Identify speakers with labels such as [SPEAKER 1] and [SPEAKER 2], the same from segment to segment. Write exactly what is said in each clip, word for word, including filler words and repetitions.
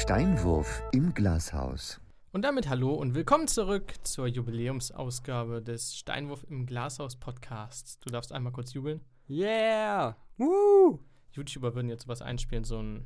[SPEAKER 1] Steinwurf im Glashaus.
[SPEAKER 2] Und damit hallo und willkommen zurück zur Jubiläumsausgabe des Steinwurf im Glashaus Podcasts. Du darfst einmal kurz jubeln.
[SPEAKER 3] Yeah! Woo!
[SPEAKER 2] YouTuber würden jetzt sowas einspielen, so ein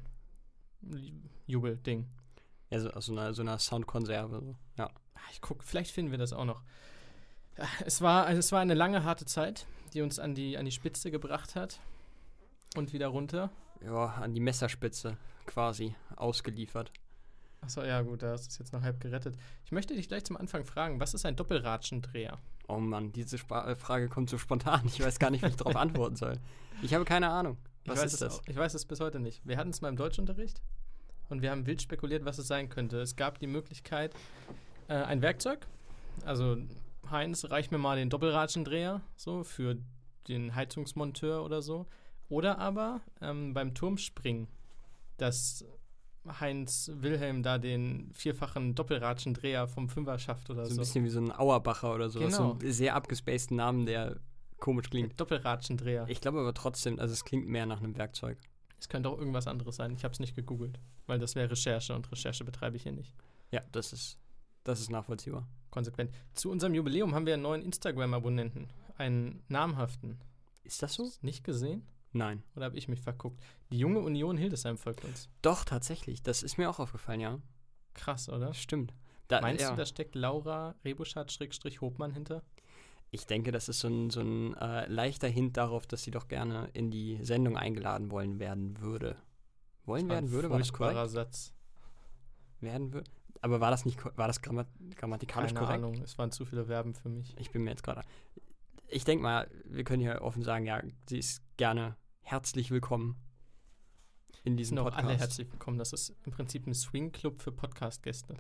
[SPEAKER 2] Jubelding.
[SPEAKER 3] Ja, so, so eine, so eine Soundkonserve. So. Ja.
[SPEAKER 2] Ich guck, vielleicht finden wir das auch noch. Es war, also es war eine lange, harte Zeit, die uns an die, an die Spitze gebracht hat. Und wieder runter.
[SPEAKER 3] Ja, an die Messerspitze quasi ausgeliefert.
[SPEAKER 2] Achso, ja gut, da hast du es jetzt noch halb gerettet. Ich möchte dich gleich zum Anfang fragen, was ist ein Doppelratschendreher?
[SPEAKER 3] Oh Mann, diese Sp- Frage kommt so spontan. Ich weiß gar nicht, wie ich darauf antworten soll. Ich habe keine Ahnung. Was
[SPEAKER 2] ich weiß
[SPEAKER 3] ist
[SPEAKER 2] es
[SPEAKER 3] das?
[SPEAKER 2] Auch, ich weiß es bis heute nicht. Wir hatten es mal im Deutschunterricht und wir haben wild spekuliert, was es sein könnte. Es gab die Möglichkeit, äh, ein Werkzeug, also Heinz, reich mir mal den Doppelratschendreher, so für den Heizungsmonteur oder so. Oder aber ähm, beim Turmspringen, dass Heinz Wilhelm da den vierfachen Doppelratschendreher vom Fünfer schafft oder so.
[SPEAKER 3] So ein bisschen wie so ein Auerbacher oder so.
[SPEAKER 2] Genau.
[SPEAKER 3] So einen sehr abgespaceden Namen, der komisch klingt.
[SPEAKER 2] Doppelratschendreher.
[SPEAKER 3] Ich glaube aber trotzdem, also es klingt mehr nach einem Werkzeug.
[SPEAKER 2] Es könnte auch irgendwas anderes sein. Ich habe es nicht gegoogelt, weil das wäre Recherche und Recherche betreibe ich hier nicht.
[SPEAKER 3] Ja, das ist, das ist nachvollziehbar.
[SPEAKER 2] Konsequent. Zu unserem Jubiläum haben wir einen neuen Instagram-Abonnenten. Einen namhaften.
[SPEAKER 3] Ist das so?
[SPEAKER 2] Hast du nicht gesehen?
[SPEAKER 3] Nein.
[SPEAKER 2] Oder habe ich mich verguckt? Die junge Union Hildesheim folgt uns.
[SPEAKER 3] Doch, tatsächlich. Das ist mir auch aufgefallen, ja.
[SPEAKER 2] Krass, oder?
[SPEAKER 3] Stimmt. Da,
[SPEAKER 2] Meinst
[SPEAKER 3] ja.
[SPEAKER 2] du, da steckt Laura Rebuschat-Hopmann hinter?
[SPEAKER 3] Ich denke, das ist so ein, so ein äh, leichter Hint darauf, dass sie doch gerne in die Sendung eingeladen wollen werden würde. Wollen werden würde? War das korrekt?
[SPEAKER 2] Satz.
[SPEAKER 3] Werden würde? Aber war das nicht, war das grammat- grammatikalisch
[SPEAKER 2] Keine
[SPEAKER 3] korrekt?
[SPEAKER 2] Ahnung, es waren zu viele Verben für mich.
[SPEAKER 3] Ich bin mir jetzt gerade... Ich denke mal, wir können hier offen sagen, ja, sie ist gerne herzlich willkommen in diesem
[SPEAKER 2] Sind auch
[SPEAKER 3] Podcast.
[SPEAKER 2] alle herzlich willkommen. Das ist im Prinzip ein Swing-Club für Podcast-Gäste.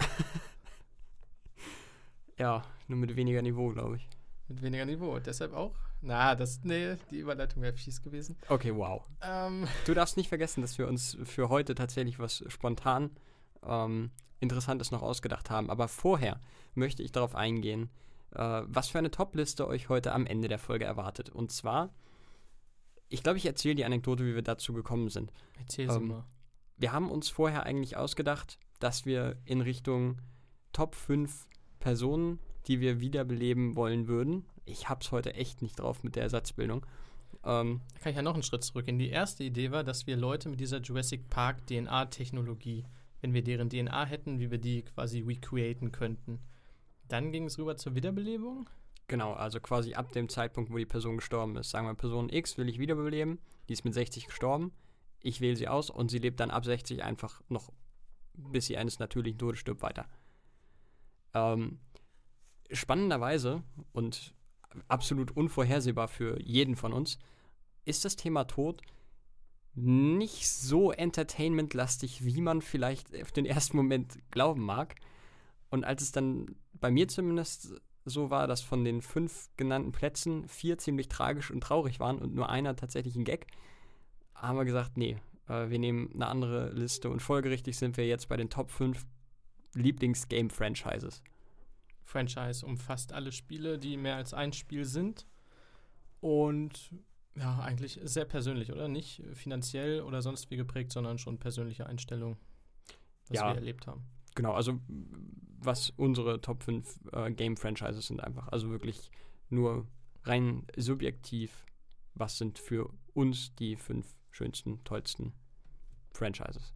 [SPEAKER 3] Ja, nur mit weniger Niveau, glaube ich.
[SPEAKER 2] Mit weniger Niveau. Deshalb auch? Na, das, nee, die Überleitung wäre fies gewesen.
[SPEAKER 3] Okay, wow.
[SPEAKER 2] Ähm,
[SPEAKER 3] Du darfst nicht vergessen, dass wir uns für heute tatsächlich was spontan ähm, Interessantes noch ausgedacht haben. Aber vorher möchte ich darauf eingehen, äh, was für eine Top-Liste euch heute am Ende der Folge erwartet. Und zwar, ich glaube, ich erzähle die Anekdote, wie wir dazu gekommen sind.
[SPEAKER 2] erzähl sie
[SPEAKER 3] Ähm,
[SPEAKER 2] mal.
[SPEAKER 3] Wir haben uns vorher eigentlich ausgedacht, dass wir in Richtung Top fünf Personen, die wir wiederbeleben wollen würden. Ich hab's heute echt nicht drauf mit der Ersatzbildung. Ähm,
[SPEAKER 2] Da kann ich ja noch einen Schritt zurückgehen. Die erste Idee war, dass wir Leute mit dieser Jurassic Park D N A-Technologie, wenn wir deren D N A hätten, wie wir die quasi recreaten könnten. Dann ging es rüber zur Wiederbelebung.
[SPEAKER 3] genau, also quasi ab dem Zeitpunkt, wo die Person gestorben ist. Sagen wir, Person X will ich wiederbeleben, die ist mit sechzig gestorben, ich wähle sie aus und sie lebt dann ab sechzig einfach noch, bis sie eines natürlichen Todes stirbt, weiter. Ähm, spannenderweise und absolut unvorhersehbar für jeden von uns, ist das Thema Tod nicht so entertainmentlastig, wie man vielleicht auf den ersten Moment glauben mag. Und als es dann bei mir zumindest so war, dass von den fünf genannten Plätzen vier ziemlich tragisch und traurig waren und nur einer tatsächlich ein Gag, haben wir gesagt, nee, äh, wir nehmen eine andere Liste und folgerichtig sind wir jetzt bei den Top fünf Lieblings-Game-Franchises.
[SPEAKER 2] Franchise umfasst alle Spiele, die mehr als ein Spiel sind. Und ja, eigentlich sehr persönlich, oder? Nicht finanziell oder sonst wie geprägt, sondern schon persönliche Einstellung, was
[SPEAKER 3] Ja.
[SPEAKER 2] wir erlebt haben.
[SPEAKER 3] Genau, also was unsere Top fünf äh, Game-Franchises sind einfach. Also wirklich nur rein subjektiv, was sind für uns die fünf schönsten, tollsten Franchises.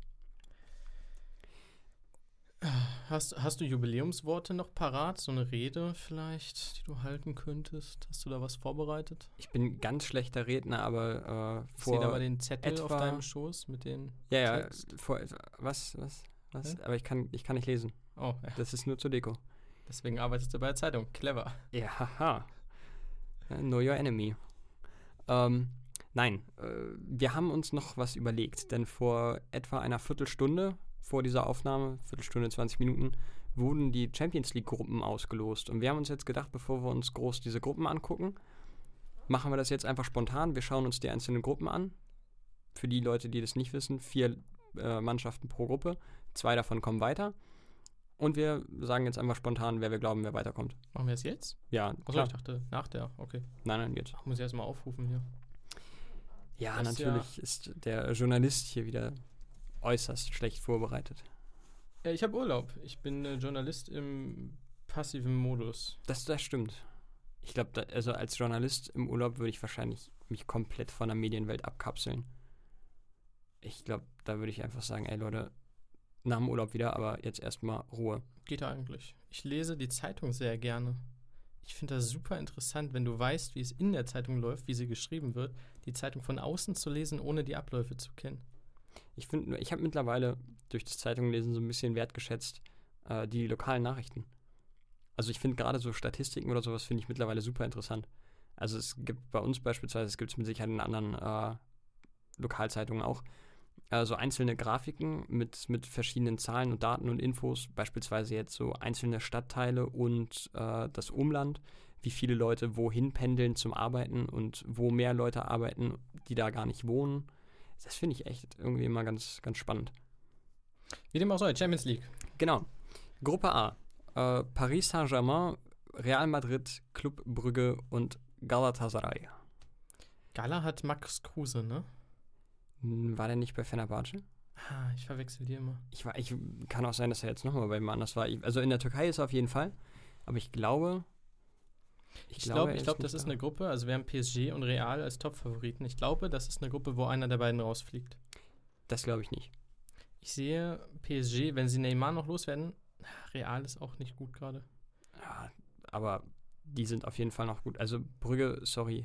[SPEAKER 2] Hast, hast du Jubiläumsworte noch parat? So eine Rede vielleicht, die du halten könntest? Hast du da was vorbereitet?
[SPEAKER 3] Ich bin ganz schlechter Redner, aber äh,
[SPEAKER 2] Ich sehe
[SPEAKER 3] vor...
[SPEAKER 2] da mal den Zettel auf
[SPEAKER 3] etwa-
[SPEAKER 2] deinem Schoß mit den
[SPEAKER 3] ja, ja,
[SPEAKER 2] Text.
[SPEAKER 3] vor... Was, was, was?
[SPEAKER 2] Hä?
[SPEAKER 3] Aber ich kann, ich kann nicht lesen.
[SPEAKER 2] Oh, ja.
[SPEAKER 3] Das ist nur zur Deko.
[SPEAKER 2] Deswegen arbeitest du bei der Zeitung. Clever.
[SPEAKER 3] Ja, haha. Ja, know your enemy. Ähm, nein, äh, wir haben uns noch was überlegt, denn vor etwa einer Viertelstunde vor dieser Aufnahme, Viertelstunde, zwanzig Minuten, wurden die Champions League-Gruppen ausgelost. Und wir haben uns jetzt gedacht, bevor wir uns groß diese Gruppen angucken, machen wir das jetzt einfach spontan. Wir schauen uns die einzelnen Gruppen an. Für die Leute, die das nicht wissen, vier äh, Mannschaften pro Gruppe. Zwei davon kommen weiter. Und wir sagen jetzt einfach spontan, wer wir glauben, wer weiterkommt.
[SPEAKER 2] Machen wir es jetzt?
[SPEAKER 3] Ja,
[SPEAKER 2] Achso,
[SPEAKER 3] klar.
[SPEAKER 2] ich dachte nach der. Okay.
[SPEAKER 3] Nein, nein, jetzt.
[SPEAKER 2] Ach, muss ich erstmal aufrufen hier.
[SPEAKER 3] Ja,
[SPEAKER 2] Das ist
[SPEAKER 3] natürlich ist der Journalist hier wieder äußerst schlecht vorbereitet.
[SPEAKER 2] Äh, ich habe Urlaub. Ich bin äh, Journalist im passiven Modus.
[SPEAKER 3] Das, das stimmt. Ich glaube, da, also als Journalist im Urlaub würde ich wahrscheinlich mich komplett von der Medienwelt abkapseln. Ich glaube, da würde ich einfach sagen, ey Leute, nach dem Urlaub wieder, aber jetzt erstmal Ruhe.
[SPEAKER 2] Geht da eigentlich. Ich lese die Zeitung sehr gerne. Ich finde das super interessant, wenn du weißt, wie es in der Zeitung läuft, wie sie geschrieben wird, die Zeitung von außen zu lesen, ohne die Abläufe zu kennen.
[SPEAKER 3] Ich finde, nur, ich habe mittlerweile durch das Zeitunglesen so ein bisschen wertgeschätzt, äh, die lokalen Nachrichten. Also ich finde gerade so Statistiken oder sowas finde ich mittlerweile super interessant. Also es gibt bei uns beispielsweise, es gibt es mit Sicherheit in anderen äh, Lokalzeitungen auch, äh, so einzelne Grafiken mit, mit verschiedenen Zahlen und Daten und Infos, beispielsweise jetzt so einzelne Stadtteile und äh, das Umland, wie viele Leute wohin pendeln zum Arbeiten und wo mehr Leute arbeiten, die da gar nicht wohnen. Das finde ich echt irgendwie immer ganz, ganz spannend.
[SPEAKER 2] Wie dem auch sei, Champions League.
[SPEAKER 3] Genau. Gruppe A. Äh, Paris Saint-Germain, Real Madrid, Club Brügge und Galatasaray.
[SPEAKER 2] Gala hat Max Kruse, ne?
[SPEAKER 3] Hm, War der nicht bei Fenerbahce?
[SPEAKER 2] Ah, ich verwechsel die immer.
[SPEAKER 3] Ich, war, ich kann auch sein, dass er jetzt nochmal bei ihm anders war. Ich, also in der Türkei ist er auf jeden Fall. Aber ich glaube.
[SPEAKER 2] Ich glaube,
[SPEAKER 3] glaube,
[SPEAKER 2] ich
[SPEAKER 3] er
[SPEAKER 2] glaub,
[SPEAKER 3] ist
[SPEAKER 2] das
[SPEAKER 3] nicht
[SPEAKER 2] ist
[SPEAKER 3] da.
[SPEAKER 2] eine Gruppe, also wir haben P S G und Real als Top-Favoriten. Ich glaube, das ist eine Gruppe, wo einer der beiden rausfliegt.
[SPEAKER 3] Das glaube ich nicht.
[SPEAKER 2] Ich sehe P S G, wenn sie Neymar noch loswerden, Real ist auch nicht gut gerade.
[SPEAKER 3] Ja, aber die sind auf jeden Fall noch gut. Also Brügge, sorry.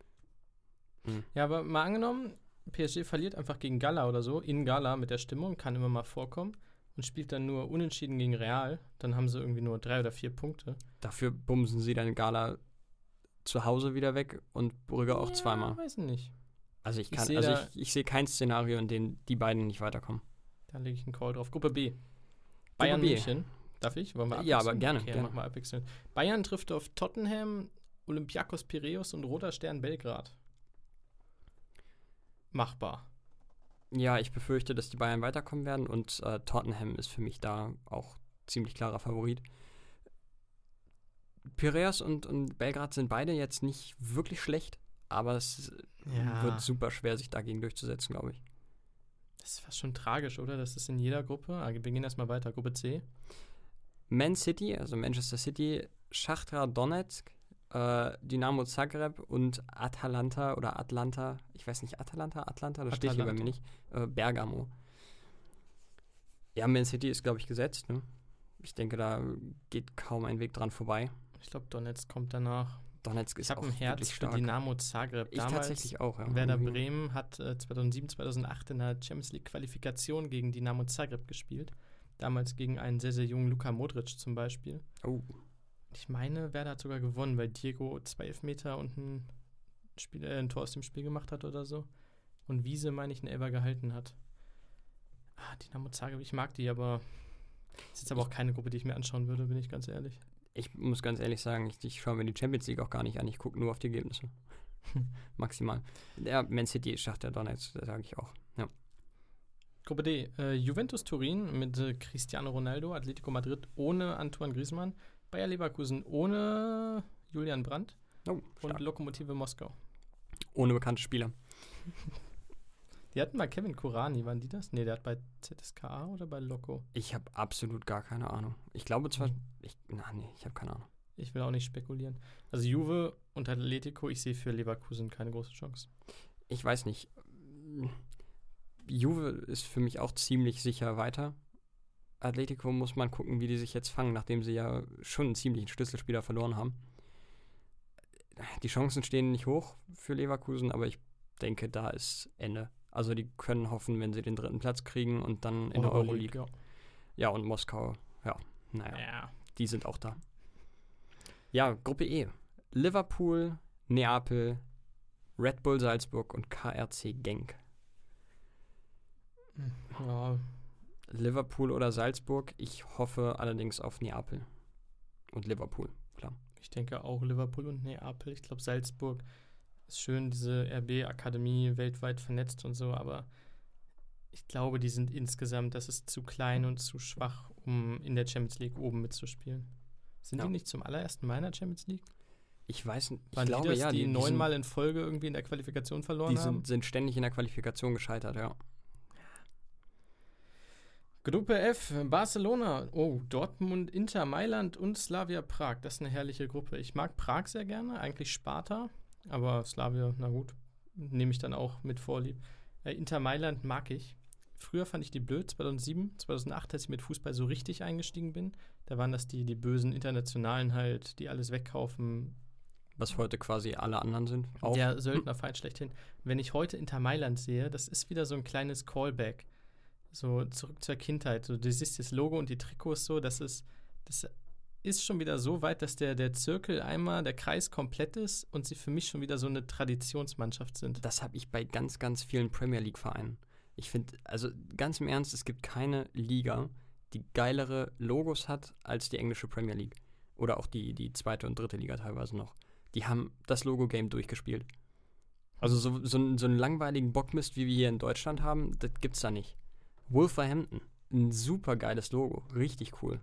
[SPEAKER 3] Hm.
[SPEAKER 2] Ja, aber mal angenommen, P S G verliert einfach gegen Gala oder so, in Gala mit der Stimmung, kann immer mal vorkommen und spielt dann nur unentschieden gegen Real, dann haben sie irgendwie nur drei oder vier Punkte.
[SPEAKER 3] Dafür bumsen sie dann Gala zu Hause wieder weg und Brügge auch
[SPEAKER 2] ja,
[SPEAKER 3] zweimal.
[SPEAKER 2] weiß nicht.
[SPEAKER 3] Also ich
[SPEAKER 2] Ich
[SPEAKER 3] kann,
[SPEAKER 2] seh
[SPEAKER 3] also
[SPEAKER 2] da-
[SPEAKER 3] ich, ich sehe kein Szenario, in dem die beiden nicht weiterkommen.
[SPEAKER 2] Da lege ich einen Call drauf. Gruppe B. Bayern
[SPEAKER 3] B.
[SPEAKER 2] München. Darf ich? Wollen wir abwechseln?
[SPEAKER 3] Ja, aber gerne,
[SPEAKER 2] Okay,
[SPEAKER 3] gerne.
[SPEAKER 2] mach mal abwechseln. Bayern trifft auf Tottenham, Olympiakos Piräus und Roter Stern Belgrad. Machbar.
[SPEAKER 3] Ja, ich befürchte, dass die Bayern weiterkommen werden und äh, Tottenham ist für mich da auch ziemlich klarer Favorit. Piräus und, und Belgrad sind beide jetzt nicht wirklich schlecht, aber es
[SPEAKER 2] Ja.
[SPEAKER 3] wird super schwer, sich dagegen durchzusetzen, glaube ich.
[SPEAKER 2] Das ist fast schon tragisch, oder? Das ist in jeder Gruppe. Ah, wir gehen erstmal weiter. Gruppe C.
[SPEAKER 3] Man City, also Manchester City, Schachtar Donetsk, äh, Dynamo Zagreb und Atalanta oder Atlanta, ich weiß nicht, Atalanta, Atlanta, das steht hier bei mir
[SPEAKER 2] Atalanta.
[SPEAKER 3] nicht, äh, Bergamo. Ja, Man City ist, glaube ich, gesetzt, ne? Ich denke, da geht kaum ein Weg dran vorbei.
[SPEAKER 2] Ich glaube, Donetsk kommt danach.
[SPEAKER 3] Donetsk
[SPEAKER 2] Ich
[SPEAKER 3] ist
[SPEAKER 2] habe
[SPEAKER 3] auch
[SPEAKER 2] ein Herz
[SPEAKER 3] wirklich
[SPEAKER 2] für
[SPEAKER 3] stark.
[SPEAKER 2] Dynamo Zagreb.
[SPEAKER 3] Ich
[SPEAKER 2] Damals
[SPEAKER 3] tatsächlich auch, ja.
[SPEAKER 2] Werder
[SPEAKER 3] Irgendwie.
[SPEAKER 2] Bremen hat äh, zweitausendsieben, zweitausendacht in der Champions League Qualifikation gegen Dynamo Zagreb gespielt. Damals gegen einen sehr, sehr jungen Luka Modric zum Beispiel.
[SPEAKER 3] Oh,
[SPEAKER 2] Ich meine, Werder hat sogar gewonnen, weil Diego zwei Elfmeter und ein, Spiel, äh, ein Tor aus dem Spiel gemacht hat oder so. Und Wiese, meine ich, einen Elfer gehalten hat. Ah, Dynamo Zagreb, ich mag die, aber ist jetzt aber auch keine Gruppe, die ich mir anschauen würde, bin ich ganz ehrlich.
[SPEAKER 3] ich muss ganz ehrlich sagen, ich, ich schaue mir die Champions League auch gar nicht an. Ich gucke nur auf die Ergebnisse. Maximal. Ja, Man City, Schachtar Donetsk, das sage ich auch. Ja.
[SPEAKER 2] Gruppe D, äh, Juventus Turin mit äh, Cristiano Ronaldo, Atletico Madrid ohne Antoine Griezmann, Bayer Leverkusen ohne Julian Brandt
[SPEAKER 3] Oh,
[SPEAKER 2] und
[SPEAKER 3] stark.
[SPEAKER 2] Lokomotive Moskau.
[SPEAKER 3] Ohne bekannte Spieler.
[SPEAKER 2] Die hatten mal Kevin Kurani, waren die das? Nee, der hat bei Z S K A oder bei Loco?
[SPEAKER 3] Ich habe absolut gar keine Ahnung. Ich glaube zwar, ich, na nee, ich habe keine Ahnung.
[SPEAKER 2] Ich will auch nicht spekulieren. Also Juve und Atletico, ich sehe für Leverkusen keine große Chance.
[SPEAKER 3] Ich weiß nicht. Juve ist für mich auch ziemlich sicher weiter. Atletico muss man gucken, wie die sich jetzt fangen, nachdem sie ja schon einen ziemlichen Schlüsselspieler verloren haben. Die Chancen stehen nicht hoch für Leverkusen, aber ich denke, da ist Ende. Also die können hoffen, wenn sie den dritten Platz kriegen und dann in der Euroleague.
[SPEAKER 2] Ja.
[SPEAKER 3] Ja, und Moskau, ja, naja,
[SPEAKER 2] ja.
[SPEAKER 3] die sind auch da. Ja, Gruppe E. Liverpool, Neapel, Red Bull Salzburg und K R C Genk.
[SPEAKER 2] Ja,
[SPEAKER 3] Liverpool oder Salzburg. Ich hoffe allerdings auf Neapel und Liverpool, klar.
[SPEAKER 2] ich denke auch Liverpool und Neapel. Ich glaube, Salzburg ist schön, diese R B-Akademie weltweit vernetzt und so, aber ich glaube, die sind insgesamt, das ist zu klein und zu schwach, um in der Champions League oben mitzuspielen. Sind
[SPEAKER 3] Ja.
[SPEAKER 2] die nicht zum allerersten Mal in der Champions League?
[SPEAKER 3] Ich weiß nicht, ich
[SPEAKER 2] Waren
[SPEAKER 3] glaube
[SPEAKER 2] die das,
[SPEAKER 3] ja,
[SPEAKER 2] die,
[SPEAKER 3] die, die,
[SPEAKER 2] neunmal in Folge irgendwie in der Qualifikation verloren
[SPEAKER 3] sind, die
[SPEAKER 2] haben?
[SPEAKER 3] sind, sind ständig in der Qualifikation gescheitert, ja.
[SPEAKER 2] Gruppe F, Barcelona, oh, Dortmund, Inter Mailand und Slavia Prag. Das ist eine herrliche Gruppe. Ich mag Prag sehr gerne, eigentlich Sparta, aber Slavia, na gut, nehme ich dann auch mit Vorlieb. Äh, Inter Mailand mag ich. Früher fand ich die blöd, zweitausendsieben, zweitausendacht, als ich mit Fußball so richtig eingestiegen bin. Da waren das die, die bösen Internationalen halt, die alles wegkaufen.
[SPEAKER 3] Was heute quasi alle anderen sind. Auch.
[SPEAKER 2] Der Söldnerfeind schlechthin. Wenn ich heute Inter Mailand sehe, das ist wieder so ein kleines Callback. So zurück zur Kindheit. So, du siehst das Logo und die Trikots so, das ist, das ist schon wieder so weit, dass der, der Zirkel einmal, der Kreis komplett ist und sie für mich schon wieder so eine Traditionsmannschaft sind.
[SPEAKER 3] Das habe ich bei ganz, ganz vielen Premier League-Vereinen. Ich finde, also ganz im Ernst, es gibt keine Liga, die geilere Logos hat als die englische Premier League. Oder auch die, die zweite und dritte Liga teilweise noch. Die haben das Logo-Game durchgespielt. Also so, so, einen, so einen langweiligen Bockmist, wie wir hier in Deutschland haben, das gibt's da nicht. Wolverhampton, ein super geiles Logo, richtig cool.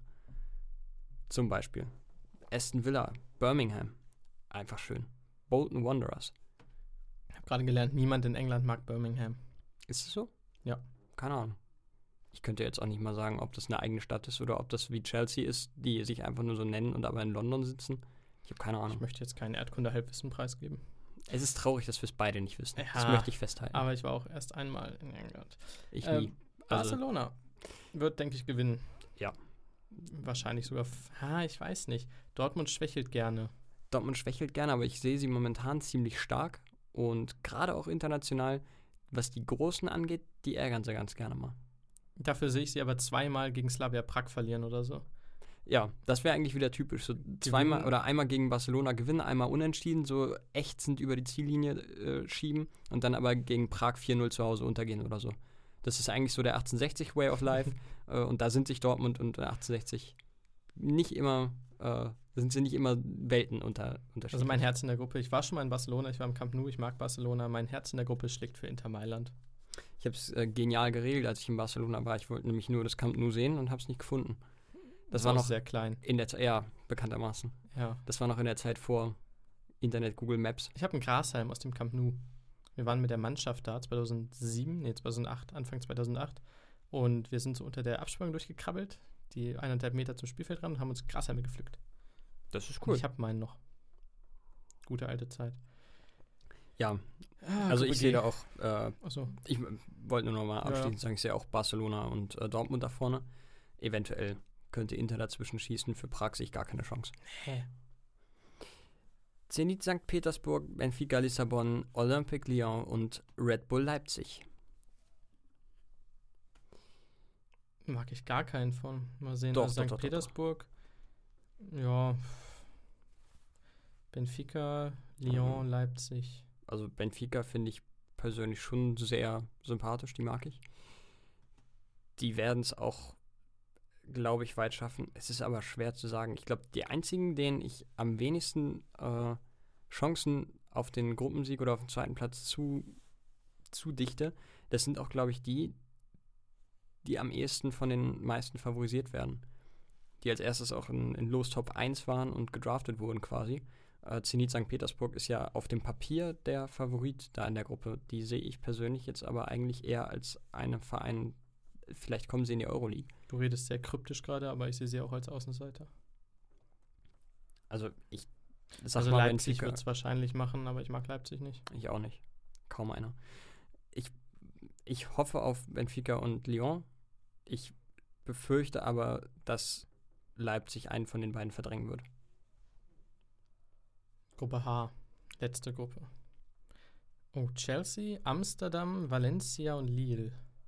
[SPEAKER 3] Zum Beispiel Aston Villa, Birmingham, einfach schön. Bolton Wanderers.
[SPEAKER 2] Ich habe gerade gelernt, niemand in England mag Birmingham.
[SPEAKER 3] Ist es so?
[SPEAKER 2] Ja.
[SPEAKER 3] Keine Ahnung. Ich könnte jetzt auch nicht mal sagen, ob das eine eigene Stadt ist oder ob das wie Chelsea ist, die sich einfach nur so nennen und aber in London sitzen. Ich habe keine Ahnung.
[SPEAKER 2] Ich möchte jetzt keinen Erdkunde-Halbwissen preisgeben.
[SPEAKER 3] Es ist traurig, dass wir es beide nicht wissen.
[SPEAKER 2] Ja,
[SPEAKER 3] das möchte ich festhalten.
[SPEAKER 2] Aber ich war auch erst einmal in England.
[SPEAKER 3] Ich
[SPEAKER 2] ähm,
[SPEAKER 3] nie. Also,
[SPEAKER 2] Barcelona wird, denke ich, gewinnen.
[SPEAKER 3] Ja.
[SPEAKER 2] Wahrscheinlich sogar, f- ha, ich weiß nicht. Dortmund schwächelt gerne.
[SPEAKER 3] Dortmund schwächelt gerne, aber ich sehe sie momentan ziemlich stark. Und gerade auch international, was die Großen angeht, die ärgern sie ganz gerne mal.
[SPEAKER 2] Dafür sehe ich sie aber zweimal gegen Slavia Prag verlieren oder so.
[SPEAKER 3] Ja, das wäre eigentlich wieder typisch. So zweimal
[SPEAKER 2] Gewinnen.
[SPEAKER 3] oder einmal gegen Barcelona gewinnen, einmal unentschieden, so ächzend über die Ziellinie äh, schieben und dann aber gegen Prag vier null zu Hause untergehen oder so. Das ist eigentlich so der achtzehnhundertsechzig Way of Life äh, und da sind sich Dortmund und achtzehnhundertsechzig nicht immer, äh, sind sie nicht immer Welten unter, unterschiedlich.
[SPEAKER 2] Also mein Herz in der Gruppe. Ich war schon mal in Barcelona, ich war im Camp Nou, ich mag Barcelona. Mein Herz in der Gruppe schlägt für Inter Mailand.
[SPEAKER 3] Ich habe es äh, genial geregelt, als ich in Barcelona war. Ich wollte nämlich nur das Camp Nou sehen und habe es nicht gefunden. Das
[SPEAKER 2] Ist
[SPEAKER 3] war
[SPEAKER 2] auch
[SPEAKER 3] noch
[SPEAKER 2] sehr klein.
[SPEAKER 3] in der Zeit, ja, bekanntermaßen.
[SPEAKER 2] Ja.
[SPEAKER 3] Das war noch in der Zeit vor Internet, Google Maps.
[SPEAKER 2] Ich habe einen Grashalm aus dem Camp Nou. Wir waren mit der Mannschaft da, zweitausendsieben, nee, zweitausendacht, Anfang zweitausendacht. Und wir sind so unter der Absperrung durchgekrabbelt, die eineinhalb Meter zum Spielfeld ran und haben uns Grashalme gepflückt.
[SPEAKER 3] Das ist
[SPEAKER 2] Und ich habe meinen noch. Gute alte Zeit.
[SPEAKER 3] Ja,
[SPEAKER 2] Ah,
[SPEAKER 3] also
[SPEAKER 2] Gruppe
[SPEAKER 3] ich
[SPEAKER 2] G.
[SPEAKER 3] sehe da auch, äh,
[SPEAKER 2] Achso.
[SPEAKER 3] ich wollte nur noch mal
[SPEAKER 2] Ja.
[SPEAKER 3] abschließend sagen, ich sehe auch Barcelona und äh, Dortmund da vorne. Eventuell könnte Inter dazwischen schießen, für Prag sehe ich gar keine Chance.
[SPEAKER 2] Hä?
[SPEAKER 3] Zenit Sankt Petersburg, Benfica Lissabon, Olympique Lyon und Red Bull Leipzig.
[SPEAKER 2] Mag ich gar keinen von. Mal sehen.
[SPEAKER 3] Doch,
[SPEAKER 2] also
[SPEAKER 3] doch,
[SPEAKER 2] Sankt
[SPEAKER 3] doch, doch,
[SPEAKER 2] Petersburg. Ja. Benfica, Lyon,
[SPEAKER 3] Mhm.
[SPEAKER 2] Leipzig.
[SPEAKER 3] Also Benfica finde ich persönlich schon sehr sympathisch, die mag ich. Die werden es auch, glaube ich, weit schaffen. Es ist aber schwer zu sagen. Ich glaube, die einzigen, denen ich am wenigsten äh, Chancen auf den Gruppensieg oder auf den zweiten Platz zu, zu dichte, das sind auch, glaube ich, die, die am ehesten von den meisten favorisiert werden. Die als erstes auch in, in Los Top eins waren und gedraftet wurden quasi. Äh, Zenit Sankt Petersburg ist ja auf dem Papier der Favorit da in der Gruppe. Die sehe ich persönlich jetzt aber eigentlich eher als einen Verein, vielleicht kommen sie in die Euroleague.
[SPEAKER 2] Du redest sehr kryptisch gerade, aber ich sehe sie auch als Außenseiter.
[SPEAKER 3] Also ich sag
[SPEAKER 2] Also
[SPEAKER 3] mal,
[SPEAKER 2] Leipzig
[SPEAKER 3] Benfica,
[SPEAKER 2] wird es wahrscheinlich machen, aber ich mag Leipzig nicht.
[SPEAKER 3] ich auch nicht. Kaum einer. Ich, ich hoffe auf Benfica und Lyon. Ich befürchte aber, dass Leipzig einen von den beiden verdrängen wird.
[SPEAKER 2] Gruppe H. Letzte Gruppe. Oh, Chelsea, Amsterdam, Valencia und Lille.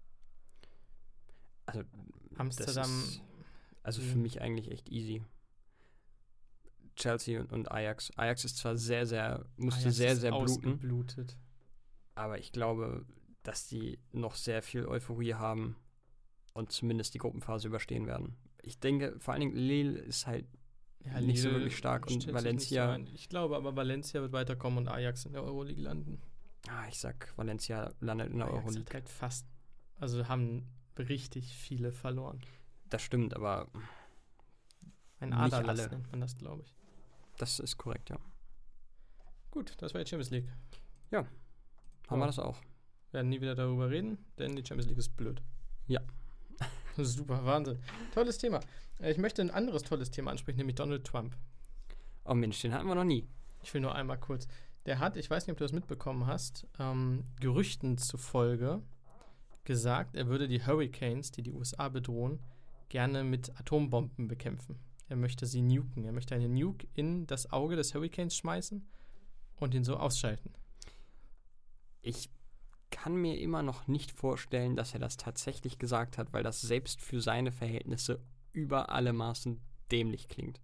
[SPEAKER 3] Also
[SPEAKER 2] Amsterdam.
[SPEAKER 3] das ist, also
[SPEAKER 2] Mhm.
[SPEAKER 3] für mich eigentlich echt easy. Chelsea und, und Ajax. Ajax ist zwar sehr, sehr, musste
[SPEAKER 2] Ajax
[SPEAKER 3] sehr,
[SPEAKER 2] ist
[SPEAKER 3] sehr bluten,
[SPEAKER 2] ausgeblutet.
[SPEAKER 3] aber ich glaube, dass die noch sehr viel Euphorie haben und zumindest die Gruppenphase überstehen werden. Ich denke, vor allen Dingen Lille ist halt
[SPEAKER 2] Ja,
[SPEAKER 3] nicht so
[SPEAKER 2] Lille
[SPEAKER 3] wirklich stark und
[SPEAKER 2] stellt sich
[SPEAKER 3] Valencia,
[SPEAKER 2] nicht so ein. Ich glaube aber, Valencia wird weiterkommen und Ajax in der Euroleague landen.
[SPEAKER 3] ah, ich sag, Valencia landet in der
[SPEAKER 2] Ajax
[SPEAKER 3] Euroleague.
[SPEAKER 2] hat halt fast, also haben richtig viele verloren.
[SPEAKER 3] Das stimmt, aber
[SPEAKER 2] Ein
[SPEAKER 3] Nicht
[SPEAKER 2] Aderlass
[SPEAKER 3] alle.
[SPEAKER 2] nennt man das, glaube ich.
[SPEAKER 3] das ist korrekt, ja.
[SPEAKER 2] Gut, das war die Champions League.
[SPEAKER 3] Haben
[SPEAKER 2] Ja.
[SPEAKER 3] wir das auch.
[SPEAKER 2] Wir werden nie wieder darüber reden, denn die Champions League ist blöd. Super, Wahnsinn. Tolles Thema. Äh, Ich möchte ein anderes tolles Thema ansprechen, nämlich Donald Trump.
[SPEAKER 3] Oh Mensch, den hatten wir noch nie.
[SPEAKER 2] Ich will nur einmal kurz. Der hat, ich weiß nicht, ob du das mitbekommen hast, ähm, Gerüchten zufolge gesagt, er würde die Hurricanes, die die U S A bedrohen, gerne mit Atombomben bekämpfen. Er möchte sie nuken. Er möchte eine Nuke in das Auge des Hurricanes schmeißen und ihn so ausschalten.
[SPEAKER 3] Ich kann mir immer noch nicht vorstellen, dass er das tatsächlich gesagt hat, weil das selbst für seine Verhältnisse über alle Maßen dämlich klingt.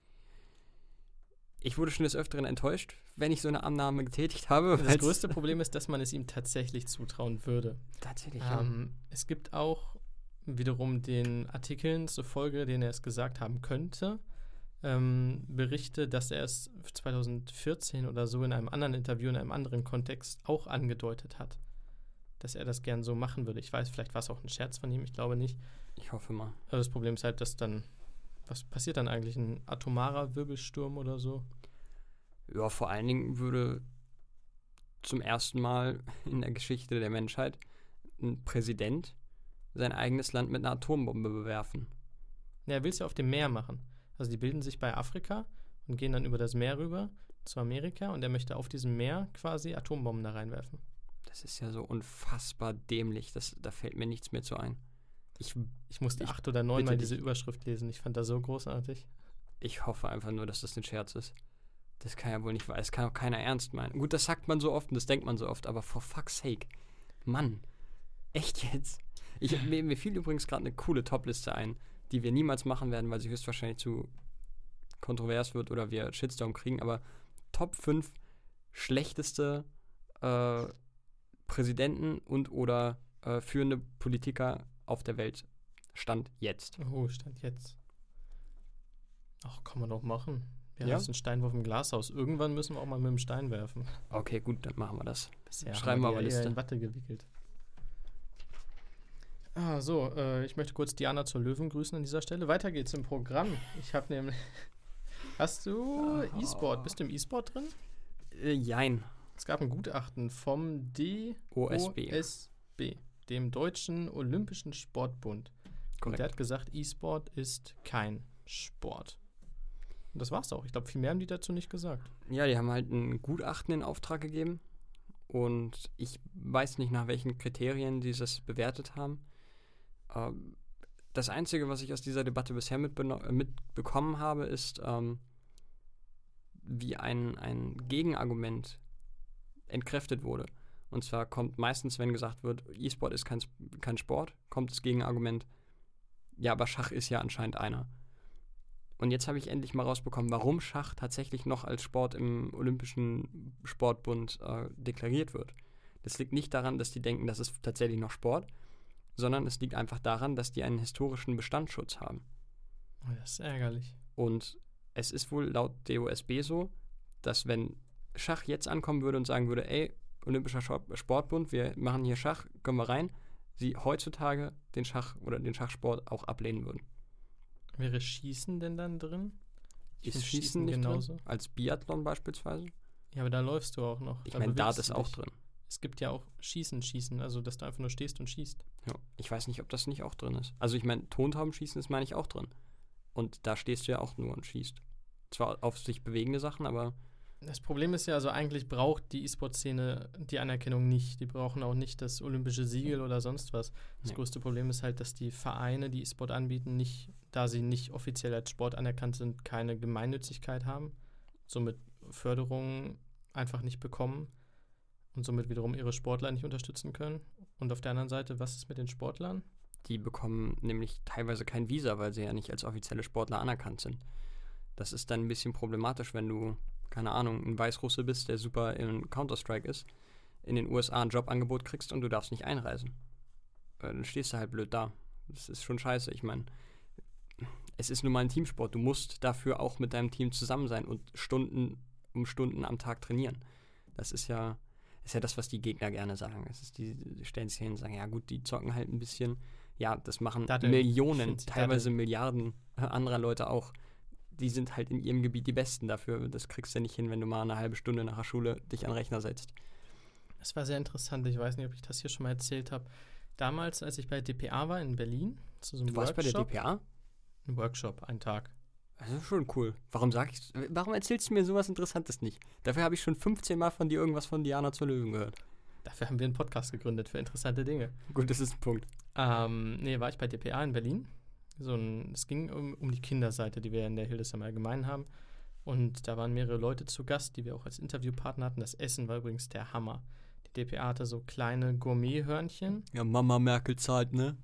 [SPEAKER 3] Ich wurde schon des Öfteren enttäuscht, wenn ich so eine Annahme getätigt habe.
[SPEAKER 2] Das größte Problem ist, dass man es ihm tatsächlich zutrauen würde.
[SPEAKER 3] Tatsächlich, ja.
[SPEAKER 2] Ähm, es gibt auch wiederum den Artikeln zufolge, denen er es gesagt haben könnte, ähm, Berichte, dass er es zwanzig vierzehn oder so in einem anderen Interview, in einem anderen Kontext auch angedeutet hat, dass er das gern so machen würde. Ich weiß, vielleicht war es auch ein Scherz von ihm, ich glaube nicht.
[SPEAKER 3] Ich hoffe mal.
[SPEAKER 2] Aber das Problem ist halt, dass dann, was passiert dann eigentlich? Ein atomarer Wirbelsturm oder so?
[SPEAKER 3] Ja, vor allen Dingen würde zum ersten Mal in der Geschichte der Menschheit ein Präsident sein eigenes Land mit einer Atombombe bewerfen.
[SPEAKER 2] Ja, er will es ja auf dem Meer machen. Also die bilden sich bei Afrika und gehen dann über das Meer rüber zu Amerika und er möchte auf diesem Meer quasi Atombomben da reinwerfen.
[SPEAKER 3] Das ist ja so unfassbar dämlich, das, da fällt mir nichts mehr zu ein. Ich,
[SPEAKER 2] Ich musste
[SPEAKER 3] Ich
[SPEAKER 2] acht oder neun
[SPEAKER 3] bitte
[SPEAKER 2] Mal
[SPEAKER 3] dich.
[SPEAKER 2] diese Überschrift lesen. Ich fand das so großartig.
[SPEAKER 3] ich hoffe einfach nur, dass das ein Scherz ist. Das kann ja wohl nicht wahr, das kann auch keiner ernst meinen. Gut, das sagt man so oft und das denkt man so oft, aber for fuck's sake. Mann, echt jetzt? Ich, mir, mir fiel übrigens gerade eine coole Topliste ein, die wir niemals machen werden, weil sie höchstwahrscheinlich zu kontrovers wird oder wir Shitstorm kriegen, aber Top fünf schlechteste äh, Präsidenten und oder äh, führende Politiker auf der Welt Stand jetzt.
[SPEAKER 2] Oh, stand jetzt. Ach, kann man doch machen. Wir
[SPEAKER 3] Ja?
[SPEAKER 2] haben einen Steinwurf im Glashaus. Irgendwann müssen wir auch mal mit dem Stein werfen.
[SPEAKER 3] Okay, gut, dann machen wir das.
[SPEAKER 2] Bisher
[SPEAKER 3] Schreiben wir
[SPEAKER 2] haben
[SPEAKER 3] aber
[SPEAKER 2] die ja eher
[SPEAKER 3] Liste.
[SPEAKER 2] in Watte gewickelt. Ah, so, äh, ich möchte kurz Diana zur Löwen grüßen an dieser Stelle. Weiter geht's im Programm. Ich habe nämlich... Hast du
[SPEAKER 3] Ah.
[SPEAKER 2] E-Sport? Bist du im E-Sport drin?
[SPEAKER 3] Äh, jein.
[SPEAKER 2] Es gab ein Gutachten vom D
[SPEAKER 3] O S B.
[SPEAKER 2] O S B, dem Deutschen Olympischen Sportbund. Und
[SPEAKER 3] Korrekt.
[SPEAKER 2] der hat gesagt, E-Sport ist kein Sport. Und das war's auch. Ich glaube, viel mehr haben die dazu nicht gesagt.
[SPEAKER 3] Ja, die haben halt ein Gutachten in Auftrag gegeben und ich weiß nicht, nach welchen Kriterien die das bewertet haben. Ähm, das Einzige, was ich aus dieser Debatte bisher mitbeno- äh, mitbekommen habe, ist, ähm, wie ein, ein Gegenargument entkräftet wurde. Und zwar kommt meistens, wenn gesagt wird, E-Sport ist kein, Sp- kein Sport, kommt das Gegenargument, ja, aber Schach ist ja anscheinend einer. Und jetzt habe ich endlich mal rausbekommen, warum Schach tatsächlich noch als Sport im Olympischen Sportbund äh, deklariert wird. Das liegt nicht daran, dass die denken, das ist tatsächlich noch Sport, sondern es liegt einfach daran, dass die einen historischen Bestandsschutz haben.
[SPEAKER 2] Oh, das ist ärgerlich.
[SPEAKER 3] Und es ist wohl laut D O S B so, dass wenn Schach jetzt ankommen würde und sagen würde, ey, Olympischer Schor- Sportbund, wir machen hier Schach, können wir rein, sie heutzutage den Schach oder den Schachsport auch ablehnen würden.
[SPEAKER 2] Wäre Schießen denn dann drin? Ich
[SPEAKER 3] Ist
[SPEAKER 2] find
[SPEAKER 3] Schießen nicht
[SPEAKER 2] genauso.
[SPEAKER 3] drin? Als Biathlon beispielsweise?
[SPEAKER 2] Ja, aber da läufst du auch noch.
[SPEAKER 3] Ich
[SPEAKER 2] Da
[SPEAKER 3] meine, Dart
[SPEAKER 2] bewegst
[SPEAKER 3] ist
[SPEAKER 2] du
[SPEAKER 3] auch
[SPEAKER 2] dich.
[SPEAKER 3] drin.
[SPEAKER 2] Es gibt ja auch Schießen, Schießen, also dass du einfach nur stehst und schießt.
[SPEAKER 3] Ja. Ich weiß nicht, ob das nicht auch drin ist. Also ich meine, Tontaubenschießen ist, meine ich, auch drin. Und da stehst du ja auch nur und schießt. Zwar auf sich bewegende Sachen, aber
[SPEAKER 2] Das Problem ist ja, also eigentlich braucht die E-Sport-Szene die Anerkennung nicht. Die brauchen auch nicht das olympische Siegel oder sonst was. Das
[SPEAKER 3] Nee.
[SPEAKER 2] größte Problem ist halt, dass die Vereine, die E-Sport anbieten, nicht, da sie nicht offiziell als Sport anerkannt sind, keine Gemeinnützigkeit haben. Somit Förderungen einfach nicht bekommen und somit wiederum ihre Sportler nicht unterstützen können. Und auf der anderen Seite, was ist mit den Sportlern?
[SPEAKER 3] die bekommen nämlich teilweise kein Visa, weil sie ja nicht als offizielle Sportler anerkannt sind. Das ist dann ein bisschen problematisch, wenn du, keine Ahnung, ein Weißrusse bist, der super in Counter-Strike ist, in den U S A ein Jobangebot kriegst und du darfst nicht einreisen. Äh, Dann stehst du halt blöd da. Das ist schon scheiße. Ich meine, es ist nun mal ein Teamsport. Du musst dafür auch mit deinem Team zusammen sein und Stunden um Stunden am Tag trainieren. Das ist ja, ist ja das, was die Gegner gerne sagen. Es ist die, die stellen sich hin und sagen, ja gut, die zocken halt ein bisschen. Ja, das machen
[SPEAKER 2] Datteln.
[SPEAKER 3] Millionen,
[SPEAKER 2] Stimmt, sie
[SPEAKER 3] teilweise Milliarden anderer Leute auch. Die sind halt in ihrem Gebiet die Besten dafür. Das kriegst du nicht hin, wenn du mal eine halbe Stunde nach der Schule dich an den Rechner setzt.
[SPEAKER 2] Es war sehr interessant. Ich weiß nicht, ob ich das hier schon mal erzählt habe. Damals, als ich bei D P A war in Berlin, zu so einem
[SPEAKER 3] Du warst
[SPEAKER 2] Workshop.
[SPEAKER 3] bei der D P A?
[SPEAKER 2] Ein Workshop, einen Tag.
[SPEAKER 3] Das ist schon cool. Warum sag ich, warum erzählst du mir sowas Interessantes nicht? Dafür habe ich schon fünfzehn Mal von dir irgendwas von Diana zur Löwen gehört.
[SPEAKER 2] Dafür haben wir einen Podcast gegründet für interessante Dinge.
[SPEAKER 3] Gut, das ist ein Punkt.
[SPEAKER 2] Ähm, nee, war ich bei D P A in Berlin. So ein, es ging um, um die Kinderseite, die wir in der Hildesheimer Allgemein haben. Und da waren mehrere Leute zu Gast, die wir auch als Interviewpartner hatten. Das Essen war übrigens der Hammer. Die D P A hatte so kleine Gourmet-Hörnchen.
[SPEAKER 3] Ja, Mama Merkel zahlt, ne?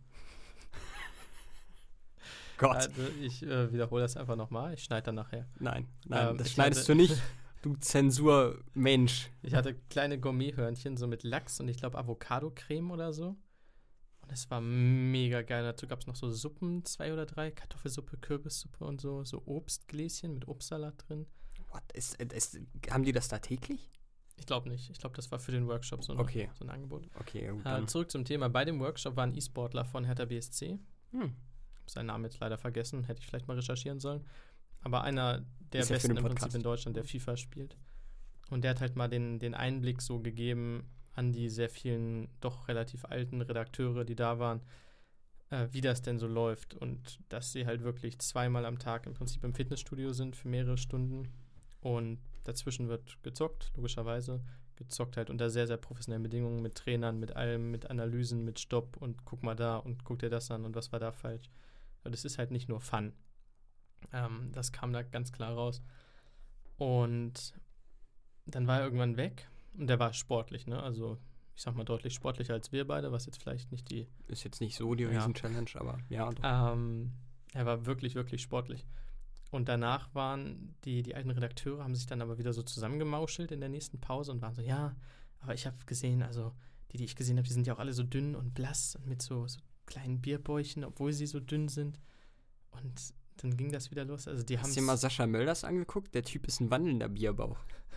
[SPEAKER 3] Gott.
[SPEAKER 2] Also ich äh, wiederhole das einfach nochmal. Ich schneide dann nachher.
[SPEAKER 3] Nein, nein,
[SPEAKER 2] Ähm,
[SPEAKER 3] das
[SPEAKER 2] ich
[SPEAKER 3] schneidest
[SPEAKER 2] hatte-
[SPEAKER 3] du nicht. Du Zensurmensch.
[SPEAKER 2] Ich hatte kleine Gourmet-Hörnchen, so mit Lachs und ich glaube Avocado-Creme oder so. Und es war mega geil. Dazu gab es noch so Suppen, zwei oder drei. Kartoffelsuppe, Kürbissuppe und so. So Obstgläschen mit Obstsalat drin.
[SPEAKER 3] What? Ist, ist, haben die das da täglich?
[SPEAKER 2] Ich glaube nicht. Ich glaube, das war für den Workshop so, eine,
[SPEAKER 3] Okay.
[SPEAKER 2] so ein Angebot.
[SPEAKER 3] Okay, gut,
[SPEAKER 2] Äh,
[SPEAKER 3] dann.
[SPEAKER 2] zurück zum Thema. Bei dem Workshop war ein E-Sportler von Hertha B S C.
[SPEAKER 3] Hm.
[SPEAKER 2] Ich habe seinen Namen jetzt leider vergessen. Hätte ich vielleicht mal recherchieren sollen. Aber einer der
[SPEAKER 3] Ist ja für
[SPEAKER 2] besten
[SPEAKER 3] den
[SPEAKER 2] im Prinzip
[SPEAKER 3] Podcast.
[SPEAKER 2] in Deutschland, der FIFA spielt. Und der hat halt mal den, den Einblick so gegeben an die sehr vielen doch relativ alten Redakteure, die da waren, äh, wie das denn so läuft. Und dass sie halt wirklich zweimal am Tag im Prinzip im Fitnessstudio sind für mehrere Stunden. Und dazwischen wird gezockt, logischerweise. Gezockt halt unter sehr, sehr professionellen Bedingungen mit Trainern, mit allem, mit Analysen, mit Stopp und guck mal da und guck dir das an und was war da falsch. Aber das ist halt nicht nur Fun. Ähm, das kam da ganz klar raus. Und dann war er irgendwann weg und der war sportlich, ne? Also ich sag mal deutlich sportlicher als wir beide, was jetzt vielleicht nicht die
[SPEAKER 3] Ist jetzt nicht so die
[SPEAKER 2] Ja.
[SPEAKER 3] Riesen-Challenge, aber ja, doch.
[SPEAKER 2] Ähm, er war wirklich, wirklich sportlich. Und danach waren die, die alten Redakteure, haben sich dann aber wieder so zusammengemauschelt in der nächsten Pause und waren so, ja, aber ich habe gesehen, also die, die ich gesehen habe, die sind ja auch alle so dünn und blass und mit so, so kleinen Bierbäuchen, obwohl sie so dünn sind. Und dann ging das wieder los. Also die haben
[SPEAKER 3] Hast du dir mal Sascha Mölders angeguckt? Der Typ ist ein wandelnder Bierbauch.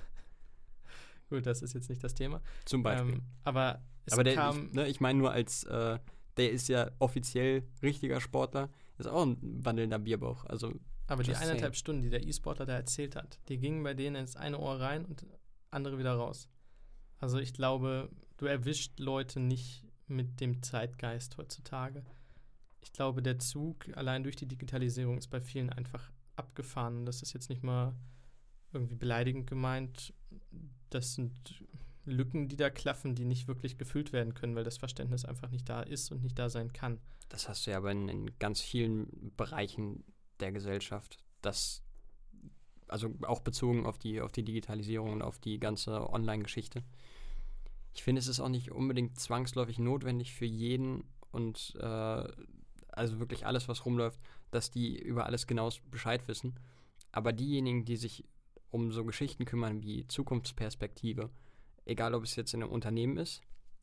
[SPEAKER 2] Gut, das ist jetzt nicht das Thema.
[SPEAKER 3] Zum Beispiel.
[SPEAKER 2] Ähm, aber es
[SPEAKER 3] aber der,
[SPEAKER 2] kam...
[SPEAKER 3] ich, ne, ich meine nur als, äh, der ist ja offiziell richtiger Sportler, ist auch ein wandelnder Bierbauch. Also
[SPEAKER 2] Aber die
[SPEAKER 3] Just
[SPEAKER 2] eineinhalb
[SPEAKER 3] saying.
[SPEAKER 2] Stunden, die der E-Sportler da erzählt hat, die gingen bei denen ins eine Ohr rein und andere wieder raus. Also ich glaube, du erwischt Leute nicht mit dem Zeitgeist heutzutage. Ich glaube, der Zug allein durch die Digitalisierung ist bei vielen einfach abgefahren. Und das ist jetzt nicht mal irgendwie beleidigend gemeint. Das sind Lücken, die da klaffen, die nicht wirklich gefüllt werden können, weil das Verständnis einfach nicht da ist und nicht da sein kann.
[SPEAKER 3] das hast du ja aber in, in ganz vielen Bereichen der Gesellschaft, das, also auch bezogen auf die, auf die Digitalisierung und auf die ganze Online-Geschichte. Ich finde, es ist auch nicht unbedingt zwangsläufig notwendig für jeden und äh, also wirklich alles, was rumläuft, dass die über alles genau Bescheid wissen. Aber diejenigen, die sich um so Geschichten kümmern wie Zukunftsperspektive, egal ob es jetzt in einem Unternehmen ist,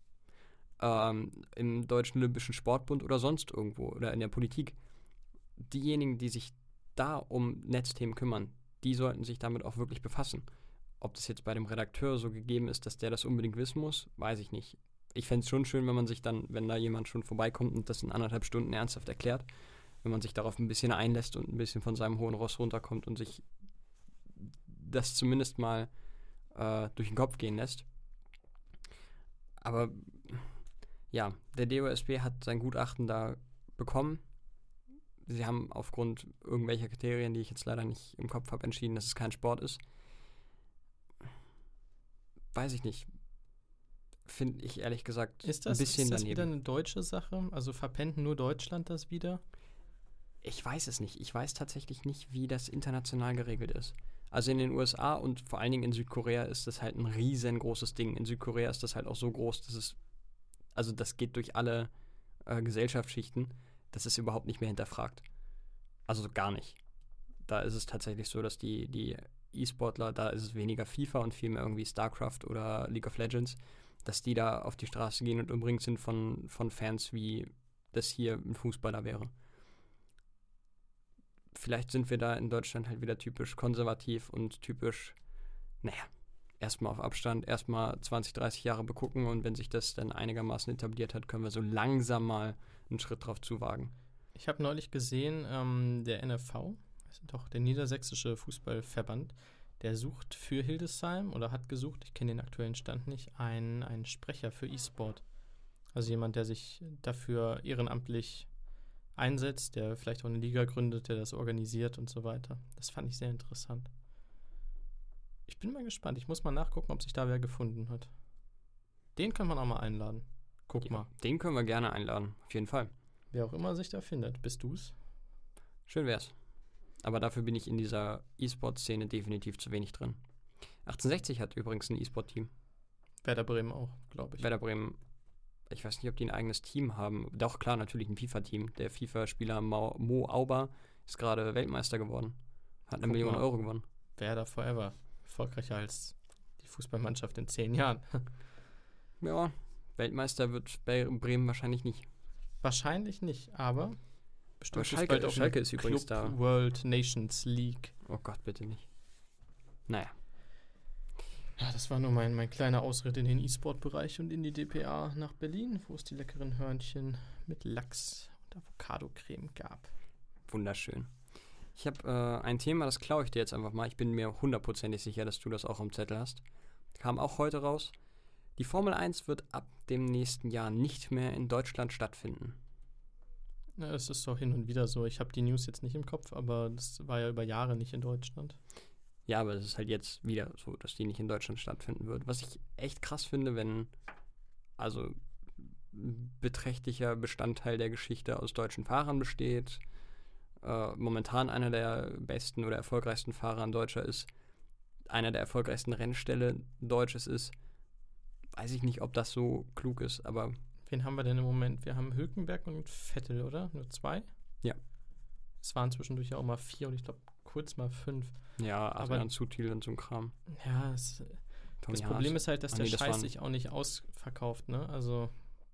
[SPEAKER 3] ähm, im Deutschen Olympischen Sportbund oder sonst irgendwo oder in der Politik, diejenigen, die sich da um Netzthemen kümmern, die sollten sich damit auch wirklich befassen. Ob das jetzt bei dem Redakteur so gegeben ist, dass der das unbedingt wissen muss, weiß ich nicht. Ich fände es schon schön, wenn man sich dann, wenn da jemand schon vorbeikommt und das in anderthalb Stunden ernsthaft erklärt, wenn man sich darauf ein bisschen einlässt und ein bisschen von seinem hohen Ross runterkommt und sich das zumindest mal äh, durch den Kopf gehen lässt. Aber ja, der D O S B hat sein Gutachten da bekommen. Sie haben aufgrund irgendwelcher Kriterien, die ich jetzt leider nicht im Kopf habe, entschieden, dass es kein Sport ist. Weiß ich nicht. Finde ich ehrlich gesagt
[SPEAKER 2] Ist das,
[SPEAKER 3] ein bisschen
[SPEAKER 2] ist das
[SPEAKER 3] daneben.
[SPEAKER 2] wieder eine deutsche Sache? Also verpennt nur Deutschland das wieder?
[SPEAKER 3] Ich weiß es nicht. Ich weiß tatsächlich nicht, wie das international geregelt ist. Also in den U S A und vor allen Dingen in Südkorea ist das halt ein riesengroßes Ding. In Südkorea ist das halt auch so groß, dass es, also das geht durch alle äh, Gesellschaftsschichten, das ist überhaupt nicht mehr hinterfragt. Also gar nicht. Da ist es tatsächlich so, dass die, die E-Sportler, da ist es weniger FIFA und viel mehr irgendwie StarCraft oder League of Legends, dass die da auf die Straße gehen und umringt sind von, von Fans, wie das hier ein Fußballer wäre. Vielleicht sind wir da in Deutschland halt wieder typisch konservativ und typisch, naja, erstmal auf Abstand, erstmal zwanzig, dreißig Jahre begucken und wenn sich das dann einigermaßen etabliert hat, können wir so langsam mal einen Schritt drauf zuwagen.
[SPEAKER 2] Ich habe neulich gesehen, ähm, der N F V, doch der Niedersächsische Fußballverband, der sucht für Hildesheim oder hat gesucht, ich kenne den aktuellen Stand nicht, einen, einen Sprecher für E-Sport. Also jemand, der sich dafür ehrenamtlich einsetzt, der vielleicht auch eine Liga gründet, der das organisiert und so weiter. Das fand ich sehr interessant. Ich bin mal gespannt. Ich muss mal nachgucken, ob sich da wer gefunden hat. Den kann man auch mal einladen. Guck
[SPEAKER 3] Ja,
[SPEAKER 2] mal.
[SPEAKER 3] den können wir gerne einladen, auf jeden Fall.
[SPEAKER 2] Wer auch immer sich da findet. Bist du's?
[SPEAKER 3] Schön wär's. Aber dafür bin ich in dieser E-Sport-Szene definitiv zu wenig drin. achtzehnhundertsechzig hat übrigens ein E-Sport-Team.
[SPEAKER 2] Werder Bremen auch, glaube ich.
[SPEAKER 3] Werder Bremen, ich weiß nicht, ob die ein eigenes Team haben. Doch, klar, natürlich ein FIFA-Team. Der FIFA-Spieler Mo, Mo Auber ist gerade Weltmeister geworden. Hat eine
[SPEAKER 2] Guck
[SPEAKER 3] Million
[SPEAKER 2] mal.
[SPEAKER 3] Euro gewonnen.
[SPEAKER 2] Werder Forever. Erfolgreicher als die Fußballmannschaft in zehn Jahren.
[SPEAKER 3] Ja, Weltmeister wird bei Bremen wahrscheinlich nicht.
[SPEAKER 2] Wahrscheinlich nicht, aber bestimmt
[SPEAKER 3] Aber
[SPEAKER 2] ist
[SPEAKER 3] Schalke-
[SPEAKER 2] bald auch
[SPEAKER 3] Schalke
[SPEAKER 2] eine
[SPEAKER 3] ist übrigens
[SPEAKER 2] Club
[SPEAKER 3] da.
[SPEAKER 2] World Nations League.
[SPEAKER 3] Oh Gott, bitte nicht. Naja,
[SPEAKER 2] Ja, das war nur mein, mein kleiner Ausritt in den E-Sport-Bereich und in die D P A nach Berlin, wo es die leckeren Hörnchen mit Lachs und Avocado-Creme gab.
[SPEAKER 3] wunderschön. Ich habe äh, ein Thema, das klaue ich dir jetzt einfach mal. Ich bin mir hundertprozentig sicher, dass du das auch am Zettel hast. Kam auch heute raus. Die Formel eins wird ab dem nächsten Jahr nicht mehr in Deutschland stattfinden.
[SPEAKER 2] Ja, es ist so hin und wieder so. Ich habe die News jetzt nicht im Kopf, aber das war ja über Jahre nicht in Deutschland.
[SPEAKER 3] Ja, aber es ist halt jetzt wieder so, dass die nicht in Deutschland stattfinden wird. Was ich echt krass finde, wenn also ein beträchtlicher Bestandteil der Geschichte aus deutschen Fahrern besteht, äh, momentan einer der besten oder erfolgreichsten Fahrer ein Deutscher ist, einer der erfolgreichsten Rennställe Deutsches ist, weiß ich nicht, ob das so klug ist, aber
[SPEAKER 2] Wen haben wir denn im Moment? Wir haben Hülkenberg und Vettel, oder? Nur zwei?
[SPEAKER 3] Ja.
[SPEAKER 2] Es waren zwischendurch ja auch mal vier und ich glaube kurz mal fünf.
[SPEAKER 3] ja,
[SPEAKER 2] Aber-
[SPEAKER 3] Adrian Sutil und so ein Kram.
[SPEAKER 2] Ja, es,
[SPEAKER 3] Tommy
[SPEAKER 2] das Problem
[SPEAKER 3] Haas.
[SPEAKER 2] ist halt, dass
[SPEAKER 3] Ah,
[SPEAKER 2] der
[SPEAKER 3] nee, das
[SPEAKER 2] Scheiß
[SPEAKER 3] waren-
[SPEAKER 2] sich auch nicht ausverkauft, ne? Also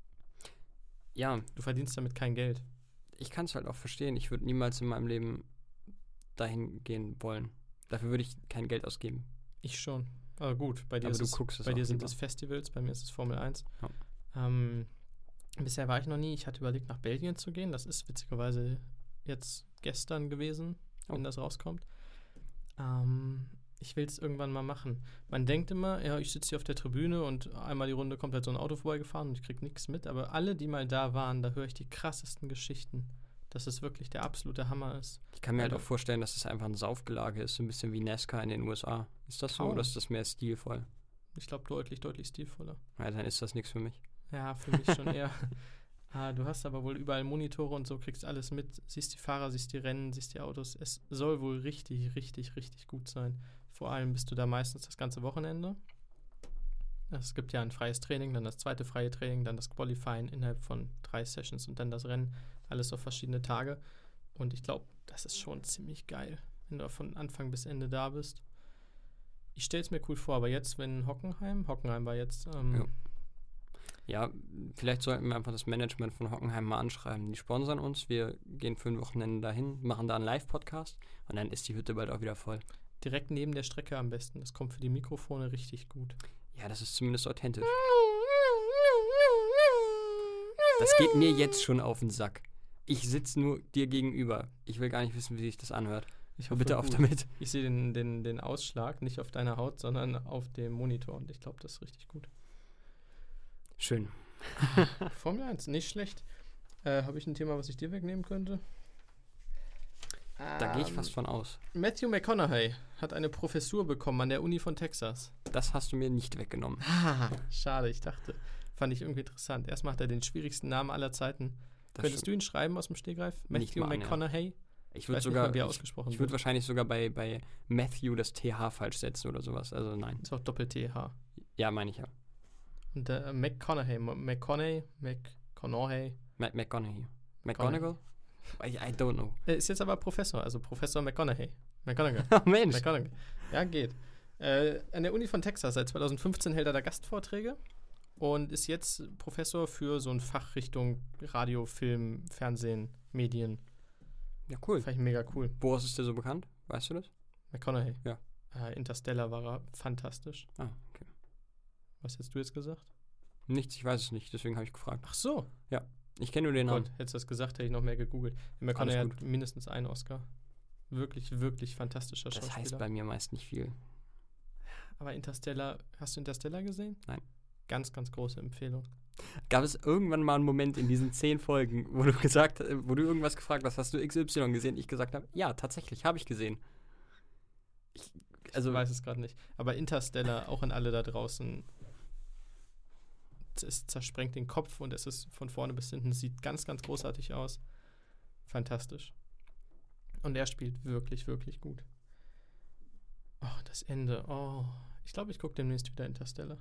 [SPEAKER 3] Ja,
[SPEAKER 2] du verdienst damit kein Geld.
[SPEAKER 3] ich kann es halt auch verstehen. Ich würde niemals in meinem Leben dahin gehen wollen. Dafür würde ich kein Geld ausgeben.
[SPEAKER 2] Ich schon. Aber gut, bei dir,
[SPEAKER 3] Aber
[SPEAKER 2] ist
[SPEAKER 3] du
[SPEAKER 2] es,
[SPEAKER 3] guckst es
[SPEAKER 2] bei
[SPEAKER 3] auch
[SPEAKER 2] dir sind
[SPEAKER 3] lieber.
[SPEAKER 2] es Festivals, bei mir ist es Formel eins.
[SPEAKER 3] Ja.
[SPEAKER 2] Ähm, bisher war ich noch nie. Ich hatte überlegt, nach Belgien zu gehen. Das ist witzigerweise jetzt gestern gewesen, wenn
[SPEAKER 3] Oh.
[SPEAKER 2] das rauskommt. Ähm, ich will es irgendwann mal machen. Man denkt immer, ja, ich sitze hier auf der Tribüne und einmal die Runde kommt halt so ein Auto vorbeigefahren und ich krieg nichts mit. Aber alle, die mal da waren, da höre ich die krassesten Geschichten. Dass es wirklich der absolute Hammer ist.
[SPEAKER 3] Ich kann mir halt
[SPEAKER 2] Also-
[SPEAKER 3] auch vorstellen, dass es einfach ein Saufgelage ist, so ein bisschen wie NASCAR in den U S A. Ist das so
[SPEAKER 2] Kaum.
[SPEAKER 3] oder ist das mehr stilvoll?
[SPEAKER 2] Ich glaube, deutlich, deutlich stilvoller.
[SPEAKER 3] Ja, dann ist das nichts für mich.
[SPEAKER 2] Ja, für mich schon eher. Ah, du hast aber wohl überall Monitore und so, kriegst alles mit, siehst die Fahrer, siehst die Rennen, siehst die Autos. Es soll wohl richtig, richtig, richtig gut sein. Vor allem bist du da meistens das ganze Wochenende. Es gibt ja ein freies Training, dann das zweite freie Training, dann das Qualifying innerhalb von drei Sessions und dann das Rennen. Alles auf verschiedene Tage. Und ich glaube, das ist schon ziemlich geil, wenn du von Anfang bis Ende da bist. Ich stelle es mir cool vor, aber jetzt, wenn Hockenheim, Hockenheim war jetzt, ähm,
[SPEAKER 3] Ja. Ja, vielleicht sollten wir einfach das Management von Hockenheim mal anschreiben. Die sponsern uns, wir gehen für ein Wochenende dahin, machen da einen Live-Podcast und dann ist die Hütte bald auch wieder voll.
[SPEAKER 2] direkt neben der Strecke am besten. Das kommt für die Mikrofone richtig gut.
[SPEAKER 3] Ja, das ist zumindest authentisch. Das geht mir jetzt schon auf den Sack. Ich sitze nur dir gegenüber. Ich will gar nicht wissen, wie sich das anhört.
[SPEAKER 2] Ich
[SPEAKER 3] Hör bitte auf
[SPEAKER 2] gut.
[SPEAKER 3] damit.
[SPEAKER 2] Ich sehe den, den, den Ausschlag nicht auf deiner Haut, sondern auf dem Monitor und ich glaube, das ist richtig gut.
[SPEAKER 3] Schön.
[SPEAKER 2] Formel eins, nicht schlecht. Äh, Habe ich ein Thema, was ich dir wegnehmen könnte?
[SPEAKER 3] Da gehe ich
[SPEAKER 2] Ähm,
[SPEAKER 3] fast von aus.
[SPEAKER 2] Matthew McConaughey hat eine Professur bekommen an der Uni von Texas.
[SPEAKER 3] Das hast du mir nicht weggenommen.
[SPEAKER 2] Schade, ich dachte. Fand ich irgendwie interessant. Erstmal hat er den schwierigsten Namen aller Zeiten.
[SPEAKER 3] Das
[SPEAKER 2] Könntest
[SPEAKER 3] stimmt.
[SPEAKER 2] du ihn schreiben aus dem Stegreif?
[SPEAKER 3] Nicht
[SPEAKER 2] Matthew
[SPEAKER 3] mal annähernd.
[SPEAKER 2] McConaughey?
[SPEAKER 3] Ich
[SPEAKER 2] Ich
[SPEAKER 3] würde
[SPEAKER 2] weiß nicht
[SPEAKER 3] sogar,
[SPEAKER 2] mal, wie er
[SPEAKER 3] ich,
[SPEAKER 2] ausgesprochen
[SPEAKER 3] ich würde
[SPEAKER 2] wird.
[SPEAKER 3] wahrscheinlich sogar bei, bei Matthew das T H falsch setzen oder sowas. Also nein.
[SPEAKER 2] Ist auch Doppel-T H.
[SPEAKER 3] Ja, meine ich ja.
[SPEAKER 2] Und äh, McConaughey, M- McConaughey, McConaughey.
[SPEAKER 3] Matt McConaughey. McGonagall? I, I don't know.
[SPEAKER 2] Er ist jetzt aber Professor, also Professor McConaughey. McConaughey.
[SPEAKER 3] Oh Mensch.
[SPEAKER 2] McConaughey. Ja, geht. Äh, an der Uni von Texas, seit zwanzig fünfzehn hält er da Gastvorträge und ist jetzt Professor für so ein Fach Richtung Radio, Film, Fernsehen, Medien.
[SPEAKER 3] Ja, cool.
[SPEAKER 2] Fand ich mega cool.
[SPEAKER 3] Woraus ist der so bekannt? Weißt du das?
[SPEAKER 2] McConaughey.
[SPEAKER 3] Ja.
[SPEAKER 2] Äh, Interstellar war er fantastisch.
[SPEAKER 3] Ah, okay.
[SPEAKER 2] Was hättest du jetzt gesagt?
[SPEAKER 3] Nichts, ich weiß es nicht, deswegen habe ich gefragt.
[SPEAKER 2] Ach so.
[SPEAKER 3] Ich kenne nur den Namen.
[SPEAKER 2] Gott, hättest du das gesagt, hätte ich noch mehr gegoogelt. McConaughey
[SPEAKER 3] Alles
[SPEAKER 2] hat mindestens einen Oscar. Wirklich, wirklich fantastischer
[SPEAKER 3] Das
[SPEAKER 2] Schauspieler.
[SPEAKER 3] heißt bei mir meist nicht viel.
[SPEAKER 2] Aber Interstellar, hast du Interstellar gesehen?
[SPEAKER 3] Nein.
[SPEAKER 2] Ganz, ganz große Empfehlung.
[SPEAKER 3] Gab es irgendwann mal einen Moment in diesen zehn Folgen, wo du gesagt, wo du irgendwas gefragt hast, hast du X Y gesehen? Ich gesagt habe, ja, tatsächlich, habe ich gesehen. Ich, also
[SPEAKER 2] ich weiß es gerade nicht. Aber Interstellar, auch an alle da draußen, es zersprengt den Kopf und es ist von vorne bis hinten, es sieht ganz, ganz großartig aus. Fantastisch. Und er spielt wirklich, wirklich gut. Oh, das Ende. Oh, ich glaube, ich gucke demnächst wieder Interstellar.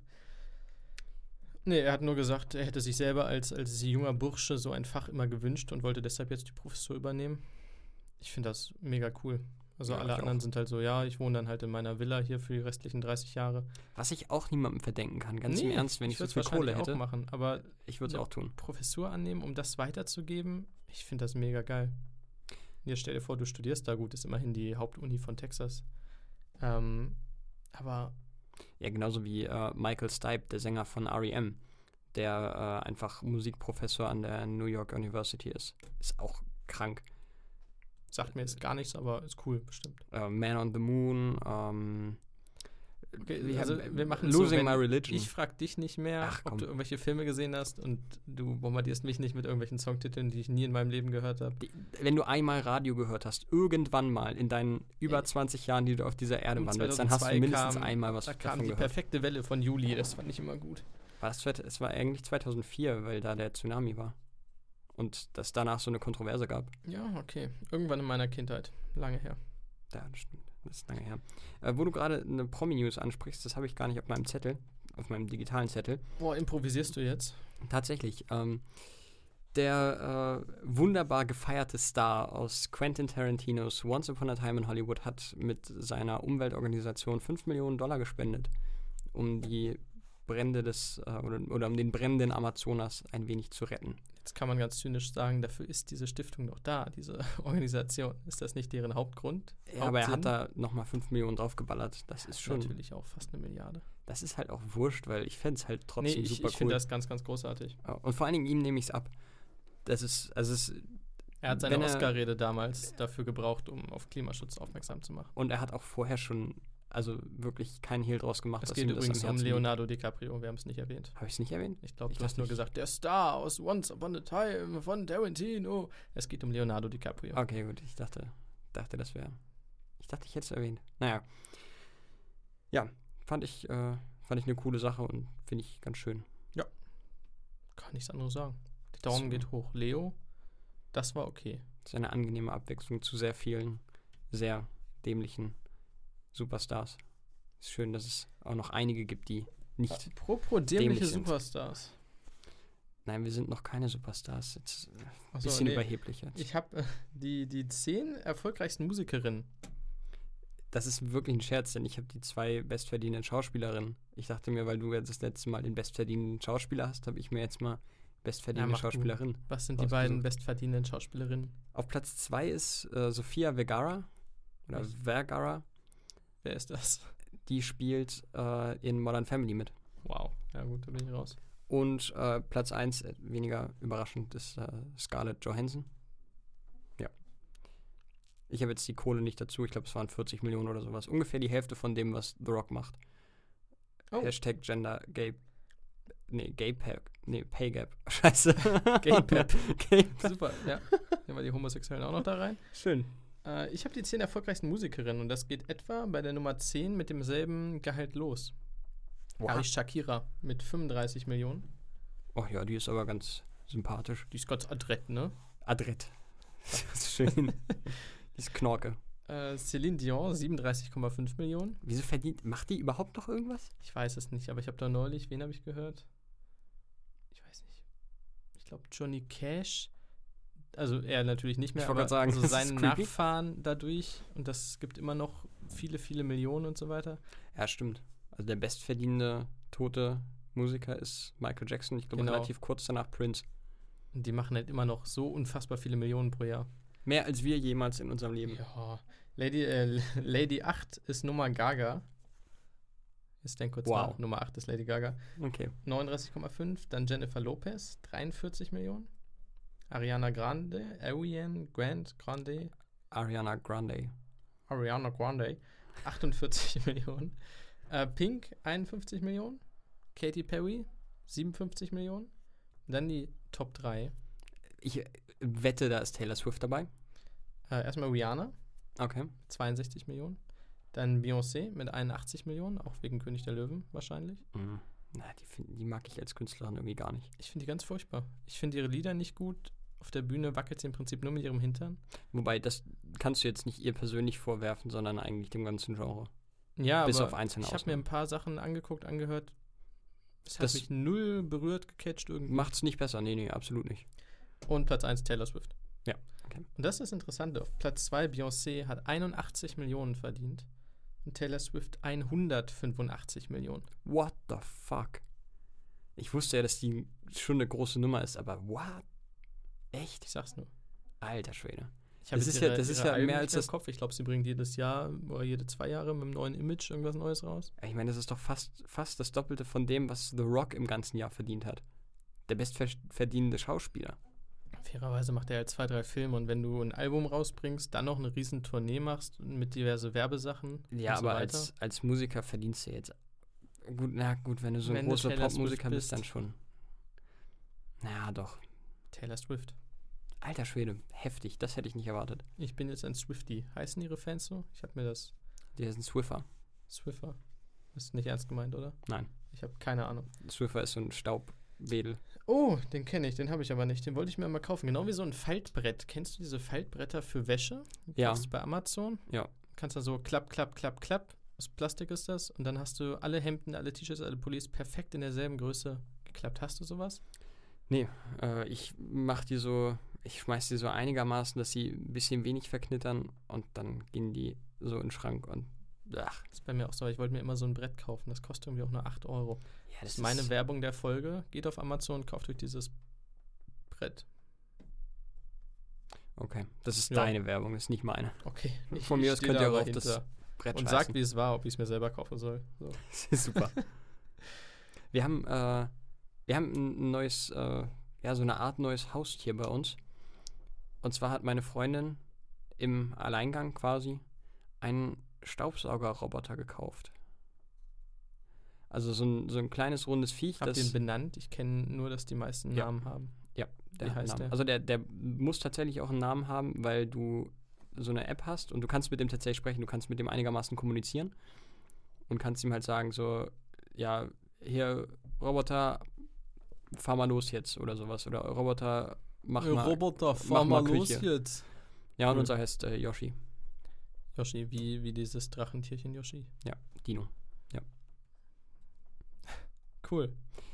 [SPEAKER 2] Nee, er hat nur gesagt, er hätte sich selber als, als junger Bursche so ein Fach immer gewünscht und wollte deshalb jetzt die Professur übernehmen. Ich finde das mega cool. Also
[SPEAKER 3] Ja,
[SPEAKER 2] alle
[SPEAKER 3] ich
[SPEAKER 2] anderen
[SPEAKER 3] auch.
[SPEAKER 2] sind halt so, ja, ich wohne dann halt in meiner Villa hier für die restlichen dreißig Jahre.
[SPEAKER 3] Was ich auch niemandem verdenken kann, ganz im
[SPEAKER 2] Nee,
[SPEAKER 3] Ernst, wenn ich, so
[SPEAKER 2] würd's
[SPEAKER 3] viel Kohle
[SPEAKER 2] wahrscheinlich
[SPEAKER 3] hätte,
[SPEAKER 2] auch machen, aber
[SPEAKER 3] ich würde es
[SPEAKER 2] Ja.
[SPEAKER 3] auch tun.
[SPEAKER 2] Professur annehmen, um das weiterzugeben, ich finde das mega geil. Jetzt stell dir vor, du studierst da, gut, ist immerhin die Hauptuni von Texas. Ähm, aber
[SPEAKER 3] Ja, genauso wie äh, Michael Stipe, der Sänger von R E M, der äh, einfach Musikprofessor an der New York University ist. Ist auch krank.
[SPEAKER 2] sagt mir jetzt gar nichts, aber ist cool, bestimmt.
[SPEAKER 3] Äh, Man on the Moon, ähm,
[SPEAKER 2] Okay,
[SPEAKER 3] wir
[SPEAKER 2] also
[SPEAKER 3] haben-
[SPEAKER 2] wir machen
[SPEAKER 3] Losing
[SPEAKER 2] so, wenn
[SPEAKER 3] My Religion.
[SPEAKER 2] Ich frag dich nicht mehr,
[SPEAKER 3] Ach,
[SPEAKER 2] ob
[SPEAKER 3] komm.
[SPEAKER 2] du irgendwelche Filme gesehen hast und du bombardierst mich nicht mit irgendwelchen Songtiteln, die ich nie in meinem Leben gehört habe.
[SPEAKER 3] Die, wenn du einmal Radio gehört hast, irgendwann mal in deinen über
[SPEAKER 2] Ey.
[SPEAKER 3] zwanzig Jahren, die du auf dieser Erde
[SPEAKER 2] Und
[SPEAKER 3] wandelst, dann hast du
[SPEAKER 2] zweitausendzwei
[SPEAKER 3] mindestens
[SPEAKER 2] kam-
[SPEAKER 3] einmal was
[SPEAKER 2] Da kam
[SPEAKER 3] davon
[SPEAKER 2] die
[SPEAKER 3] gehört.
[SPEAKER 2] perfekte Welle von Juli, das fand ich immer gut.
[SPEAKER 3] War das, zweit- es war eigentlich zweitausendvier, weil da der Tsunami war. Und das danach so eine Kontroverse gab.
[SPEAKER 2] Ja, okay. Irgendwann in meiner Kindheit. Lange her.
[SPEAKER 3] Ja, das stimmt. Das ist lange her. Äh, wo du gerade eine Promi-News ansprichst, das habe ich gar nicht auf meinem Zettel, auf meinem digitalen Zettel.
[SPEAKER 2] Boah, improvisierst du jetzt?
[SPEAKER 3] Tatsächlich. Ähm, der äh, wunderbar gefeierte Star aus Quentin Tarantinos Once Upon a Time in Hollywood hat mit seiner Umweltorganisation fünf Millionen Dollar gespendet, um die Brände des, äh, oder, oder um den brennenden Amazonas ein wenig zu retten.
[SPEAKER 2] Jetzt kann man ganz zynisch sagen, dafür ist diese Stiftung doch da, diese Organisation. Ist das nicht deren Hauptgrund?
[SPEAKER 3] Ja, aber er
[SPEAKER 2] Hauptsinn?
[SPEAKER 3] hat da nochmal fünf Millionen draufgeballert. Das ist schon,
[SPEAKER 2] Natürlich auch fast eine Milliarde.
[SPEAKER 3] das ist halt auch wurscht, weil ich fände es halt
[SPEAKER 2] Nee,
[SPEAKER 3] trotzdem
[SPEAKER 2] ich,
[SPEAKER 3] super
[SPEAKER 2] ich
[SPEAKER 3] cool.
[SPEAKER 2] finde das ganz, ganz großartig.
[SPEAKER 3] Ja, und vor allen Dingen ihm nehme ich es ab. Das ist, also es ist,
[SPEAKER 2] Er hat seine
[SPEAKER 3] Wenn er-
[SPEAKER 2] Oscar-Rede damals dafür gebraucht, um auf Klimaschutz aufmerksam zu machen.
[SPEAKER 3] und er hat auch vorher schon, also wirklich keinen Hehl draus gemacht,
[SPEAKER 2] Es
[SPEAKER 3] dass
[SPEAKER 2] geht
[SPEAKER 3] ihm das
[SPEAKER 2] übrigens
[SPEAKER 3] am
[SPEAKER 2] um
[SPEAKER 3] Herzen
[SPEAKER 2] Leonardo DiCaprio, wir haben es nicht erwähnt.
[SPEAKER 3] Habe ich es nicht erwähnt?
[SPEAKER 2] Ich glaube,
[SPEAKER 3] Ich
[SPEAKER 2] du hast
[SPEAKER 3] dachte
[SPEAKER 2] nur
[SPEAKER 3] nicht.
[SPEAKER 2] gesagt, der Star aus Once Upon a Time von Tarantino. Es geht um Leonardo DiCaprio.
[SPEAKER 3] Okay, gut, ich dachte, dachte, das wäre, ich dachte, ich hätte es erwähnt. Naja. Ja, fand ich, äh, fand ich eine coole Sache und finde ich ganz schön.
[SPEAKER 2] Kann nichts anderes sagen. Die Daumen
[SPEAKER 3] So.
[SPEAKER 2] geht hoch. Leo, das war okay.
[SPEAKER 3] Das ist eine angenehme Abwechslung zu sehr vielen, sehr dämlichen Superstars. Ist schön, dass es auch noch einige gibt, die nicht.
[SPEAKER 2] Apropos dämliche
[SPEAKER 3] dämlich sind.
[SPEAKER 2] Superstars.
[SPEAKER 3] Nein, wir sind noch keine Superstars. Jetzt ein
[SPEAKER 2] Achso,
[SPEAKER 3] bisschen
[SPEAKER 2] nee.
[SPEAKER 3] überheblich jetzt.
[SPEAKER 2] Ich habe äh, die, die zehn erfolgreichsten Musikerinnen.
[SPEAKER 3] Das ist wirklich ein Scherz, denn ich habe die zwei bestverdienenden Schauspielerinnen. Ich dachte mir, weil du jetzt das letzte Mal den bestverdienenden Schauspieler hast, habe ich mir jetzt mal bestverdienende
[SPEAKER 2] Ja, mach du.
[SPEAKER 3] Schauspielerin.
[SPEAKER 2] Was sind die
[SPEAKER 3] Ausgesucht.
[SPEAKER 2] beiden bestverdienenden Schauspielerinnen?
[SPEAKER 3] Auf Platz zwei ist äh, Sofia Vergara. Oder
[SPEAKER 2] Was?
[SPEAKER 3] Vergara.
[SPEAKER 2] Wer ist das?
[SPEAKER 3] Die spielt äh, in Modern Family mit.
[SPEAKER 2] Wow. Ja gut, da bin ich raus.
[SPEAKER 3] Und äh, Platz eins, äh, weniger überraschend, ist äh, Scarlett Johansson. Ja. Ich habe jetzt die Kohle nicht dazu. Ich glaube, es waren vierzig Millionen oder sowas. Ungefähr die Hälfte von dem, was The Rock macht.
[SPEAKER 2] Oh.
[SPEAKER 3] Hashtag Gender Gay. Nee, Gay Pay. Nee, Pay Gap. Scheiße.
[SPEAKER 2] Gay Pep.
[SPEAKER 3] Gay Pep.
[SPEAKER 2] Super, ja. Nehmen wir die Homosexuellen auch noch da rein.
[SPEAKER 3] Schön.
[SPEAKER 2] Äh, ich habe die zehn erfolgreichsten Musikerinnen und das geht etwa bei der Nummer zehn mit demselben Gehalt los. Da habe ich Shakira mit fünfunddreißig Millionen.
[SPEAKER 3] Oh ja, die ist aber ganz sympathisch.
[SPEAKER 2] Die ist ganz adrett, ne?
[SPEAKER 3] Adrett. Das ist schön. Die ist Knorke.
[SPEAKER 2] Äh, Celine Dion, siebenunddreißig Komma fünf Millionen.
[SPEAKER 3] Wieso verdient, macht die überhaupt noch irgendwas?
[SPEAKER 2] Ich weiß es nicht, aber ich habe da neulich, wen habe ich gehört? Ich weiß nicht. Ich glaube Johnny Cash. Also er natürlich nicht mehr,
[SPEAKER 3] Ich wollte
[SPEAKER 2] aber
[SPEAKER 3] grad sagen,
[SPEAKER 2] also
[SPEAKER 3] das
[SPEAKER 2] seine
[SPEAKER 3] ist creepy.
[SPEAKER 2] Nachfahren dadurch. Und das gibt immer noch viele, viele Millionen und so weiter.
[SPEAKER 3] Ja, stimmt. Also der bestverdienende tote Musiker ist Michael Jackson. Ich glaube,
[SPEAKER 2] Genau.
[SPEAKER 3] relativ kurz danach Prince.
[SPEAKER 2] Und die machen halt immer noch so unfassbar viele Millionen pro Jahr.
[SPEAKER 3] Mehr als wir jemals in unserem Leben.
[SPEAKER 2] Ja. Lady, äh, Lady acht ist Nummer Gaga. Ist denn kurz
[SPEAKER 3] Wow.
[SPEAKER 2] nach. Nummer acht ist Lady Gaga.
[SPEAKER 3] Okay.
[SPEAKER 2] neununddreißig Komma fünf. Dann Jennifer Lopez, dreiundvierzig Millionen. Ariana Grande, Ariana Grande, Grande,
[SPEAKER 3] Ariana Grande.
[SPEAKER 2] Ariana Grande, achtundvierzig Millionen. Äh, Pink, einundfünfzig Millionen. Katy Perry, siebenundfünfzig Millionen. Und dann die Top drei.
[SPEAKER 3] Ich äh, wette, da ist Taylor Swift dabei.
[SPEAKER 2] Äh, erstmal Rihanna,
[SPEAKER 3] Okay.
[SPEAKER 2] zweiundsechzig Millionen. Dann Beyoncé mit einundachtzig Millionen, auch wegen König der Löwen wahrscheinlich.
[SPEAKER 3] Mhm. Na, die, find, die mag ich als Künstlerin irgendwie gar nicht.
[SPEAKER 2] Ich finde die ganz furchtbar. Ich finde ihre Lieder nicht gut. Auf der Bühne wackelt sie im Prinzip nur mit ihrem Hintern.
[SPEAKER 3] Wobei, das kannst du jetzt nicht ihr persönlich vorwerfen, sondern eigentlich dem ganzen Genre.
[SPEAKER 2] Ja,
[SPEAKER 3] Bis
[SPEAKER 2] aber
[SPEAKER 3] auf einzelne
[SPEAKER 2] ich habe mir
[SPEAKER 3] Ausnahmen.
[SPEAKER 2] ein paar Sachen angeguckt, angehört. Es hat
[SPEAKER 3] Das-
[SPEAKER 2] mich null berührt, gecatcht irgendwie.
[SPEAKER 3] Macht's nicht besser. Nee, nee, absolut nicht.
[SPEAKER 2] Und Platz eins Taylor Swift.
[SPEAKER 3] Ja, okay.
[SPEAKER 2] Und das ist interessant. Auf Platz zwei Beyoncé hat einundachtzig Millionen verdient. Und Taylor Swift hundertfünfundachtzig Millionen.
[SPEAKER 3] What the fuck? Ich wusste ja, dass die schon eine große Nummer ist, aber what? Echt?
[SPEAKER 2] Ich sag's nur.
[SPEAKER 3] Alter Schwede.
[SPEAKER 2] Ich habe
[SPEAKER 3] Das
[SPEAKER 2] jetzt
[SPEAKER 3] ist ja-
[SPEAKER 2] ihre,
[SPEAKER 3] das ist
[SPEAKER 2] ihre
[SPEAKER 3] ja
[SPEAKER 2] Alben
[SPEAKER 3] mehr
[SPEAKER 2] nicht
[SPEAKER 3] als
[SPEAKER 2] mehr im
[SPEAKER 3] das-
[SPEAKER 2] Kopf. Ich glaube, sie bringt jedes Jahr oder jede zwei Jahre mit einem neuen Image irgendwas Neues raus.
[SPEAKER 3] Ich meine, das ist doch fast, fast das Doppelte von dem, was The Rock im ganzen Jahr verdient hat. Der bestverdienende Schauspieler.
[SPEAKER 2] Fairerweise macht er halt zwei, drei Filme und wenn du ein Album rausbringst, dann noch eine riesen Tournee machst mit diverse Werbesachen
[SPEAKER 3] Ja,
[SPEAKER 2] und so
[SPEAKER 3] aber
[SPEAKER 2] weiter.
[SPEAKER 3] als, als Musiker verdienst du jetzt. Gut, na gut, wenn du so ein
[SPEAKER 2] Wenn du
[SPEAKER 3] großer
[SPEAKER 2] Taylor
[SPEAKER 3] Popmusiker
[SPEAKER 2] Swift
[SPEAKER 3] bist, dann
[SPEAKER 2] bist.
[SPEAKER 3] schon. Naja, doch.
[SPEAKER 2] Taylor Swift.
[SPEAKER 3] Alter Schwede, heftig, das hätte ich nicht erwartet.
[SPEAKER 2] Ich bin jetzt ein Swiftie. Heißen ihre Fans so? Ich habe mir das
[SPEAKER 3] Der ist ein Swiffer.
[SPEAKER 2] Swiffer. Ist nicht ernst gemeint, oder?
[SPEAKER 3] Nein.
[SPEAKER 2] Ich habe keine Ahnung.
[SPEAKER 3] Swiffer ist so ein Staubwedel.
[SPEAKER 2] Oh, den kenne ich, den habe ich aber nicht. Den wollte ich mir mal kaufen. Genau wie so ein Faltbrett. Kennst du diese Faltbretter für Wäsche? Die
[SPEAKER 3] Ja.
[SPEAKER 2] kaufst du bei Amazon.
[SPEAKER 3] Ja.
[SPEAKER 2] Kannst da so klapp, klapp, klapp, klapp. Aus Plastik ist das. Und dann hast du alle Hemden, alle T-Shirts, alle Pullis perfekt in derselben Größe geklappt. Hast du sowas?
[SPEAKER 3] Nee, äh, ich mach die so, ich schmeiß die so einigermaßen, dass sie ein bisschen wenig verknittern und dann gehen die so in den Schrank und ach.
[SPEAKER 2] Das ist bei mir auch so. Ich wollte mir immer so ein Brett kaufen. Das kostet irgendwie auch nur acht Euro.
[SPEAKER 3] Ja,
[SPEAKER 2] Das ist meine Werbung der Folge. Geht auf Amazon, kauft euch dieses Brett.
[SPEAKER 3] Okay, das ist
[SPEAKER 2] Ja.
[SPEAKER 3] deine Werbung, das ist nicht meine.
[SPEAKER 2] Okay.
[SPEAKER 3] Von mir aus
[SPEAKER 2] steh
[SPEAKER 3] könnt
[SPEAKER 2] da
[SPEAKER 3] ihr auch
[SPEAKER 2] aber
[SPEAKER 3] auf das
[SPEAKER 2] hinter.
[SPEAKER 3] Brett
[SPEAKER 2] Und
[SPEAKER 3] scheißen.
[SPEAKER 2] sagt, wie es war, ob ich es mir selber kaufen soll. So.
[SPEAKER 3] Das ist super. Wir haben, äh, wir haben ein neues, äh, ja, so eine Art neues Haustier bei uns. Und zwar hat meine Freundin im Alleingang quasi einen Staubsaugerroboter gekauft. Also so ein, so ein kleines, rundes Viech,
[SPEAKER 2] Habt ihr ihn
[SPEAKER 3] das...
[SPEAKER 2] benannt? Ich kenne nur, dass die meisten
[SPEAKER 3] Ja.
[SPEAKER 2] Namen haben.
[SPEAKER 3] Ja, der
[SPEAKER 2] Wie
[SPEAKER 3] hat einen
[SPEAKER 2] heißt
[SPEAKER 3] Namen.
[SPEAKER 2] der?
[SPEAKER 3] Also der, der muss tatsächlich auch einen Namen haben, weil du so eine App hast und du kannst mit dem tatsächlich sprechen, du kannst mit dem einigermaßen kommunizieren und kannst ihm halt sagen so, ja, hier, Roboter, fahr mal los jetzt oder sowas. Oder Roboter, mach mal...
[SPEAKER 2] Roboter,
[SPEAKER 3] fahr mal los
[SPEAKER 2] jetzt.
[SPEAKER 3] Ja, und
[SPEAKER 2] Cool.
[SPEAKER 3] unser heißt äh, Yoshi.
[SPEAKER 2] Yoshi, wie, wie dieses Drachentierchen Yoshi.
[SPEAKER 3] Ja, Dino.
[SPEAKER 2] Cool.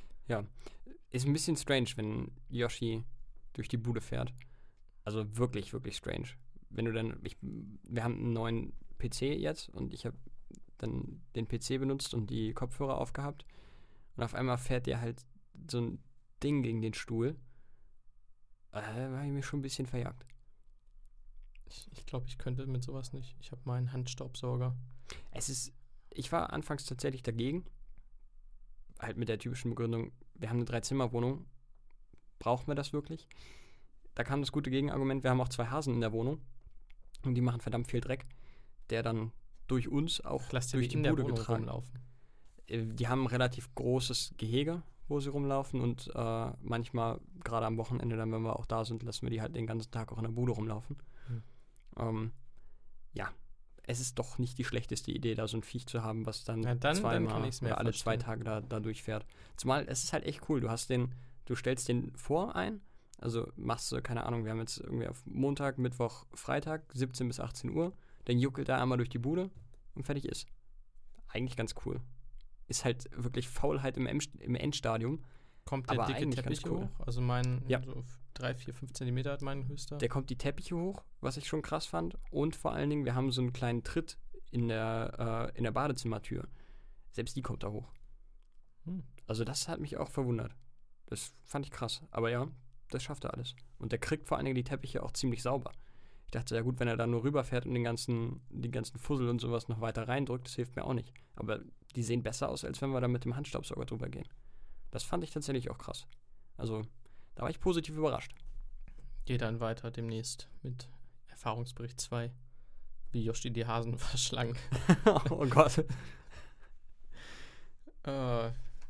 [SPEAKER 3] Ist ein bisschen strange, wenn Yoshi durch die Bude fährt. Also wirklich, wirklich strange. Wenn du dann, ich, wir haben einen neuen P C jetzt und ich habe dann den P C benutzt und die Kopfhörer aufgehabt und auf einmal fährt der halt so ein Ding gegen den Stuhl. Äh, Da war ich mir schon ein bisschen verjagt.
[SPEAKER 2] Ich, ich glaube, ich könnte mit sowas nicht. Ich habe meinen Handstaubsauger.
[SPEAKER 3] Es ist, ich war anfangs tatsächlich dagegen, halt mit der typischen Begründung, wir haben eine Drei-Zimmer-Wohnung, brauchen wir das wirklich? Da kam das gute Gegenargument, wir haben auch zwei Hasen in der Wohnung und die machen verdammt viel Dreck, der dann durch uns auch
[SPEAKER 2] Lass dir
[SPEAKER 3] durch
[SPEAKER 2] die
[SPEAKER 3] die
[SPEAKER 2] in der
[SPEAKER 3] Bude
[SPEAKER 2] Wohnung
[SPEAKER 3] getragen.
[SPEAKER 2] rumlaufen.
[SPEAKER 3] Äh, Die haben ein relativ großes Gehege, wo sie rumlaufen und äh, manchmal, gerade am Wochenende, dann wenn wir auch da sind, lassen wir die halt den ganzen Tag auch in der Bude rumlaufen.
[SPEAKER 2] Hm.
[SPEAKER 3] Ähm, ja, es ist doch nicht die schlechteste Idee, da so ein Viech zu haben, was dann,
[SPEAKER 2] Na, dann- dann
[SPEAKER 3] zweimal
[SPEAKER 2] kann ich's mehr
[SPEAKER 3] oder alle zwei
[SPEAKER 2] verstehen.
[SPEAKER 3] Tage da, da durchfährt. Zumal, es ist halt echt cool. Du hast den, du stellst den vor ein, also machst du, keine Ahnung, wir haben jetzt irgendwie auf Montag, Mittwoch, Freitag, siebzehn bis achtzehn Uhr, dann juckelt er einmal durch die Bude und fertig ist. Eigentlich ganz cool. Ist halt wirklich Faulheit im, End- im Endstadium.
[SPEAKER 2] Kommt der
[SPEAKER 3] Aber
[SPEAKER 2] dicke
[SPEAKER 3] eigentlich ganz
[SPEAKER 2] Teppich
[SPEAKER 3] cool.
[SPEAKER 2] hoch? Also mein
[SPEAKER 3] Ja.
[SPEAKER 2] so drei, vier, fünf Zentimeter hat mein höchster.
[SPEAKER 3] Der kommt die Teppiche hoch, was ich schon krass fand. Und vor allen Dingen, wir haben so einen kleinen Tritt in der, äh, in der Badezimmertür. Selbst die kommt da hoch.
[SPEAKER 2] Hm.
[SPEAKER 3] Also das hat mich auch verwundert. Das fand ich krass. Aber ja, das schafft er alles. Und der kriegt vor allen Dingen die Teppiche auch ziemlich sauber. Ich dachte, ja gut, wenn er da nur rüberfährt und den ganzen, den ganzen Fussel und sowas noch weiter reindrückt, das hilft mir auch nicht. Aber die sehen besser aus, als wenn wir da mit dem Handstaubsauger drüber gehen. Das fand ich tatsächlich auch krass. Also, da war ich positiv überrascht.
[SPEAKER 2] Geht dann weiter demnächst mit Erfahrungsbericht zwei. Wie Yoshi die Hasen verschlang.
[SPEAKER 3] Oh Gott.
[SPEAKER 2] Äh,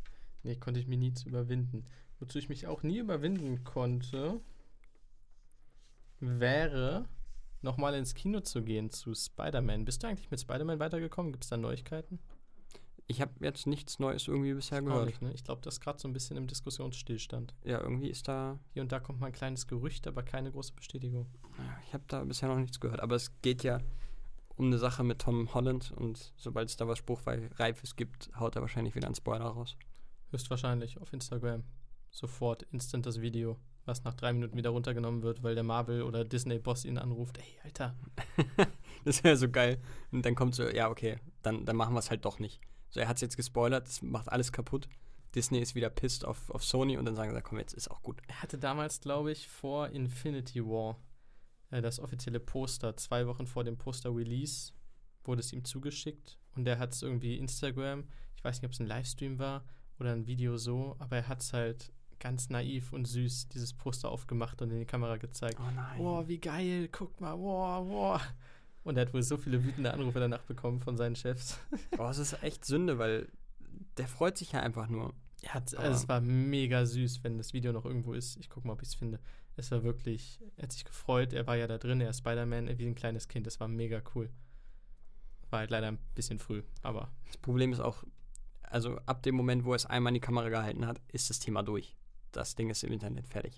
[SPEAKER 2] Nee, konnte ich mich nie zu überwinden. Wozu ich mich auch nie überwinden konnte, wäre, nochmal ins Kino zu gehen zu Spider-Man. Bist du eigentlich mit Spider-Man weitergekommen? Gibt es da Neuigkeiten?
[SPEAKER 3] Ich habe jetzt nichts Neues irgendwie bisher
[SPEAKER 2] Auch
[SPEAKER 3] gehört.
[SPEAKER 2] nicht, ne? Ich glaube, das ist gerade so ein bisschen im Diskussionsstillstand.
[SPEAKER 3] Ja, irgendwie ist da,
[SPEAKER 2] Hier und da kommt mal ein kleines Gerücht, aber keine große Bestätigung.
[SPEAKER 3] ja, ich habe da bisher noch nichts gehört. Aber es geht ja um eine Sache mit Tom Holland und sobald es da was Spruchreifes gibt, haut er wahrscheinlich wieder einen Spoiler raus.
[SPEAKER 2] Höchstwahrscheinlich auf Instagram. Sofort, instant das Video, was nach drei Minuten wieder runtergenommen wird, weil der Marvel- oder Disney-Boss ihn anruft. Ey, Alter.
[SPEAKER 3] Das wäre so geil. Und dann kommt so, ja, okay, dann, dann machen wir es halt doch nicht. So, er hat es jetzt gespoilert, das macht alles kaputt. Disney ist wieder pissed auf, auf Sony und dann sagen sie, komm, jetzt ist auch gut.
[SPEAKER 2] Er hatte damals, glaube ich, vor Infinity War äh, das offizielle Poster, zwei Wochen vor dem Poster-Release, wurde es ihm zugeschickt und er hat es irgendwie Instagram, ich weiß nicht, ob es ein Livestream war oder ein Video so, aber er hat es halt ganz naiv und süß, dieses Poster aufgemacht und in die Kamera gezeigt.
[SPEAKER 3] Oh nein.
[SPEAKER 2] Boah, wie geil, guck mal, boah, boah. Und er hat wohl so viele wütende Anrufe danach bekommen von seinen Chefs.
[SPEAKER 3] Oh, es ist echt Sünde, weil der freut sich ja einfach nur.
[SPEAKER 2] Er hat, also es war mega süß, wenn das Video noch irgendwo ist. Ich gucke mal, ob ich es finde. Es war wirklich, er hat sich gefreut, er war ja da drin, er ist Spider-Man, wie ein kleines Kind. Das war mega cool. War halt leider ein bisschen früh, aber
[SPEAKER 3] Das Problem ist auch, also ab dem Moment, wo er es einmal in die Kamera gehalten hat, ist das Thema durch. Das Ding ist im Internet fertig.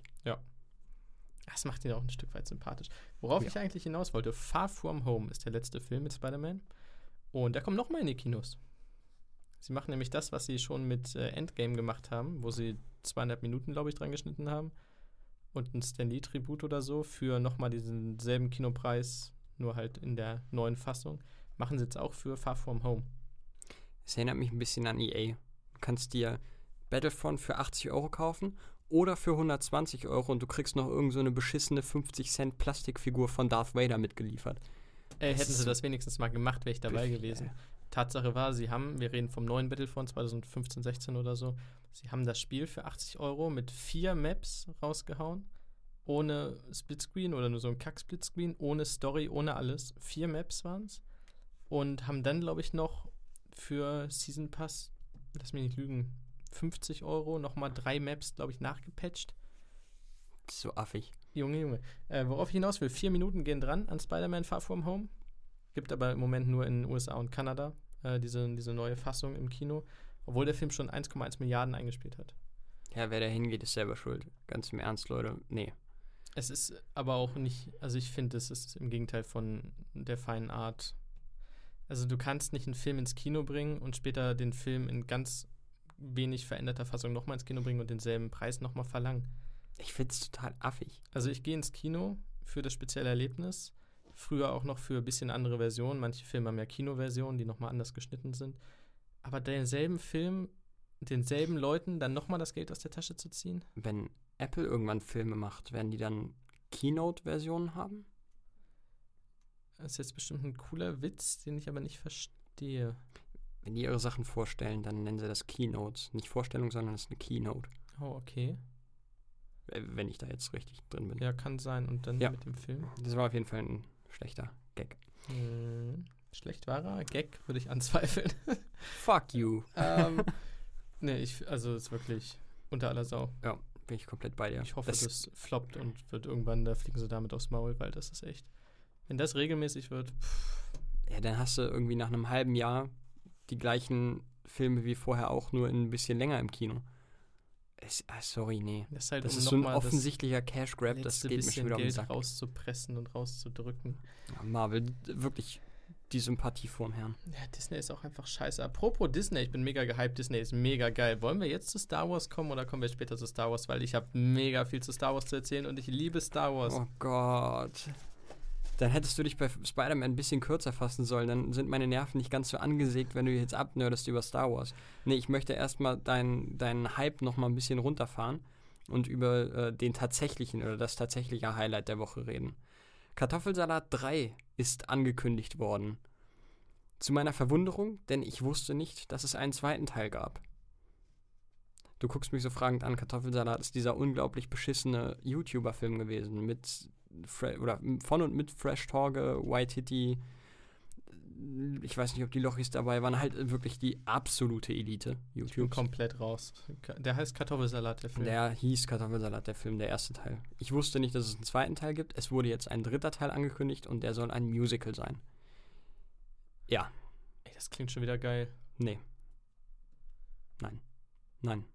[SPEAKER 2] das macht ihn auch ein Stück weit sympathisch. Worauf
[SPEAKER 3] Ja.
[SPEAKER 2] ich eigentlich hinaus wollte, Far From Home ist der letzte Film mit Spider-Man. Und der kommt nochmal in die Kinos. Sie machen nämlich das, was sie schon mit äh, Endgame gemacht haben, wo sie zweieinhalb Minuten, glaube ich, dran geschnitten haben. Und ein Stan Lee-Tribut oder so für nochmal diesen selben Kinopreis, nur halt in der neuen Fassung. Machen sie jetzt auch für Far From Home.
[SPEAKER 3] Es erinnert mich ein bisschen an E A. Du kannst dir Battlefront für achtzig Euro kaufen oder für hundertzwanzig Euro und du kriegst noch irgend so eine beschissene fünfzig Cent Plastikfigur von Darth Vader mitgeliefert.
[SPEAKER 2] Äh,
[SPEAKER 3] Das
[SPEAKER 2] hätten
[SPEAKER 3] ist
[SPEAKER 2] sie
[SPEAKER 3] so
[SPEAKER 2] das wenigstens mal gemacht, wäre ich dabei gewesen. Tatsache war, sie haben, wir reden vom neuen Battlefront zwanzig fünfzehn, sechzehn oder so, sie haben das Spiel für achtzig Euro mit vier Maps rausgehauen, ohne Splitscreen oder nur so ein Kack-Splitscreen, ohne Story, ohne alles. Vier Maps waren es und haben dann, glaube ich, noch für Season Pass, lass mich nicht lügen, fünfzig Euro nochmal drei Maps, glaube ich, nachgepatcht.
[SPEAKER 3] Das ist so affig.
[SPEAKER 2] Junge, Junge. Äh, worauf ich hinaus will, vier Minuten gehen dran an Spider-Man Far From Home. Gibt aber im Moment nur in den U S A und Kanada äh, diese, diese neue Fassung im Kino, obwohl der Film schon eins Komma eins Milliarden eingespielt hat.
[SPEAKER 3] Ja, wer da hingeht, ist selber schuld. Ganz im Ernst, Leute. Nee.
[SPEAKER 2] Es ist aber auch nicht, also ich finde, es ist im Gegenteil von der feinen Art. Also du kannst nicht einen Film ins Kino bringen und später den Film in ganz wenig veränderter Fassung nochmal ins Kino bringen und denselben Preis nochmal verlangen.
[SPEAKER 3] Ich find's total affig.
[SPEAKER 2] Also ich gehe ins Kino für das spezielle Erlebnis. Früher auch noch für ein bisschen andere Versionen. Manche Filme haben ja Kinoversionen, die nochmal anders geschnitten sind. Aber denselben Film, denselben Leuten dann nochmal das Geld aus der Tasche zu ziehen?
[SPEAKER 3] Wenn Apple irgendwann Filme macht, werden die dann Keynote-Versionen haben?
[SPEAKER 2] Das ist jetzt bestimmt ein cooler Witz, den ich aber nicht verstehe.
[SPEAKER 3] Wenn die ihre Sachen vorstellen, dann nennen sie das Keynotes. Nicht Vorstellung, sondern es ist eine Keynote.
[SPEAKER 2] Oh, okay.
[SPEAKER 3] Äh, Wenn ich da jetzt richtig drin bin.
[SPEAKER 2] Ja, kann sein. Und dann
[SPEAKER 3] Ja.
[SPEAKER 2] mit dem Film.
[SPEAKER 3] Das war auf jeden Fall ein schlechter Gag.
[SPEAKER 2] Hm, schlecht war er. Gag würde ich anzweifeln.
[SPEAKER 3] Fuck you.
[SPEAKER 2] ähm, nee, ich, also es ist wirklich unter aller Sau.
[SPEAKER 3] Ja, bin ich komplett bei dir.
[SPEAKER 2] Ich hoffe,
[SPEAKER 3] das,
[SPEAKER 2] das floppt und wird irgendwann, da fliegen sie damit aufs Maul, weil das ist echt. Wenn das regelmäßig wird, pff,
[SPEAKER 3] ja, dann hast du irgendwie nach einem halben Jahr die gleichen Filme wie vorher auch, nur ein bisschen länger im Kino. Es, ah, sorry, nee.
[SPEAKER 2] das ist halt
[SPEAKER 3] Das
[SPEAKER 2] um
[SPEAKER 3] ist so ein
[SPEAKER 2] nochmal das
[SPEAKER 3] offensichtlicher Cash Grab, das
[SPEAKER 2] letzte
[SPEAKER 3] geht mir schon
[SPEAKER 2] bisschen
[SPEAKER 3] wieder um den
[SPEAKER 2] Geld
[SPEAKER 3] Sack.
[SPEAKER 2] rauszupressen und rauszudrücken.
[SPEAKER 3] Ja, Marvel, d- wirklich die Sympathie vorm Herrn.
[SPEAKER 2] Ja, Disney ist auch einfach scheiße. Apropos Disney, ich bin mega gehypt, Disney ist mega geil. Wollen wir jetzt zu Star Wars kommen oder kommen wir später zu Star Wars? Weil ich habe mega viel zu Star Wars zu erzählen und ich liebe Star Wars.
[SPEAKER 3] Oh Gott. Dann hättest du dich bei Spider-Man ein bisschen kürzer fassen sollen. Dann sind meine Nerven nicht ganz so angesägt, wenn du jetzt abnerdest über Star Wars. Nee, ich möchte erstmal deinen deinen Hype nochmal ein bisschen runterfahren und über äh, den tatsächlichen oder das tatsächliche Highlight der Woche reden. Kartoffelsalat drei ist angekündigt worden. Zu meiner Verwunderung, denn ich wusste nicht, dass es einen zweiten Teil gab. Du guckst mich so fragend an. Kartoffelsalat ist dieser unglaublich beschissene YouTuber-Film gewesen mit Fre- oder von und mit Fresh Torge, White Hitty, ich weiß nicht, ob die Lochis dabei waren, halt wirklich die absolute Elite
[SPEAKER 2] Ich bin
[SPEAKER 3] YouTubes.
[SPEAKER 2] komplett raus. Ka- Der heißt Kartoffelsalat, der Film.
[SPEAKER 3] Der hieß Kartoffelsalat, der Film, der erste Teil. Ich wusste nicht, dass es einen zweiten Teil gibt. Es wurde jetzt ein dritter Teil angekündigt und der soll ein Musical sein. Ja,
[SPEAKER 2] Ey, das klingt schon wieder geil.
[SPEAKER 3] nee. Nein. Nein.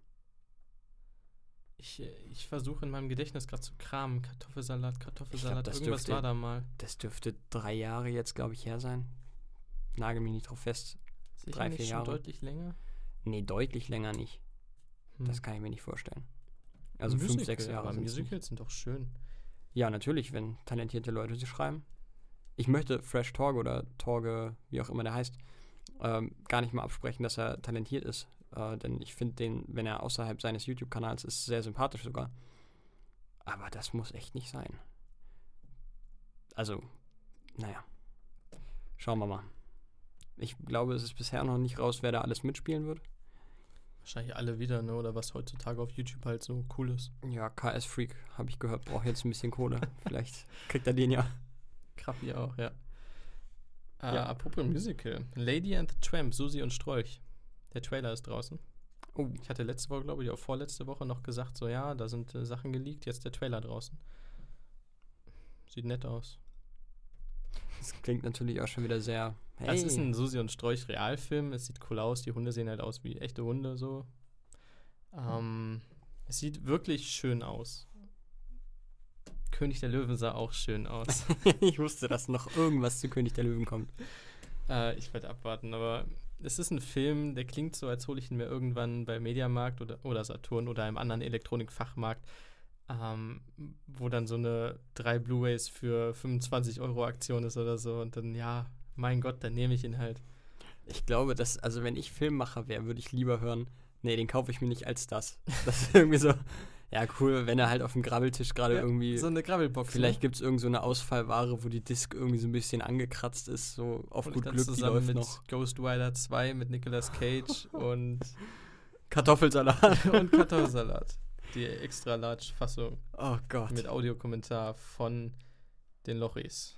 [SPEAKER 2] Ich, äh, ich versuche in meinem Gedächtnis gerade zu kramen. Kartoffelsalat, Kartoffelsalat,
[SPEAKER 3] das
[SPEAKER 2] irgendwas
[SPEAKER 3] dürfte-
[SPEAKER 2] war da mal.
[SPEAKER 3] Das dürfte drei Jahre jetzt, glaube ich, her sein. Nagel mich nicht drauf fest.
[SPEAKER 2] Sicher
[SPEAKER 3] drei,
[SPEAKER 2] nicht
[SPEAKER 3] vier
[SPEAKER 2] schon
[SPEAKER 3] Jahre.
[SPEAKER 2] deutlich länger?
[SPEAKER 3] Nee, deutlich länger nicht.
[SPEAKER 2] Hm.
[SPEAKER 3] Das kann ich mir nicht vorstellen. Also fünf,
[SPEAKER 2] Musical,
[SPEAKER 3] sechs Jahre
[SPEAKER 2] aber
[SPEAKER 3] sind's nicht.
[SPEAKER 2] Musicals sind doch schön.
[SPEAKER 3] Ja, natürlich, wenn talentierte Leute sie schreiben. Ich möchte Fresh Torge oder Torge, wie auch immer der heißt, ähm, gar nicht mal absprechen, dass er talentiert ist. Äh, denn ich finde den, wenn er außerhalb seines YouTube-Kanals ist, sehr sympathisch sogar. Aber das muss echt nicht sein. Also, naja. Schauen wir mal. Ich glaube, es ist bisher noch nicht raus, wer da alles mitspielen wird.
[SPEAKER 2] Wahrscheinlich alle wieder, ne? Oder was heutzutage auf YouTube halt so cool ist.
[SPEAKER 3] Ja, K S Freak, habe ich gehört, braucht jetzt ein bisschen Kohle. Vielleicht kriegt er den ja.
[SPEAKER 2] Kraffi auch, ja. Äh,
[SPEAKER 3] Ja.
[SPEAKER 2] Apropos Musical. Lady and the Tramp, Susi und Strolch. Der Trailer ist draußen.
[SPEAKER 3] Oh,
[SPEAKER 2] Ich hatte letzte Woche, glaube ich, auch vorletzte Woche noch gesagt, so ja, da sind äh, Sachen geleakt, jetzt der Trailer draußen. Sieht nett aus.
[SPEAKER 3] das klingt natürlich auch schon wieder sehr. Hey.
[SPEAKER 2] Es ist ein Susi und Strolch Realfilm, es sieht cool aus, die Hunde sehen halt aus wie echte Hunde so. Ähm, es sieht wirklich schön aus. König der Löwen sah auch schön aus.
[SPEAKER 3] Ich wusste, dass noch irgendwas zu König der Löwen kommt.
[SPEAKER 2] äh, ich werde abwarten, aber es ist ein Film, der klingt so, als hole ich ihn mir irgendwann bei Mediamarkt oder, oder Saturn oder einem anderen Elektronikfachmarkt, ähm, wo dann so eine drei Blu-rays für fünfundzwanzig Euro Aktion ist oder so und dann, ja, mein Gott, dann nehme ich ihn halt.
[SPEAKER 3] Ich glaube, dass, also wenn ich Filmmacher wäre, würde ich lieber hören, nee, den kaufe ich mir nicht als das. Das ist irgendwie so, ja cool, wenn er halt auf dem Grabbeltisch gerade
[SPEAKER 2] Ja,
[SPEAKER 3] irgendwie,
[SPEAKER 2] so eine Gravelbox.
[SPEAKER 3] vielleicht
[SPEAKER 2] ne?
[SPEAKER 3] gibt es irgend so eine Ausfallware, wo die Disc irgendwie so ein bisschen angekratzt ist, so auf
[SPEAKER 2] Und
[SPEAKER 3] gut
[SPEAKER 2] dann
[SPEAKER 3] Glück, die
[SPEAKER 2] zusammen
[SPEAKER 3] läuft
[SPEAKER 2] mit
[SPEAKER 3] noch.
[SPEAKER 2] Ghost Rider zwei mit Nicolas Cage und,
[SPEAKER 3] Kartoffelsalat.
[SPEAKER 2] und Kartoffelsalat. Die extra large Fassung
[SPEAKER 3] Oh Gott.
[SPEAKER 2] mit Audiokommentar von den Lochis.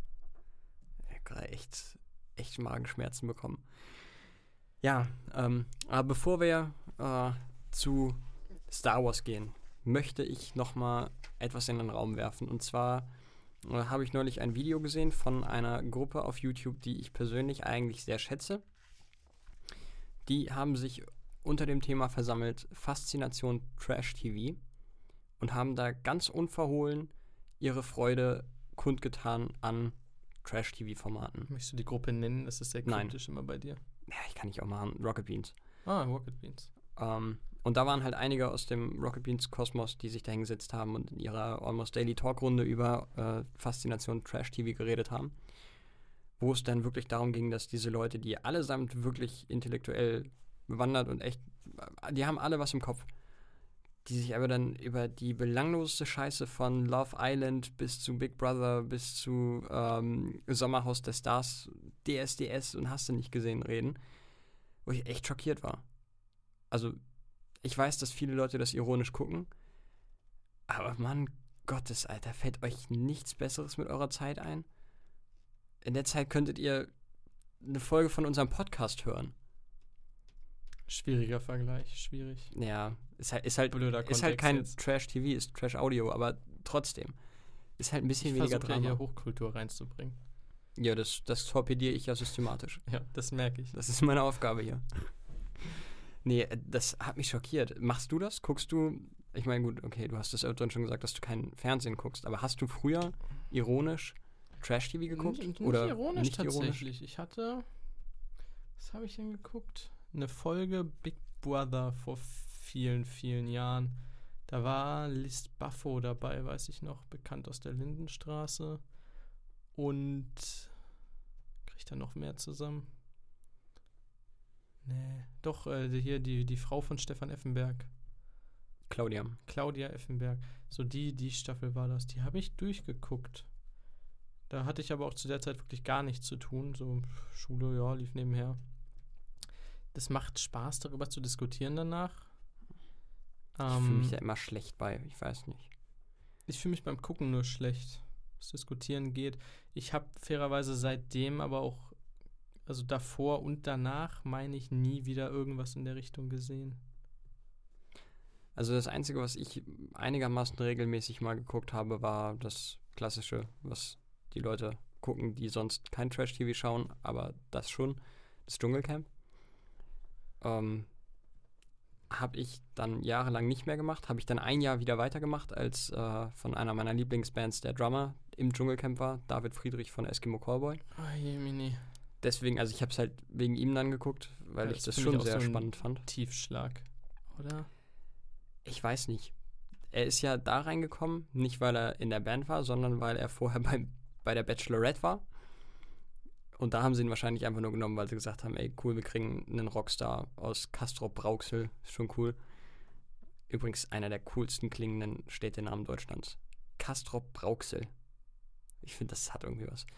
[SPEAKER 3] Ich hab gerade echt, echt Magenschmerzen bekommen. Ja, ähm, aber bevor wir äh, zu Star Wars gehen, möchte ich noch mal etwas in den Raum werfen. Und zwar äh, habe ich neulich ein Video gesehen von einer Gruppe auf YouTube, die ich persönlich eigentlich sehr schätze. Die haben sich unter dem Thema versammelt Faszination Trash-T V und haben da ganz unverhohlen ihre Freude kundgetan an Trash-T V-Formaten.
[SPEAKER 2] Möchtest du die Gruppe nennen? Das ist sehr
[SPEAKER 3] Nein.
[SPEAKER 2] kryptisch immer bei dir.
[SPEAKER 3] Ja, ich kann nicht auch machen. Rocket Beans.
[SPEAKER 2] Ah, Rocket Beans.
[SPEAKER 3] Ähm, und da waren halt einige aus dem Rocket Beans Kosmos, die sich da hingesetzt haben und in ihrer Almost Daily Talk-Runde über äh, Faszination Trash-T V geredet haben. Wo es dann wirklich darum ging, dass diese Leute, die allesamt wirklich intellektuell bewandert und echt, die haben alle was im Kopf, die sich aber dann über die belangloseste Scheiße von Love Island bis zu Big Brother, bis zu ähm, Sommerhaus der Stars, D S D S und hast du nicht gesehen reden, wo ich echt schockiert war. Also, ich weiß, dass viele Leute das ironisch gucken, aber Mann Gottes, Alter, fällt euch nichts Besseres mit eurer Zeit ein? In der Zeit könntet ihr eine Folge von unserem Podcast hören.
[SPEAKER 2] Schwieriger Vergleich, schwierig.
[SPEAKER 3] Ja, ist halt, ist halt,
[SPEAKER 2] Blöder
[SPEAKER 3] ist halt
[SPEAKER 2] Kontext
[SPEAKER 3] kein
[SPEAKER 2] jetzt.
[SPEAKER 3] Trash-T V, ist Trash-Audio, aber trotzdem. Ist halt ein bisschen
[SPEAKER 2] Ich
[SPEAKER 3] weniger
[SPEAKER 2] versuche ja
[SPEAKER 3] Drama.
[SPEAKER 2] hier Hochkultur reinzubringen.
[SPEAKER 3] Ja, das, das torpediere ich ja systematisch.
[SPEAKER 2] Ja, das merke ich.
[SPEAKER 3] Das ist meine Aufgabe hier. Nee, äh, das hat mich schockiert. Machst du das? Guckst du, ich meine, gut, okay, du hast das irgendwann schon gesagt, dass du kein Fernsehen guckst, aber hast du früher ironisch Trash-T V geguckt?
[SPEAKER 2] Nicht, nicht
[SPEAKER 3] Oder
[SPEAKER 2] ironisch
[SPEAKER 3] nicht
[SPEAKER 2] tatsächlich.
[SPEAKER 3] ironisch?
[SPEAKER 2] Ich hatte, was habe ich denn geguckt? Eine Folge Big Brother vor vielen, vielen Jahren. Da war Liz Buffo dabei, weiß ich noch, bekannt aus der Lindenstraße. Und kriege ich da noch mehr zusammen? Nee, doch, äh, die- hier die, die Frau von Stefan Effenberg.
[SPEAKER 3] Claudia.
[SPEAKER 2] Claudia Effenberg. So die, die Staffel war das. Die habe ich durchgeguckt. Da hatte ich aber auch zu der Zeit wirklich gar nichts zu tun. So Schule, ja, lief nebenher. Das macht Spaß, darüber zu diskutieren danach.
[SPEAKER 3] Ich fühle
[SPEAKER 2] Ähm,
[SPEAKER 3] mich da immer schlecht bei, ich weiß nicht.
[SPEAKER 2] ich fühle mich beim Gucken nur schlecht. Was Diskutieren geht. Ich habe fairerweise seitdem aber auch also davor und danach, meine ich, nie wieder irgendwas in der Richtung gesehen.
[SPEAKER 3] Also das Einzige, was ich einigermaßen regelmäßig mal geguckt habe, war das Klassische, was die Leute gucken, die sonst kein Trash-T V schauen, aber das schon, das Dschungelcamp. Ähm, habe ich dann jahrelang nicht mehr gemacht, habe ich dann ein Jahr wieder weitergemacht, als äh, von einer meiner Lieblingsbands der Drummer im Dschungelcamp war, David Friedrich von Eskimo Callboy.
[SPEAKER 2] Ah, je, Mini.
[SPEAKER 3] Deswegen, also ich habe es halt wegen ihm dann geguckt, weil
[SPEAKER 2] Ja,
[SPEAKER 3] ich
[SPEAKER 2] das
[SPEAKER 3] das
[SPEAKER 2] finde ich
[SPEAKER 3] schon
[SPEAKER 2] auch
[SPEAKER 3] sehr
[SPEAKER 2] so ein
[SPEAKER 3] spannend fand.
[SPEAKER 2] Tiefschlag, oder?
[SPEAKER 3] Ich weiß nicht. Er ist ja da reingekommen, nicht weil er in der Band war, sondern weil er vorher bei, bei der Bachelorette war. Und da haben sie ihn wahrscheinlich einfach nur genommen, weil sie gesagt haben, ey, cool, wir kriegen einen Rockstar aus Castrop-Rauxel, ist schon cool. Übrigens einer der coolsten klingenden Städtenamen Deutschlands. Castrop-Rauxel. Ich finde, das hat irgendwie was.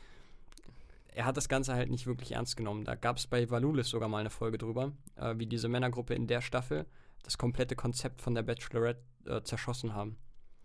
[SPEAKER 3] Er hat das Ganze halt nicht wirklich ernst genommen. Da gab es bei Valulis sogar mal eine Folge drüber, äh, wie diese Männergruppe in der Staffel das komplette Konzept von der Bachelorette äh, zerschossen haben.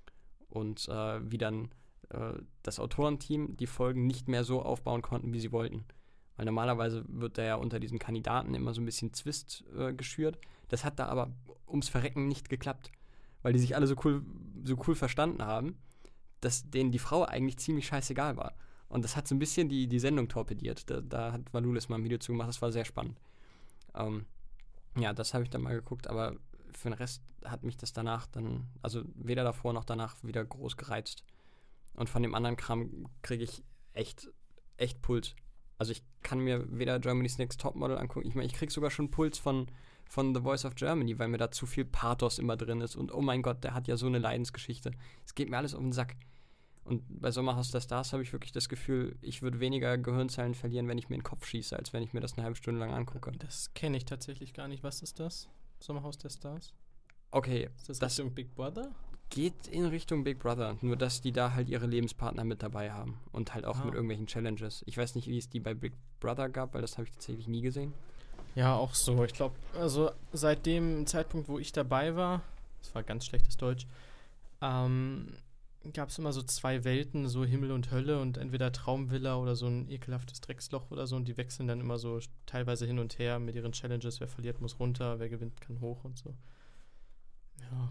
[SPEAKER 3] Und äh, wie dann äh, das Autorenteam die Folgen nicht mehr so aufbauen konnten, wie sie wollten. Weil normalerweise wird da ja unter diesen Kandidaten immer so ein bisschen Zwist äh, geschürt. Das hat da aber ums Verrecken nicht geklappt. Weil die sich alle so cool, so cool verstanden haben, dass denen die Frau eigentlich ziemlich scheißegal war. Und das hat so ein bisschen die, die Sendung torpediert. Da, da hat Valulis mal ein Video zu gemacht, das war sehr spannend. Ähm, ja, das habe ich dann mal geguckt, aber für den Rest hat mich das danach dann, also weder davor noch danach wieder groß gereizt. Und von dem anderen Kram kriege ich echt, echt Puls. Also ich kann mir weder Germany's Next Topmodel angucken, ich meine, ich kriege sogar schon Puls von, von The Voice of Germany, weil mir da zu viel Pathos immer drin ist und oh mein Gott, der hat ja so eine Leidensgeschichte. Es geht mir alles auf den Sack. Und bei Sommerhaus der Stars habe ich wirklich das Gefühl, ich würde weniger Gehirnzellen verlieren, wenn ich mir in den Kopf schieße, als wenn ich mir das eine halbe Stunde lang angucke.
[SPEAKER 2] Das kenne ich tatsächlich gar nicht. Was ist das? Sommerhaus der Stars?
[SPEAKER 3] Okay,
[SPEAKER 2] Ist das,
[SPEAKER 3] das
[SPEAKER 2] Richtung Big Brother?
[SPEAKER 3] geht in Richtung Big Brother, nur dass die da halt ihre Lebenspartner mit dabei haben und halt auch
[SPEAKER 2] Ah.
[SPEAKER 3] mit irgendwelchen Challenges. Ich weiß nicht, wie es die bei Big Brother gab, weil das habe ich tatsächlich nie gesehen.
[SPEAKER 2] Ja, auch so. Ich glaube, also seit dem Zeitpunkt, wo ich dabei war, das war ganz schlechtes Deutsch, ähm, gab es immer so zwei Welten, so Himmel und Hölle und entweder Traumvilla oder so ein ekelhaftes Drecksloch oder so und die wechseln dann immer so teilweise hin und her mit ihren Challenges. Wer verliert, muss runter, wer gewinnt, kann hoch und so. Ja.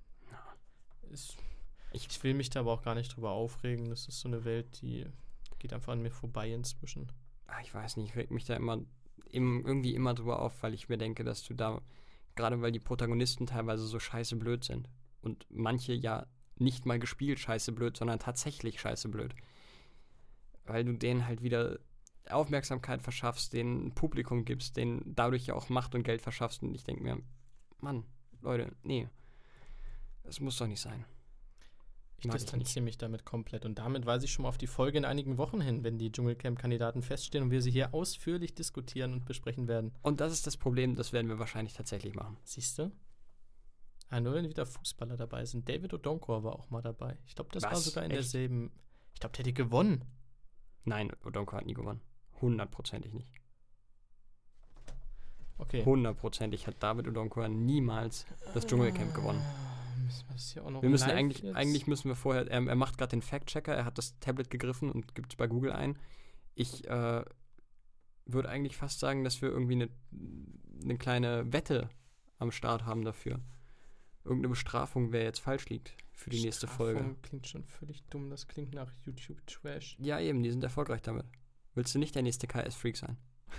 [SPEAKER 2] Ist,
[SPEAKER 3] Ich-
[SPEAKER 2] ich will mich da aber auch gar nicht drüber aufregen. Das ist so eine Welt, die geht einfach an mir vorbei inzwischen.
[SPEAKER 3] Ah, ich weiß nicht, ich reg mich da immer im, irgendwie immer drüber auf, weil ich mir denke, dass du da, gerade weil die Protagonisten teilweise so scheiße blöd sind und manche ja nicht mal gespielt scheiße blöd, sondern tatsächlich scheiße blöd. Weil du denen halt wieder Aufmerksamkeit verschaffst, denen ein Publikum gibst, denen dadurch ja auch Macht und Geld verschaffst und ich denke mir, Mann, Leute, nee, das muss doch nicht sein.
[SPEAKER 2] Ich
[SPEAKER 3] Mag ich
[SPEAKER 2] distanziere mich damit komplett. Und damit weise ich schon mal auf die Folge in einigen Wochen hin, wenn die Dschungelcamp-Kandidaten feststehen und wir sie hier ausführlich diskutieren und besprechen werden.
[SPEAKER 3] Und das ist das Problem, das werden wir wahrscheinlich tatsächlich machen.
[SPEAKER 2] Siehst du? Ah, nur wenn wieder Fußballer dabei sind. David Odonkor war auch mal dabei. Ich glaube, das war
[SPEAKER 3] Was?
[SPEAKER 2] sogar in
[SPEAKER 3] Echt?
[SPEAKER 2] derselben. Ich glaube, der hätte gewonnen.
[SPEAKER 3] Nein, Odonko hat nie gewonnen. Hundertprozentig nicht.
[SPEAKER 2] Okay.
[SPEAKER 3] Hundertprozentig hat David Odonkor niemals das Dschungelcamp gewonnen.
[SPEAKER 2] Ah, müssen wir das hier auch noch
[SPEAKER 3] Wir müssen
[SPEAKER 2] live
[SPEAKER 3] eigentlich,
[SPEAKER 2] jetzt?
[SPEAKER 3] eigentlich müssen wir vorher, er, er macht gerade den Fact-Checker, er hat das Tablet gegriffen und gibt es bei Google ein. Ich äh, würde eigentlich fast sagen, dass wir irgendwie eine eine kleine Wette am Start haben dafür. Irgendeine Bestrafung, wer jetzt falsch liegt für die nächste Folge.
[SPEAKER 2] Bestrafung klingt schon völlig dumm. Das klingt nach YouTube-Trash.
[SPEAKER 3] Ja, eben, die sind erfolgreich damit. Willst du nicht der nächste K S-Freak sein?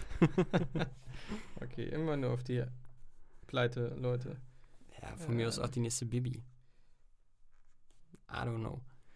[SPEAKER 2] Okay, immer nur auf die Pleite, Leute.
[SPEAKER 3] Ja, von mir aus auch die nächste Bibi. I don't know.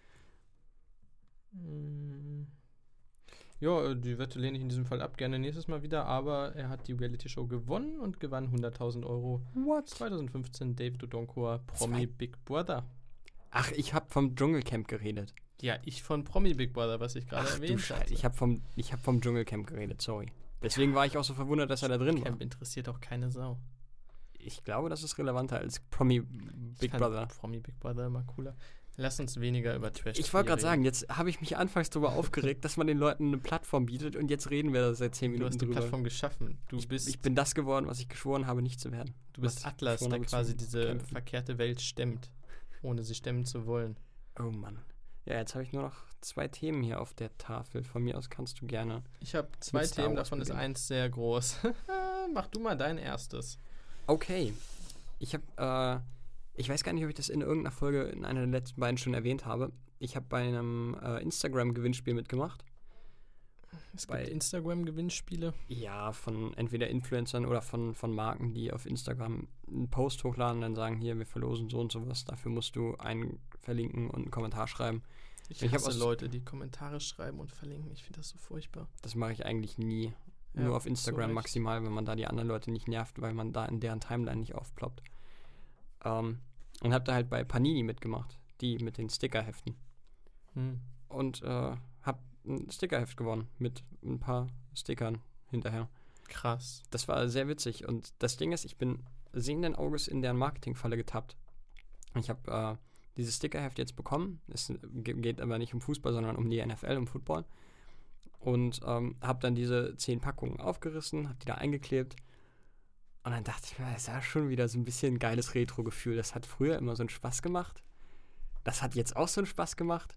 [SPEAKER 2] Mm. Ja, äh, die Wette lehne ich in diesem Fall ab, gerne nächstes Mal wieder, aber er hat die Reality-Show gewonnen und gewann hunderttausend Euro.
[SPEAKER 3] What?
[SPEAKER 2] zwanzig fünfzehn David Odonkor, Promi
[SPEAKER 3] Zwei-
[SPEAKER 2] Big Brother.
[SPEAKER 3] Ach, ich habe vom Dschungelcamp geredet.
[SPEAKER 2] Ja, ich von Promi Big Brother, was ich gerade
[SPEAKER 3] Ach du
[SPEAKER 2] erwähnt
[SPEAKER 3] Scheiße,
[SPEAKER 2] hatte.
[SPEAKER 3] ich habe vom, ich hab vom Dschungelcamp geredet, sorry. Deswegen war ich auch so verwundert, dass er da drin war.
[SPEAKER 2] Camp interessiert auch keine Sau.
[SPEAKER 3] Ich glaube, das ist relevanter als Promi
[SPEAKER 2] Ich
[SPEAKER 3] Big
[SPEAKER 2] fand
[SPEAKER 3] Brother.
[SPEAKER 2] Promi Big Brother immer cooler. Lass uns weniger über Trash
[SPEAKER 3] Ich wollte gerade
[SPEAKER 2] reden.
[SPEAKER 3] sagen, jetzt habe ich mich anfangs darüber aufgeregt, dass man den Leuten eine Plattform bietet und jetzt reden wir da seit zehn
[SPEAKER 2] Du
[SPEAKER 3] Minuten
[SPEAKER 2] hast die
[SPEAKER 3] drüber.
[SPEAKER 2] Plattform geschaffen. Du
[SPEAKER 3] ich,
[SPEAKER 2] bist,
[SPEAKER 3] ich bin das geworden, was ich geschworen habe, nicht zu werden.
[SPEAKER 2] du bist
[SPEAKER 3] was ich
[SPEAKER 2] Atlas,
[SPEAKER 3] geschworen
[SPEAKER 2] der
[SPEAKER 3] habe zu
[SPEAKER 2] quasi diese
[SPEAKER 3] kämpfen.
[SPEAKER 2] verkehrte Welt stemmt, ohne sie stemmen zu wollen.
[SPEAKER 3] Oh Mann. Ja, jetzt habe ich nur noch zwei Themen hier auf der Tafel. Von mir aus kannst du gerne.
[SPEAKER 2] Ich habe zwei
[SPEAKER 3] Mit Star
[SPEAKER 2] Themen,
[SPEAKER 3] Wars
[SPEAKER 2] davon ist
[SPEAKER 3] beginnen.
[SPEAKER 2] eins sehr groß. Mach du mal dein erstes.
[SPEAKER 3] Okay. Ich habe, äh, ich weiß gar nicht, ob ich das in irgendeiner Folge in einer der letzten beiden schon erwähnt habe. Ich habe bei einem äh, Instagram-Gewinnspiel mitgemacht.
[SPEAKER 2] Es
[SPEAKER 3] Bei-
[SPEAKER 2] gibt Instagram-Gewinnspiele.
[SPEAKER 3] Ja, von entweder Influencern oder von, von Marken, die auf Instagram einen Post hochladen, dann sagen, hier, wir verlosen so und sowas. Dafür musst du einen verlinken und einen Kommentar schreiben.
[SPEAKER 2] Ich,
[SPEAKER 3] Ich hab
[SPEAKER 2] hasse
[SPEAKER 3] aus-
[SPEAKER 2] Leute, die Kommentare schreiben und verlinken. Ich finde das so furchtbar.
[SPEAKER 3] Das mache ich eigentlich nie.
[SPEAKER 2] Ja,
[SPEAKER 3] Nur auf
[SPEAKER 2] zu
[SPEAKER 3] Instagram
[SPEAKER 2] Recht.
[SPEAKER 3] maximal, wenn man da die anderen Leute nicht nervt, weil man da in deren Timeline nicht aufploppt. Ähm, und habe da halt bei Panini mitgemacht, die mit den Stickerheften.
[SPEAKER 2] Hm.
[SPEAKER 3] Und äh, habe ein Stickerheft gewonnen mit ein paar Stickern hinterher.
[SPEAKER 2] Krass.
[SPEAKER 3] Das war sehr witzig. Und das Ding ist, ich bin sehenden Auges in deren Marketingfalle getappt. Ich habe äh, dieses Stickerheft jetzt bekommen. Es ge- geht aber nicht um Fußball, sondern um die N F L, um Football. Und ähm, habe dann diese zehn Packungen aufgerissen, habe die da eingeklebt. Und dann dachte ich mir, es war schon wieder so ein bisschen ein geiles Retro-Gefühl. Das hat früher immer so einen Spaß gemacht. Das hat jetzt auch so einen Spaß gemacht.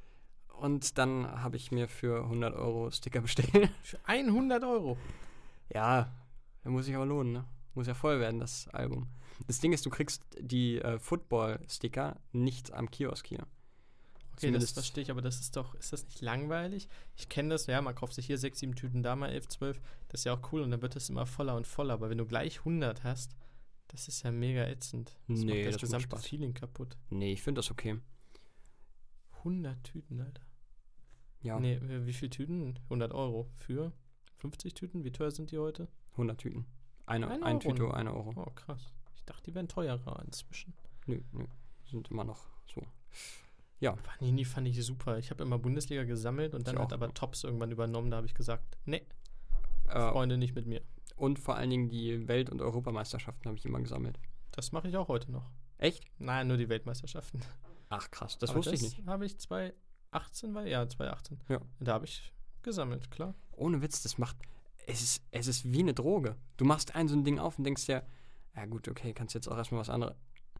[SPEAKER 3] Und dann habe ich mir für hundert Euro Sticker bestellt.
[SPEAKER 2] Für hundert Euro.
[SPEAKER 3] Ja, da muss ich aber lohnen, ne? Muss ja voll werden, das Album. Das Ding ist, du kriegst die äh, Football-Sticker nicht am Kiosk hier.
[SPEAKER 2] Okay, das verstehe ich, aber das ist doch, ist das nicht langweilig? Ich kenne das, ja, man kauft sich hier sechs, sieben Tüten, da mal elf, zwölf. Das ist ja auch cool und dann wird das immer voller und voller. Aber wenn du gleich hundert hast, das ist ja mega ätzend. Das
[SPEAKER 3] Nee,
[SPEAKER 2] macht das
[SPEAKER 3] das macht
[SPEAKER 2] gesamte
[SPEAKER 3] Spaß.
[SPEAKER 2] Feeling kaputt.
[SPEAKER 3] Nee, ich finde das okay.
[SPEAKER 2] hundert Tüten, Alter.
[SPEAKER 3] Ja,
[SPEAKER 2] Nee, wie viele Tüten? hundert Euro für fünfzig Tüten? Wie teuer sind die heute?
[SPEAKER 3] hundert Tüten. Eine,
[SPEAKER 2] Ein
[SPEAKER 3] ein
[SPEAKER 2] Euro,
[SPEAKER 3] Tüte,
[SPEAKER 2] ne?
[SPEAKER 3] eine Euro.
[SPEAKER 2] Oh, krass. Ich dachte, die wären teurer inzwischen.
[SPEAKER 3] Nö, nö, sind immer noch so.
[SPEAKER 2] Panini fand ich super. Ich habe immer Bundesliga gesammelt und
[SPEAKER 3] Ich
[SPEAKER 2] dann hat
[SPEAKER 3] auch.
[SPEAKER 2] aber Tops irgendwann übernommen. Da habe ich gesagt, nee,
[SPEAKER 3] Äh,
[SPEAKER 2] Freunde, nicht mit mir.
[SPEAKER 3] und vor allen Dingen die Welt- und Europameisterschaften habe ich immer gesammelt.
[SPEAKER 2] Das mache ich auch heute noch.
[SPEAKER 3] Echt?
[SPEAKER 2] Nein, nur die Weltmeisterschaften.
[SPEAKER 3] Ach krass, das
[SPEAKER 2] Aber
[SPEAKER 3] wusste ich nicht.
[SPEAKER 2] habe ich zwanzig achtzehn, war ja, zwanzig achtzehn.
[SPEAKER 3] Ja.
[SPEAKER 2] Da habe ich gesammelt, klar.
[SPEAKER 3] Ohne Witz, das macht, es ist, es ist wie eine Droge. Du machst ein so ein Ding auf und denkst dir, ja gut, okay, kannst jetzt auch erstmal was anderes.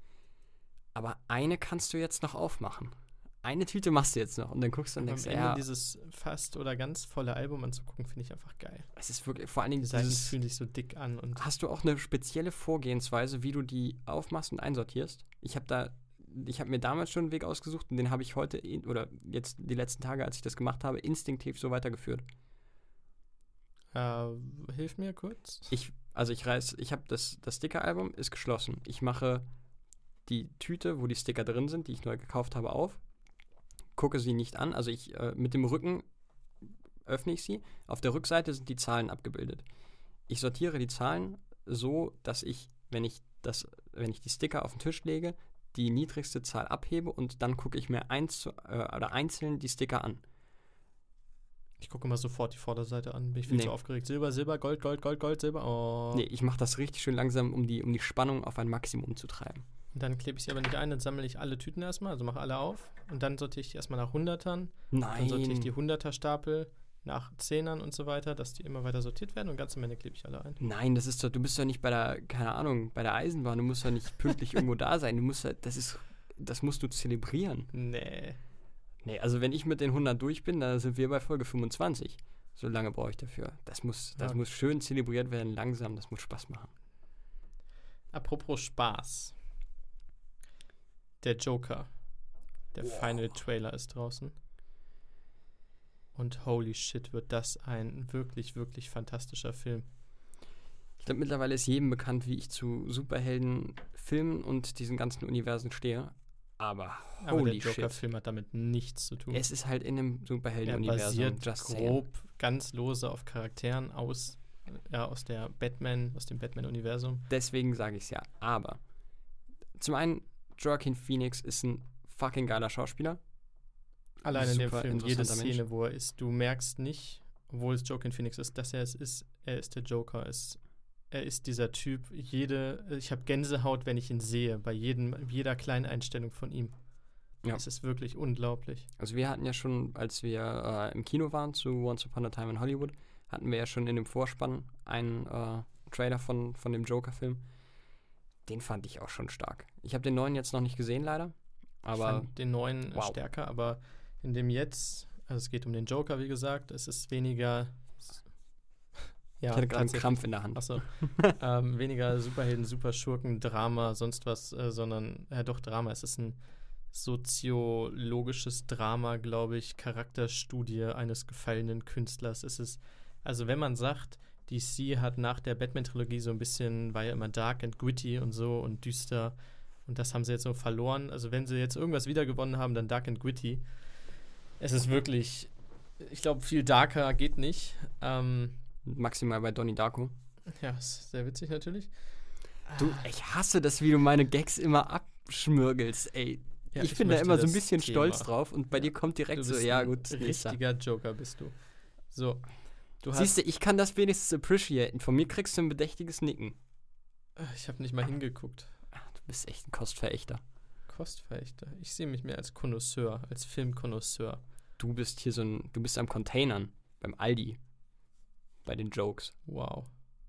[SPEAKER 3] Aber eine kannst du jetzt noch aufmachen. Eine Tüte machst du jetzt noch und dann guckst du und
[SPEAKER 2] Aber am
[SPEAKER 3] denkst,
[SPEAKER 2] Ende
[SPEAKER 3] ja,
[SPEAKER 2] dieses fast oder ganz volle Album anzugucken, finde ich einfach geil.
[SPEAKER 3] es ist wirklich, vor allen Dingen
[SPEAKER 2] Die Seiten
[SPEAKER 3] dieses,
[SPEAKER 2] fühlen sich so dick an und
[SPEAKER 3] hast du auch eine spezielle Vorgehensweise, wie du die aufmachst und einsortierst? Ich habe da, ich habe mir damals schon einen Weg ausgesucht und den habe ich heute, in, oder jetzt die letzten Tage, als ich das gemacht habe, instinktiv so weitergeführt.
[SPEAKER 2] äh, hilf mir kurz.
[SPEAKER 3] Ich, also ich reiß, ich habe das, das Sticker-Album ist geschlossen. Ich mache die Tüte, wo die Sticker drin sind, die ich neu gekauft habe, auf, gucke sie nicht an, also ich äh, mit dem Rücken öffne ich sie. Auf der Rückseite sind die Zahlen abgebildet. Ich sortiere die Zahlen so, dass ich, wenn ich das, wenn ich die Sticker auf den Tisch lege, die niedrigste Zahl abhebe und dann gucke ich mir eins zu, äh, oder einzeln die Sticker an.
[SPEAKER 2] Ich gucke immer sofort die Vorderseite an. Bin ich viel
[SPEAKER 3] Nee.
[SPEAKER 2] zu aufgeregt. Silber, Silber, Gold, Gold, Gold, Gold, Silber. Oh.
[SPEAKER 3] Nee, ich mache das richtig schön langsam, um die, um die Spannung auf ein Maximum zu treiben.
[SPEAKER 2] Und dann klebe ich sie aber nicht ein, dann sammle ich alle Tüten erstmal, also mache alle auf. Und dann sortiere ich die erstmal nach Hundertern. Dann sortiere ich die
[SPEAKER 3] Nein,
[SPEAKER 2] Hunderter-Stapel nach Zehnern und so weiter, dass die immer weiter sortiert werden und ganz am Ende klebe ich alle ein.
[SPEAKER 3] nein, das ist doch, du bist doch nicht bei der, keine Ahnung, bei der Eisenbahn, du musst doch nicht pünktlich irgendwo da sein. Du musst halt, das ist, das musst du zelebrieren.
[SPEAKER 2] Nee.
[SPEAKER 3] Nee, also wenn ich mit den hundert durch bin, dann sind wir bei Folge fünfundzwanzig. So lange brauche ich dafür. Das muss, das
[SPEAKER 2] Ja.
[SPEAKER 3] muss schön zelebriert werden, langsam, das muss Spaß machen.
[SPEAKER 2] Apropos Spaß. Der Joker. Der
[SPEAKER 3] Wow.
[SPEAKER 2] Final Trailer ist draußen. Und holy shit, wird das ein wirklich, wirklich fantastischer Film.
[SPEAKER 3] Ich glaube, mittlerweile ist jedem bekannt, wie ich zu Superheldenfilmen und diesen ganzen Universen stehe. Aber
[SPEAKER 2] Aber
[SPEAKER 3] holy
[SPEAKER 2] der
[SPEAKER 3] shit.
[SPEAKER 2] Joker-Film hat damit nichts zu tun.
[SPEAKER 3] Es ist halt in einem
[SPEAKER 2] Er
[SPEAKER 3] Superhelden-Universum.
[SPEAKER 2] basiert
[SPEAKER 3] Just saying.
[SPEAKER 2] grob, ganz lose auf Charakteren aus, ja, aus der Batman, aus dem Batman-Universum.
[SPEAKER 3] Deswegen sage ich es ja. Aber zum einen, Joaquin Phoenix ist ein fucking geiler Schauspieler.
[SPEAKER 2] Allein in dem
[SPEAKER 3] Super
[SPEAKER 2] Film, jede
[SPEAKER 3] interessanter
[SPEAKER 2] Szene,
[SPEAKER 3] Mensch.
[SPEAKER 2] wo er ist, du merkst nicht, obwohl es Joaquin Phoenix ist, dass er es ist. Er ist der Joker. Er ist, er ist dieser Typ. Jede, ich habe Gänsehaut, wenn ich ihn sehe, bei jedem, jeder kleinen Einstellung von ihm.
[SPEAKER 3] Ja.
[SPEAKER 2] Es ist wirklich unglaublich.
[SPEAKER 3] Also wir hatten ja schon, als wir äh, im Kino waren zu Once Upon a Time in Hollywood, hatten wir ja schon in dem Vorspann einen äh, Trailer von, von dem Joker-Film. Den fand ich auch schon stark. Ich habe den neuen jetzt noch nicht gesehen, leider.
[SPEAKER 2] Ich
[SPEAKER 3] Aber
[SPEAKER 2] fand den neuen äh,
[SPEAKER 3] wow.
[SPEAKER 2] stärker, aber in dem jetzt, also es geht um den Joker, wie gesagt, es ist weniger. Ja,
[SPEAKER 3] Ich hatte gerade einen
[SPEAKER 2] tatsächlich.
[SPEAKER 3] Krampf in der Hand.
[SPEAKER 2] Achso. ähm, weniger Superhelden, Superschurken, Drama, sonst was, äh, sondern, ja doch, Drama. Es ist ein soziologisches Drama, glaube ich, Charakterstudie eines gefallenen Künstlers. Es ist, also wenn man sagt, D C hat nach der Batman-Trilogie so ein bisschen, war ja immer dark and gritty und so und düster und das haben sie jetzt so verloren. Also wenn sie jetzt irgendwas wiedergewonnen haben, dann dark and gritty. Es ist wirklich, ich glaube, viel darker geht nicht. Ähm,
[SPEAKER 3] Maximal bei Donnie Darko.
[SPEAKER 2] ja, ist sehr witzig natürlich.
[SPEAKER 3] Du, ich hasse das, wie du meine Gags immer abschmürgelst, ey.
[SPEAKER 2] Ja,
[SPEAKER 3] ich,
[SPEAKER 2] ich
[SPEAKER 3] bin da
[SPEAKER 2] möchte
[SPEAKER 3] immer so ein
[SPEAKER 2] das
[SPEAKER 3] bisschen
[SPEAKER 2] Thema.
[SPEAKER 3] stolz drauf und bei
[SPEAKER 2] Ja.
[SPEAKER 3] dir kommt direkt
[SPEAKER 2] Du
[SPEAKER 3] so,
[SPEAKER 2] bist
[SPEAKER 3] ja
[SPEAKER 2] ein
[SPEAKER 3] gut, nächster.
[SPEAKER 2] richtiger Joker bist du. So, du hast,
[SPEAKER 3] Siehst du, ich kann das wenigstens appreciaten. Von mir kriegst du ein bedächtiges Nicken.
[SPEAKER 2] ich habe nicht mal hingeguckt.
[SPEAKER 3] Ach, du bist echt ein Kostverächter.
[SPEAKER 2] Kostverächter. Ich sehe mich mehr als Connoisseur, als Filmkonnoisseur.
[SPEAKER 3] Du bist hier so ein, du bist am Containern, beim Aldi, bei den Jokes.
[SPEAKER 2] Wow.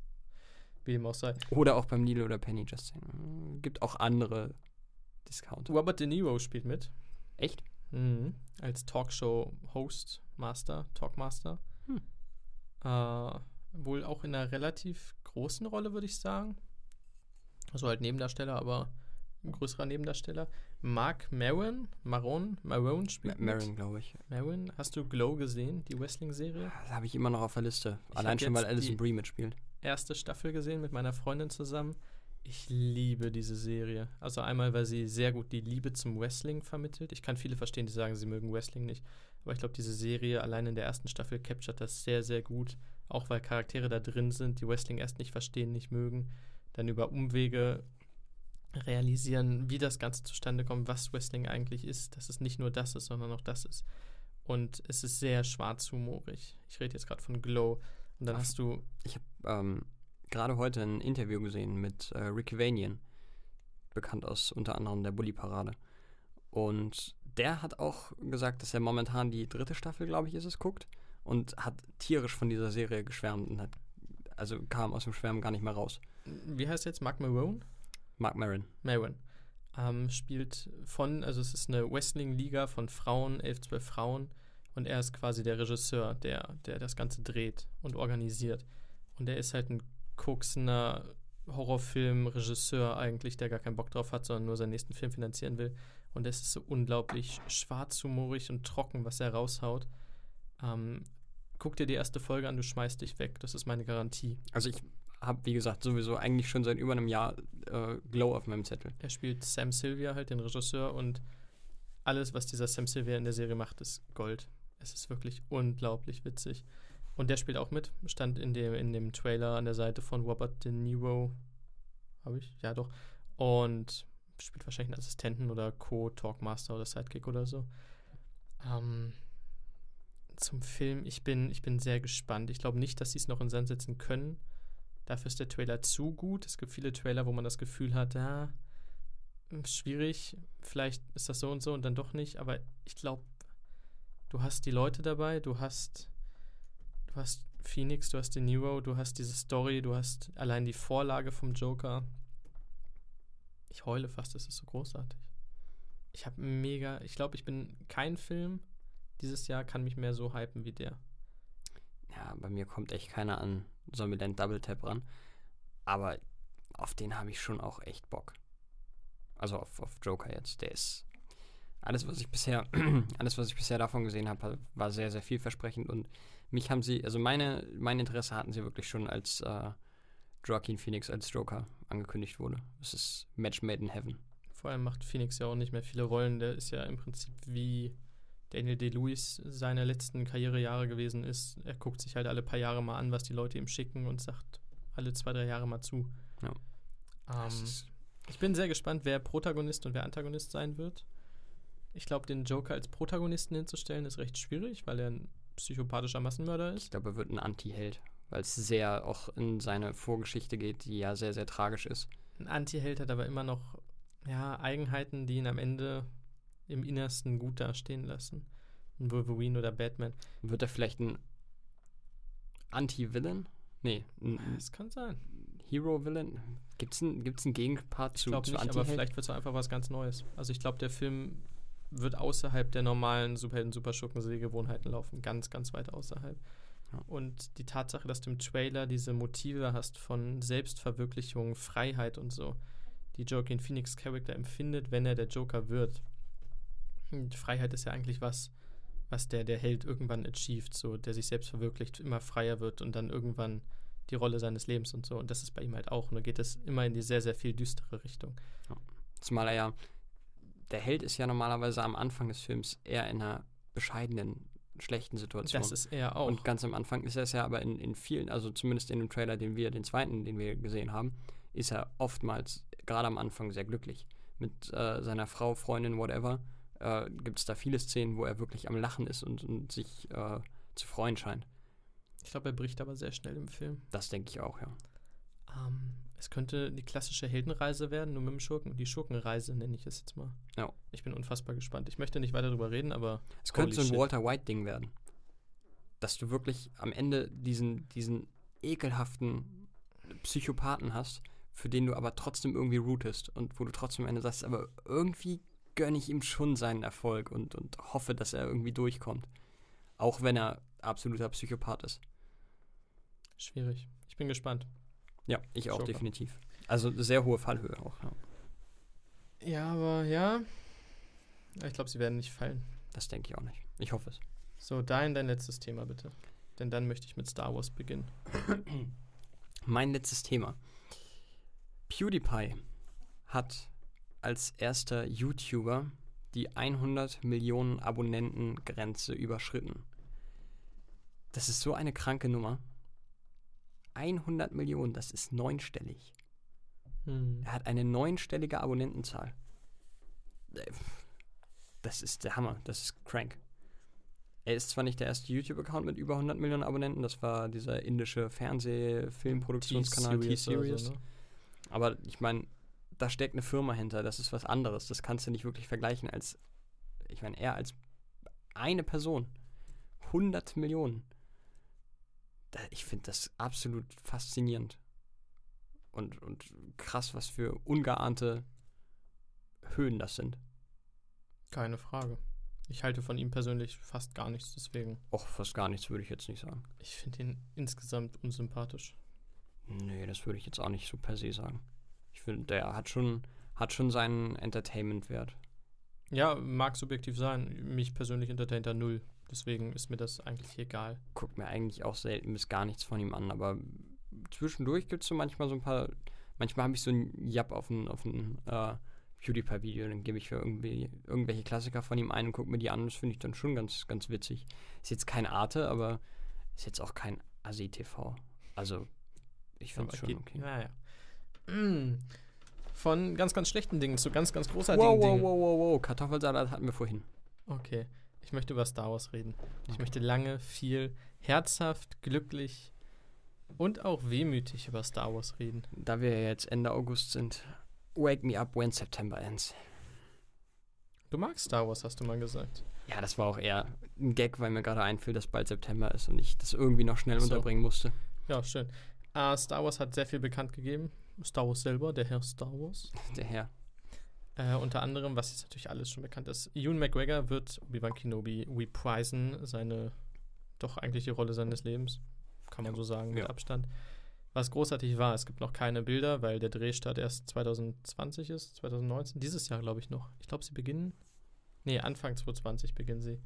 [SPEAKER 2] Wie dem auch sei.
[SPEAKER 3] Oder auch beim Lidl oder Penny, just saying. Gibt auch andere Discounter.
[SPEAKER 2] Robert De Niro spielt mit.
[SPEAKER 3] Echt?
[SPEAKER 2] Mhm. Als Talkshow-Host, Master, Talkmaster.
[SPEAKER 3] Hm.
[SPEAKER 2] Äh, wohl auch in einer relativ großen Rolle, würde ich sagen. Also halt Nebendarsteller, aber ein größerer Nebendarsteller. Mark Maron, Maron, Maron spielt
[SPEAKER 3] Ma-
[SPEAKER 2] mit.
[SPEAKER 3] Maron, glaube ich.
[SPEAKER 2] Maron, hast du Glow gesehen, die Wrestling-Serie?
[SPEAKER 3] Das habe ich immer noch auf der Liste.
[SPEAKER 2] Ich
[SPEAKER 3] Allein
[SPEAKER 2] hab
[SPEAKER 3] schon, weil
[SPEAKER 2] jetzt
[SPEAKER 3] Alison
[SPEAKER 2] die-
[SPEAKER 3] Brie mitspielt.
[SPEAKER 2] Erste Staffel gesehen mit meiner Freundin zusammen. Ich liebe diese Serie. Also einmal, weil sie sehr gut die Liebe zum Wrestling vermittelt. Ich kann viele verstehen, die sagen, sie mögen Wrestling nicht. Aber ich glaube, diese Serie allein in der ersten Staffel capturet das sehr, sehr gut. Auch weil Charaktere da drin sind, die Wrestling erst nicht verstehen, nicht mögen. Dann über Umwege realisieren, wie das Ganze zustande kommt, was Wrestling eigentlich ist. Dass es nicht nur das ist, sondern auch das ist. Und es ist sehr schwarzhumorig. Ich rede jetzt gerade von Glow. Und dann
[SPEAKER 3] Ach.
[SPEAKER 2] hast du
[SPEAKER 3] Ich habe ähm, gerade heute ein Interview gesehen mit äh, Ricky Vanian, bekannt aus unter anderem der Bully-Parade. Und der hat auch gesagt, dass er momentan die dritte Staffel, glaube ich, ist es, guckt und hat tierisch von dieser Serie geschwärmt und hat, also kam aus dem Schwärmen gar nicht mehr raus.
[SPEAKER 2] wie heißt jetzt, Mark Maron?
[SPEAKER 3] Mark Maron.
[SPEAKER 2] Maron. Ähm, spielt von, also es ist eine Wrestling-Liga von Frauen, elf, zwölf Frauen und er ist quasi der Regisseur, der, der das Ganze dreht und organisiert. Und er ist halt ein koksender Horrorfilm-Regisseur eigentlich, der gar keinen Bock drauf hat, sondern nur seinen nächsten Film finanzieren will. Und es ist so unglaublich schwarzhumorig und trocken, was er raushaut. Ähm, guck dir die erste Folge an, du schmeißt dich weg. Das ist meine Garantie.
[SPEAKER 3] Also ich habe, wie gesagt, sowieso eigentlich schon seit über einem Jahr äh, Glow auf meinem Zettel.
[SPEAKER 2] Er spielt Sam Sylvia, halt den Regisseur, und alles, was dieser Sam Sylvia in der Serie macht, ist Gold. Es ist wirklich unglaublich witzig. Und der spielt auch mit, stand in dem, in dem Trailer an der Seite von Robert De Niro. Habe ich? Ja, doch. Und spielt wahrscheinlich einen Assistenten oder Co-Talkmaster oder Sidekick oder so. Ähm, zum Film, ich bin, ich bin sehr gespannt. Ich glaube nicht, dass sie es noch in Sand setzen können. Dafür ist der Trailer zu gut. Es gibt viele Trailer, wo man das Gefühl hat, ja, schwierig, vielleicht ist das so und so und dann doch nicht, aber ich glaube, du hast die Leute dabei, du hast du hast Phoenix, du hast De Niro, du hast diese Story, du hast allein die Vorlage vom Joker. Ich heule fast, das ist so großartig. Ich habe mega, ich glaube, ich bin kein Film dieses Jahr kann mich mehr so hypen wie der.
[SPEAKER 3] Ja, bei mir kommt echt keiner an Zombieland Double Tap ran. Aber auf den habe ich schon auch echt Bock. Also auf, auf Joker jetzt. Der ist alles, was ich bisher, alles, was ich bisher davon gesehen habe, war sehr, sehr vielversprechend. Und mich haben sie, also meine, mein Interesse hatten sie wirklich schon, als äh, Joaquin Phoenix als Joker angekündigt wurde. Das ist Match made in heaven.
[SPEAKER 2] Vor allem macht Phoenix ja auch nicht mehr viele Rollen. Der ist ja im Prinzip wie Daniel Day-Lewis seine letzten Karrierejahre gewesen ist. Er guckt sich halt alle paar Jahre mal an, was die Leute ihm schicken und sagt alle zwei, drei Jahre mal zu.
[SPEAKER 3] Ja.
[SPEAKER 2] Ähm, ich bin sehr gespannt, wer Protagonist und wer Antagonist sein wird. Ich glaube, den Joker als Protagonisten hinzustellen, ist recht schwierig, weil er ein psychopathischer Massenmörder ist.
[SPEAKER 3] Ich glaube, er wird ein Anti-Held, weil es sehr auch in seine Vorgeschichte geht, die ja sehr, sehr tragisch ist.
[SPEAKER 2] Ein Anti-Held hat aber immer noch ja, Eigenheiten, die ihn am Ende im Innersten gut dastehen lassen. Ein Wolverine oder Batman.
[SPEAKER 3] Wird er vielleicht ein Anti-Villain? Nee, ein
[SPEAKER 2] Das kann sein.
[SPEAKER 3] Hero-Villain? Gibt es einen, gibt's einen Gegenpart
[SPEAKER 2] Ich
[SPEAKER 3] zu,
[SPEAKER 2] glaube
[SPEAKER 3] zu
[SPEAKER 2] nicht, aber
[SPEAKER 3] Anti-Held?
[SPEAKER 2] vielleicht wird es einfach was ganz Neues. Also ich glaube, der Film wird außerhalb der normalen Superhelden-Superschurken-Sehgewohnheiten laufen. Ganz, ganz weit außerhalb.
[SPEAKER 3] Ja.
[SPEAKER 2] Und die Tatsache, dass du im Trailer diese Motive hast von Selbstverwirklichung, Freiheit und so, die Joaquin Phoenix Charakter empfindet, wenn er der Joker wird. Und Freiheit ist ja eigentlich was, was der, der Held irgendwann achieved, so, der sich selbst verwirklicht, immer freier wird und dann irgendwann die Rolle seines Lebens und so. Und das ist bei ihm halt auch. Und da geht es immer in die sehr, sehr viel düstere Richtung.
[SPEAKER 3] Ja. Zumal er ja, der Held ist ja normalerweise am Anfang des Films eher in einer bescheidenen, schlechten Situation.
[SPEAKER 2] Das ist er auch.
[SPEAKER 3] Und ganz am Anfang ist er es ja aber in, in vielen, also zumindest in dem Trailer, den wir, den zweiten, den wir gesehen haben, ist er oftmals, gerade am Anfang, sehr glücklich. Mit äh, seiner Frau, Freundin, whatever, äh, gibt es da viele Szenen, wo er wirklich am Lachen ist und, und sich äh, zu freuen scheint.
[SPEAKER 2] Ich glaube, er bricht aber sehr schnell im Film.
[SPEAKER 3] Das denke ich auch, ja.
[SPEAKER 2] Ähm, es könnte die klassische Heldenreise werden, nur mit dem Schurken. Und die Schurkenreise nenne ich es jetzt mal.
[SPEAKER 3] Ja.
[SPEAKER 2] Ich bin unfassbar gespannt. Ich möchte nicht weiter darüber reden, aber
[SPEAKER 3] Es könnte so ein
[SPEAKER 2] shit.
[SPEAKER 3] Walter White-Ding werden. Dass du wirklich am Ende diesen, diesen ekelhaften Psychopathen hast, für den du aber trotzdem irgendwie rootest und wo du trotzdem am Ende sagst, aber irgendwie gönne ich ihm schon seinen Erfolg und, und hoffe, dass er irgendwie durchkommt. Auch wenn er absoluter Psychopath ist.
[SPEAKER 2] Schwierig. Ich bin gespannt.
[SPEAKER 3] Ja, ich auch
[SPEAKER 2] Joker.
[SPEAKER 3] definitiv. Also sehr hohe Fallhöhe auch. Ja.
[SPEAKER 2] Ja, aber ja. Ich glaube, sie werden nicht fallen.
[SPEAKER 3] Das denke ich auch nicht. Ich hoffe es.
[SPEAKER 2] So, dahin dein letztes Thema, bitte. Denn dann möchte ich mit Star Wars beginnen.
[SPEAKER 3] Mein letztes Thema. PewDiePie hat als erster YouTuber die hundert Millionen Abonnenten-Grenze überschritten. Das ist so eine kranke Nummer. hundert Millionen, das ist neunstellig.
[SPEAKER 2] Hm.
[SPEAKER 3] Er hat eine neunstellige Abonnentenzahl. Das ist der Hammer, das ist crank. Er ist zwar nicht der erste YouTube-Account mit über hundert Millionen Abonnenten, das war dieser indische Fernseh-Filmproduktionskanal T-Series.
[SPEAKER 2] So, ne?
[SPEAKER 3] Aber ich meine, da steckt eine Firma hinter, das ist was anderes. Das kannst du nicht wirklich vergleichen als, ich meine, er als eine Person. hundert Millionen. Da, ich finde das absolut faszinierend. Und, und krass, was für ungeahnte Höhen das sind.
[SPEAKER 2] Keine Frage. Ich halte von ihm persönlich fast gar nichts, deswegen.
[SPEAKER 3] Och, fast gar nichts würde ich jetzt nicht sagen.
[SPEAKER 2] Ich finde ihn insgesamt unsympathisch.
[SPEAKER 3] Nee, das würde ich jetzt auch nicht so per se sagen. Ich finde, der hat schon, hat schon seinen Entertainment-Wert.
[SPEAKER 2] Ja, mag subjektiv sein. Mich persönlich entertaint er null. Deswegen ist mir das eigentlich egal.
[SPEAKER 3] Guckt mir eigentlich auch selten bis gar nichts von ihm an, aber zwischendurch gibt es so manchmal so ein paar, manchmal habe ich so ein Jap auf ein, auf ein äh, PewDiePie-Video, dann gebe ich für irgendwie irgendwelche Klassiker von ihm ein und gucke mir die an, das finde ich dann schon ganz, ganz witzig. Ist jetzt kein Arte, aber ist jetzt auch kein Assi-T V. Also, ich finde es schon okay.
[SPEAKER 2] Naja. Mm. Von ganz, ganz schlechten Dingen zu ganz, ganz großartigen
[SPEAKER 3] Wow, wow,
[SPEAKER 2] Dingen.
[SPEAKER 3] wow, wow, wow, Kartoffelsalat hatten wir vorhin.
[SPEAKER 2] Okay, ich möchte über Star Wars reden. Ich
[SPEAKER 3] Okay.
[SPEAKER 2] möchte lange, viel, herzhaft, glücklich und auch wehmütig über Star Wars reden.
[SPEAKER 3] Da wir ja jetzt Ende August sind, wake me up when September ends.
[SPEAKER 2] Du magst Star Wars, hast du mal gesagt.
[SPEAKER 3] Ja, das war auch eher ein Gag, weil mir gerade einfiel, dass bald September ist und ich das irgendwie noch schnell
[SPEAKER 2] So.
[SPEAKER 3] unterbringen musste.
[SPEAKER 2] Ja, schön. Uh, Star Wars hat sehr viel bekannt gegeben. Star Wars selber, der Herr Star Wars.
[SPEAKER 3] Der Herr.
[SPEAKER 2] Äh, unter anderem, was jetzt natürlich alles schon bekannt ist, Ewan McGregor wird Obi-Wan Kenobi reprisen, seine doch eigentliche Rolle seines Lebens. Kann man
[SPEAKER 3] Ja.
[SPEAKER 2] so sagen, mit
[SPEAKER 3] Ja.
[SPEAKER 2] Abstand. Was großartig war, es gibt noch keine Bilder, weil der Drehstart erst zwanzig zwanzig ist, zwanzig neunzehn, dieses Jahr glaube ich noch. Ich glaube, sie beginnen, nee, Anfang zwanzig zwanzig beginnen sie.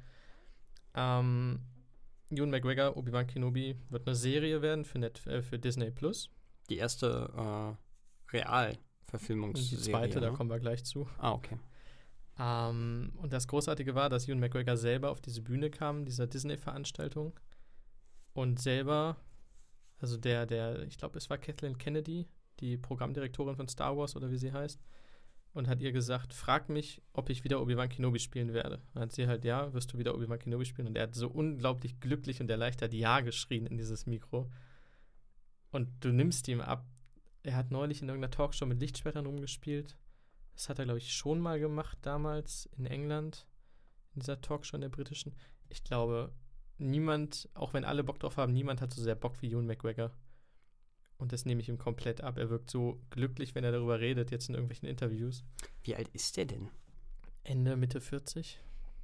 [SPEAKER 2] Ähm, Ewan McGregor, Obi-Wan Kenobi, wird eine Serie werden für, Net, äh, für Disney Plus.
[SPEAKER 3] Die erste äh, Realverfilmungsserie.
[SPEAKER 2] Und die zweite, da
[SPEAKER 3] ne?
[SPEAKER 2] kommen wir gleich zu.
[SPEAKER 3] Ah, okay.
[SPEAKER 2] Ähm, und das Großartige war, dass Ewan McGregor selber auf diese Bühne kam, dieser Disney-Veranstaltung. Und selber, also der, der, ich glaube, es war Kathleen Kennedy, die Programmdirektorin von Star Wars oder wie sie heißt, und hat ihr gesagt, frag mich, ob ich wieder Obi-Wan Kenobi spielen werde. Und hat sie halt, ja, wirst du wieder Obi-Wan Kenobi spielen? Und er hat so unglaublich glücklich und erleichtert Ja geschrien in dieses Mikro. Und du nimmst ihm ab. Er hat neulich in irgendeiner Talkshow mit Lichtschwertern rumgespielt. Das hat er, glaube ich, schon mal gemacht damals in England, in dieser Talkshow in der britischen. Ich glaube, niemand, auch wenn alle Bock drauf haben, niemand hat so sehr Bock wie Ewan McGregor. Und das nehme ich ihm komplett ab. Er wirkt so glücklich, wenn er darüber redet, jetzt in irgendwelchen Interviews.
[SPEAKER 3] Wie alt ist der denn?
[SPEAKER 2] Ende, Mitte vierzig.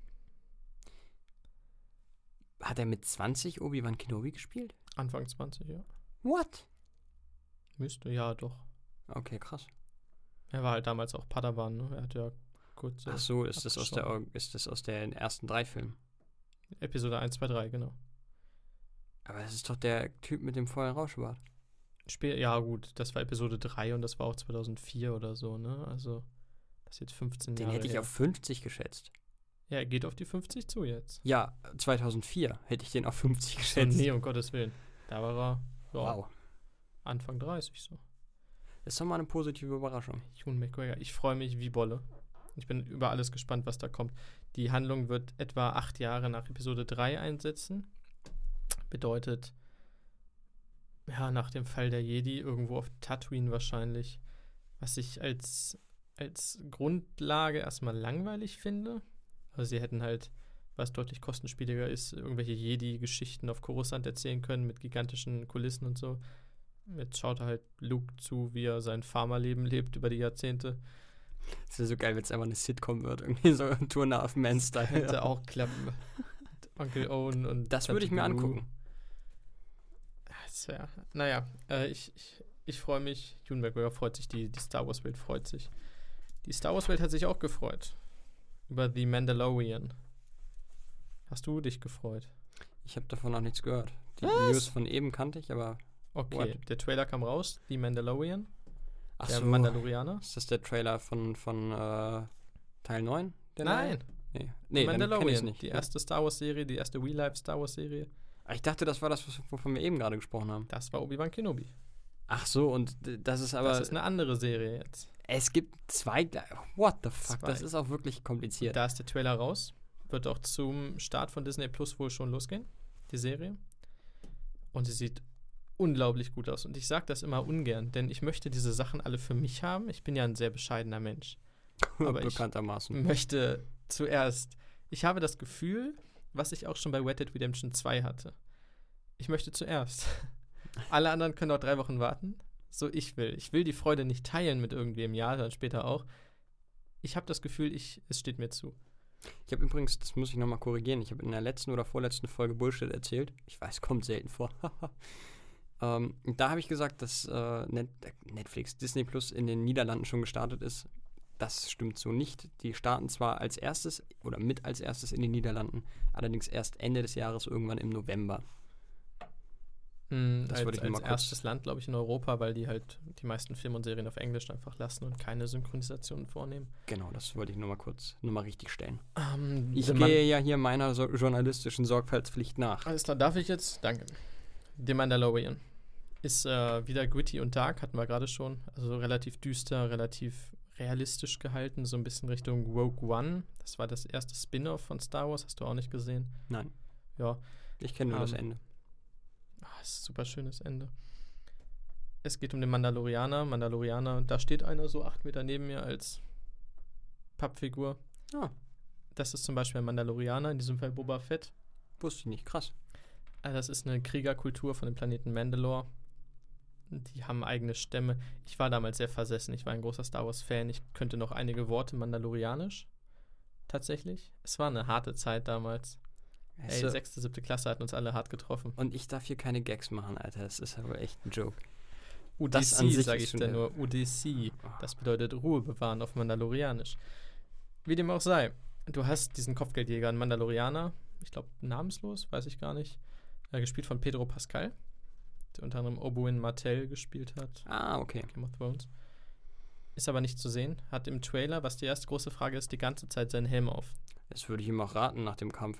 [SPEAKER 3] Hat er mit zwanzig Obi-Wan Kenobi gespielt?
[SPEAKER 2] Anfang zwanzig, ja.
[SPEAKER 3] What?
[SPEAKER 2] Müsste, ja, doch.
[SPEAKER 3] Okay, krass.
[SPEAKER 2] Er war halt damals auch Padawan, ne? Er hat ja kurz.
[SPEAKER 3] Ach so, ist das aus der ist das aus den ersten drei Filmen?
[SPEAKER 2] Episode eins, zwei, drei, genau.
[SPEAKER 3] Aber das ist doch der Typ mit dem vollen Rauschbart.
[SPEAKER 2] Spiel, ja, gut, das war Episode drei und das war auch zweitausendvier oder so, ne? Also, das ist jetzt fünfzehn
[SPEAKER 3] Den
[SPEAKER 2] Jahre
[SPEAKER 3] hätte ich
[SPEAKER 2] her.
[SPEAKER 3] auf fünfzig geschätzt.
[SPEAKER 2] Ja, er geht auf die fünfzig zu jetzt.
[SPEAKER 3] Ja, zweitausendvier hätte ich den auf fünfzig
[SPEAKER 2] So,
[SPEAKER 3] geschätzt.
[SPEAKER 2] nee, um Gottes Willen. Da war er ja,
[SPEAKER 3] Wow.
[SPEAKER 2] Anfang dreißig so.
[SPEAKER 3] Das ist doch mal eine positive Überraschung.
[SPEAKER 2] Ewan McGregor, ich freue mich wie Bolle. Ich bin über alles gespannt, was da kommt. Die Handlung wird etwa acht Jahre nach Episode drei einsetzen. Bedeutet, ja, nach dem Fall der Jedi, irgendwo auf Tatooine wahrscheinlich. Was ich als, als Grundlage erstmal langweilig finde. Also sie hätten halt, was deutlich kostenspieliger ist, irgendwelche Jedi-Geschichten auf Coruscant erzählen können mit gigantischen Kulissen und so. Jetzt schaut halt Luke zu, wie er sein Farmerleben lebt über die Jahrzehnte.
[SPEAKER 3] Das wäre so geil, wenn es einfach eine Sitcom wird. Irgendwie so ein Tour of Man-Style.
[SPEAKER 2] Könnte auch klappen. Mit Onkel Owen und
[SPEAKER 3] Das würde ich mir
[SPEAKER 2] Tante Beru.
[SPEAKER 3] angucken.
[SPEAKER 2] Das wär, naja, äh, ich, ich, ich freue mich. Ewan McGregor freut sich, die, die Star Wars-Welt freut sich. Die Star Wars-Welt hat sich auch gefreut. Über The Mandalorian. Hast du dich gefreut?
[SPEAKER 3] Ich habe davon noch nichts gehört. Die
[SPEAKER 2] Was?
[SPEAKER 3] News von eben kannte ich, aber
[SPEAKER 2] Okay,
[SPEAKER 3] What?
[SPEAKER 2] der Trailer kam raus, The Mandalorian,
[SPEAKER 3] ach
[SPEAKER 2] der
[SPEAKER 3] so,
[SPEAKER 2] Mandalorianer.
[SPEAKER 3] ist das der Trailer von, von äh, Teil neun? Der
[SPEAKER 2] Nein,
[SPEAKER 3] neue? Nee,
[SPEAKER 2] The
[SPEAKER 3] nee dann kenn ich's
[SPEAKER 2] Mandalorian,
[SPEAKER 3] nicht.
[SPEAKER 2] die
[SPEAKER 3] Ja.
[SPEAKER 2] erste Star Wars-Serie, die erste Real-Life Star Wars-Serie.
[SPEAKER 3] Ich dachte, das war das, was- wovon wir eben gerade gesprochen haben.
[SPEAKER 2] Das war Obi-Wan Kenobi.
[SPEAKER 3] Ach so, und d- das ist aber,
[SPEAKER 2] das ist eine andere Serie jetzt.
[SPEAKER 3] es gibt zwei, gle- what the fuck,
[SPEAKER 2] Zwei.
[SPEAKER 3] das ist auch wirklich kompliziert.
[SPEAKER 2] Da ist der Trailer raus. Wird auch zum Start von Disney Plus wohl schon losgehen, die Serie. Und sie sieht unglaublich gut aus. Und ich sage das immer ungern, denn ich möchte diese Sachen alle für mich haben. Ich bin ja ein sehr bescheidener Mensch. aber ich-
[SPEAKER 3] Bekanntermaßen.
[SPEAKER 2] Möchte zuerst. Ich habe das Gefühl, was ich auch schon bei Red Dead Redemption zwei hatte. Ich möchte zuerst. Alle anderen können auch drei Wochen warten. So ich will. Ich will die Freude nicht teilen mit irgendwem, ja, dann später auch. Ich habe das Gefühl, ich, es steht mir zu.
[SPEAKER 3] Ich habe übrigens, das muss ich nochmal korrigieren, ich habe in der letzten oder vorletzten Folge Bullshit erzählt. Ich weiß, kommt selten vor. ähm, da habe ich gesagt, dass äh, Net Netflix, Disney Plus in den Niederlanden schon gestartet ist. Das stimmt so nicht. Die starten zwar als erstes oder mit als erstes in den Niederlanden, allerdings erst Ende des Jahres, irgendwann im November.
[SPEAKER 2] Mm,
[SPEAKER 3] Das
[SPEAKER 2] als
[SPEAKER 3] wollte ich nur
[SPEAKER 2] als
[SPEAKER 3] mal kurz-
[SPEAKER 2] erstes Land, glaube ich, in Europa, weil die halt die meisten Filme und Serien auf Englisch einfach lassen und keine Synchronisationen vornehmen.
[SPEAKER 3] Genau, das wollte ich nur mal kurz, nur mal richtig stellen.
[SPEAKER 2] Ähm,
[SPEAKER 3] Ich
[SPEAKER 2] The
[SPEAKER 3] gehe ja hier meiner so journalistischen Sorgfaltspflicht nach.
[SPEAKER 2] Alles klar, darf ich jetzt? Danke. The Mandalorian ist äh, wieder gritty und dark, hatten wir gerade schon. Also relativ düster, relativ realistisch gehalten, so ein bisschen Richtung Rogue One. Das war das erste Spin-off von Star Wars, hast du auch nicht gesehen?
[SPEAKER 3] Nein,
[SPEAKER 2] Ja,
[SPEAKER 3] ich kenne nur das
[SPEAKER 2] Ähm,
[SPEAKER 3] Ende.
[SPEAKER 2] ah, ist ein super schönes Ende. Es geht um den Mandalorianer. Mandalorianer, da steht einer so acht Meter neben mir als Pappfigur.
[SPEAKER 3] Ah,
[SPEAKER 2] Das ist zum Beispiel ein Mandalorianer, in diesem Fall Boba Fett.
[SPEAKER 3] wusste ich nicht, krass.
[SPEAKER 2] Äh, Das ist eine Kriegerkultur von dem Planeten Mandalore. Die haben eigene Stämme. Ich war damals sehr versessen. Ich war ein großer Star Wars-Fan. Ich könnte noch einige Worte Mandalorianisch. Tatsächlich. Es war eine harte Zeit damals. Ey,
[SPEAKER 3] Also,
[SPEAKER 2] sechste, siebte Klasse hat uns alle hart getroffen.
[SPEAKER 3] und ich darf hier keine Gags machen, Alter. Das ist aber echt ein Joke.
[SPEAKER 2] U D
[SPEAKER 3] das an
[SPEAKER 2] C,
[SPEAKER 3] sich
[SPEAKER 2] sage
[SPEAKER 3] ist
[SPEAKER 2] ich
[SPEAKER 3] schon
[SPEAKER 2] da
[SPEAKER 3] der-
[SPEAKER 2] nur. U D C. Das bedeutet Ruhe bewahren auf Mandalorianisch. Wie dem auch sei. Du hast diesen Kopfgeldjäger, einen Mandalorianer. Ich glaube, namenslos, weiß ich gar nicht. Äh, gespielt von Pedro Pascal, der unter anderem Oberyn Martell gespielt hat.
[SPEAKER 3] Ah, okay.
[SPEAKER 2] Game of Thrones. Ist aber nicht zu sehen. Hat im Trailer, was die erste große Frage ist, die ganze Zeit seinen Helm auf.
[SPEAKER 3] Das würde ich ihm auch raten nach dem Kampf.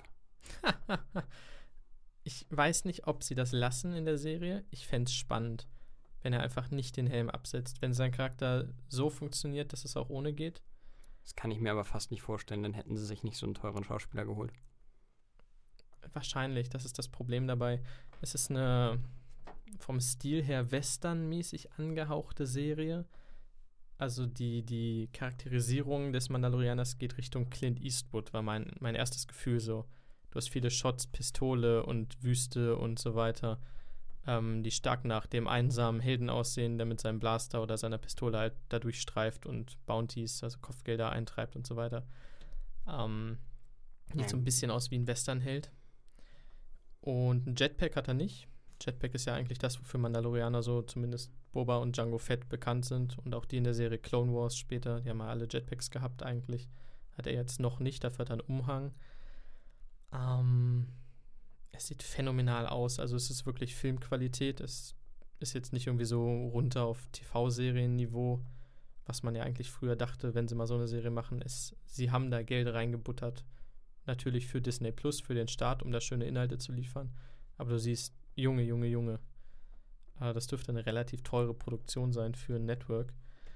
[SPEAKER 2] Ich weiß nicht, ob sie das lassen in der Serie. Ich fände es spannend, wenn er einfach nicht den Helm absetzt. Wenn sein Charakter so funktioniert, dass es auch ohne geht.
[SPEAKER 3] Das kann ich mir aber fast nicht vorstellen, dann hätten sie sich nicht so einen teuren Schauspieler geholt.
[SPEAKER 2] Wahrscheinlich, das ist das Problem dabei. Es ist eine vom Stil her westernmäßig angehauchte Serie. Also die, die Charakterisierung des Mandalorianers geht Richtung Clint Eastwood, war mein, mein erstes Gefühl so. Du hast viele Shots, Pistole und Wüste und so weiter, ähm, die stark nach dem einsamen Helden aussehen, der mit seinem Blaster oder seiner Pistole halt dadurch streift und Bounties, also Kopfgelder eintreibt und so weiter. Ähm, sieht
[SPEAKER 3] Ja.
[SPEAKER 2] so ein bisschen aus wie ein Westernheld. Und ein Jetpack hat er nicht. Jetpack ist ja eigentlich das, wofür Mandalorianer so zumindest Boba und Jango Fett bekannt sind. Und auch die in der Serie Clone Wars später, die haben ja alle Jetpacks gehabt eigentlich. Hat er jetzt noch nicht, dafür hat er einen Umhang. Ähm, es sieht phänomenal aus. Also es ist wirklich Filmqualität. Es ist jetzt nicht irgendwie so runter auf T V-Serienniveau, was man ja eigentlich früher dachte, wenn sie mal so eine Serie machen, ist, sie haben da Geld reingebuttert. Natürlich für Disney Plus, für den Start, um da schöne Inhalte zu liefern. Aber du siehst, Junge, Junge, Junge. Äh, das dürfte eine relativ teure Produktion sein für ein Network.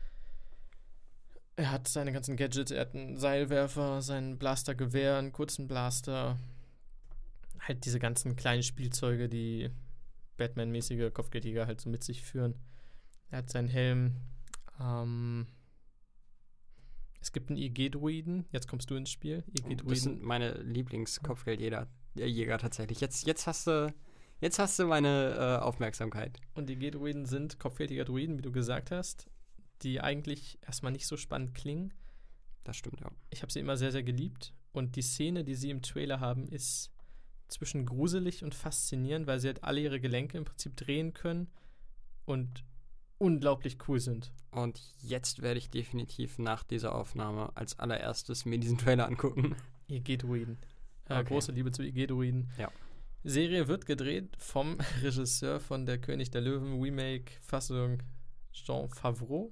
[SPEAKER 2] Er hat seine ganzen Gadgets, er hat einen Seilwerfer, sein Blastergewehr, einen kurzen Blaster. Halt diese ganzen kleinen Spielzeuge, die Batman-mäßige Kopfgeldjäger halt so mit sich führen. Er hat seinen Helm. Ähm, es gibt einen I G-Druiden. Jetzt kommst du ins Spiel. I G-Druiden.
[SPEAKER 3] Das sind meine Lieblingskopfgeldjäger äh, Jäger tatsächlich. Jetzt, jetzt hast du jetzt hast du meine äh, Aufmerksamkeit.
[SPEAKER 2] Und die G-Druiden sind Kopfgeldjäger-Druiden, wie du gesagt hast, die eigentlich erstmal nicht so spannend klingen.
[SPEAKER 3] Das stimmt, ja.
[SPEAKER 2] Ich habe sie immer sehr, sehr geliebt. Und die Szene, die sie im Trailer haben, ist zwischen gruselig und faszinierend, weil sie halt alle ihre Gelenke im Prinzip drehen können und unglaublich cool sind.
[SPEAKER 3] Und jetzt werde ich definitiv nach dieser Aufnahme als allererstes mir diesen Trailer angucken.
[SPEAKER 2] I G-Druiden. Äh,
[SPEAKER 3] Okay.
[SPEAKER 2] Große Liebe zu I G-Druiden.
[SPEAKER 3] Ja.
[SPEAKER 2] Serie wird gedreht vom Regisseur von der König der Löwen Remake-Fassung Jon Favreau.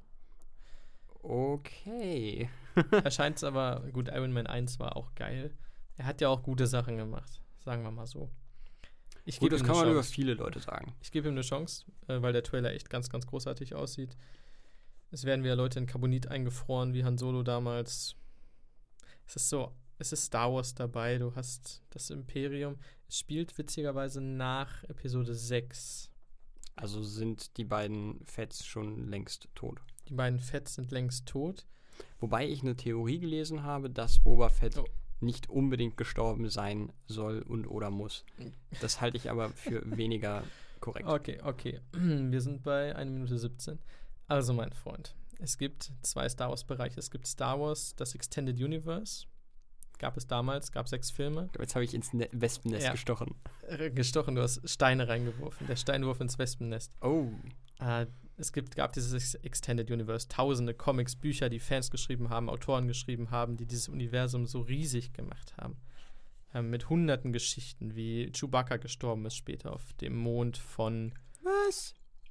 [SPEAKER 3] Okay.
[SPEAKER 2] Erscheint es aber, gut, Iron Man eins war auch geil. Er hat ja auch gute Sachen gemacht, sagen wir mal so. Ich
[SPEAKER 3] Gut,
[SPEAKER 2] gebe
[SPEAKER 3] das
[SPEAKER 2] ihm
[SPEAKER 3] kann
[SPEAKER 2] eine
[SPEAKER 3] man über
[SPEAKER 2] Chance.
[SPEAKER 3] viele Leute sagen.
[SPEAKER 2] Ich gebe ihm eine Chance, äh, weil der Trailer echt ganz, ganz großartig aussieht. Es werden wieder Leute in Carbonit eingefroren, wie Han Solo damals. Es ist so, es ist Star Wars dabei, du hast das Imperium. Es spielt witzigerweise nach Episode sechs.
[SPEAKER 3] Also sind die beiden Fets schon längst tot.
[SPEAKER 2] Die beiden Fett sind längst tot.
[SPEAKER 3] Wobei ich eine Theorie gelesen habe, dass Boba Fett
[SPEAKER 2] Oh.
[SPEAKER 3] nicht unbedingt gestorben sein soll und oder muss. Das halte ich aber für weniger korrekt.
[SPEAKER 2] Okay, okay. Wir sind bei eine Minute siebzehn. Also, mein Freund, es gibt zwei Star Wars-Bereiche. Es gibt Star Wars, das Extended Universe. Gab es damals, gab sechs Filme.
[SPEAKER 3] Jetzt habe ich ins ne Wespennest
[SPEAKER 2] Ja.
[SPEAKER 3] gestochen.
[SPEAKER 2] Äh, Gestochen, du hast Steine reingeworfen. Der Steinwurf ins Wespennest.
[SPEAKER 3] Oh.
[SPEAKER 2] Äh, es gibt, gab dieses Ex- Extended Universe, tausende Comics, Bücher, die Fans geschrieben haben, Autoren geschrieben haben, die dieses Universum so riesig gemacht haben. Ähm, mit hunderten Geschichten, wie Chewbacca gestorben ist später auf dem Mond von
[SPEAKER 3] Was?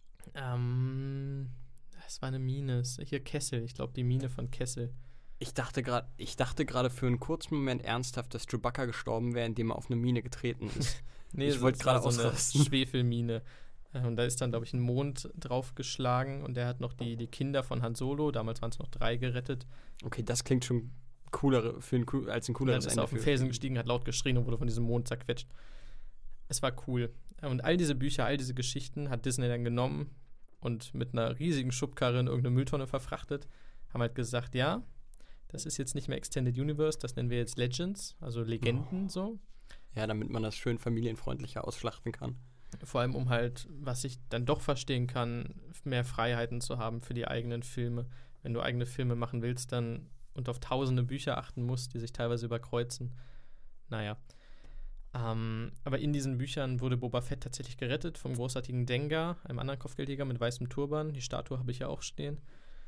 [SPEAKER 2] Ähm, es war eine Mine. Es- Hier Kessel. Ich glaube, die Mine von Kessel.
[SPEAKER 3] Ich dachte gerade, ich dachte gerade für einen kurzen Moment ernsthaft, dass Chewbacca gestorben wäre, indem er auf eine Mine getreten ist.
[SPEAKER 2] Nee,
[SPEAKER 3] Ich
[SPEAKER 2] es-
[SPEAKER 3] wollte
[SPEAKER 2] es war
[SPEAKER 3] gerade
[SPEAKER 2] so eine
[SPEAKER 3] ausrasten.
[SPEAKER 2] Schwefelmine. Äh, Und da ist dann, glaube ich, ein Mond draufgeschlagen und der hat noch die, die Kinder von Han Solo, damals waren es noch drei, gerettet.
[SPEAKER 3] Okay, das klingt schon cooler für ein, coo- als ein
[SPEAKER 2] Und dann
[SPEAKER 3] cooleres
[SPEAKER 2] ist
[SPEAKER 3] Ende.
[SPEAKER 2] er auf den
[SPEAKER 3] für-
[SPEAKER 2] Felsen gestiegen, hat laut geschrien und wurde von diesem Mond zerquetscht. Es war cool. Und all diese Bücher, all diese Geschichten hat Disney dann genommen und mit einer riesigen Schubkarre in irgendeine Mülltonne verfrachtet. Haben halt gesagt, ja, das ist jetzt nicht mehr Extended Universe, das nennen wir jetzt Legends, also Legenden so.
[SPEAKER 3] Ja, damit man das schön familienfreundlicher ausschlachten kann.
[SPEAKER 2] Vor allem, um halt, was ich dann doch verstehen kann, mehr Freiheiten zu haben für die eigenen Filme. Wenn du eigene Filme machen willst, dann und auf tausende Bücher achten musst, die sich teilweise überkreuzen. Naja. Ähm, aber in diesen Büchern wurde Boba Fett tatsächlich gerettet vom großartigen Dengar, einem anderen Kopfgeldjäger mit weißem Turban. Die Statue habe ich ja auch stehen.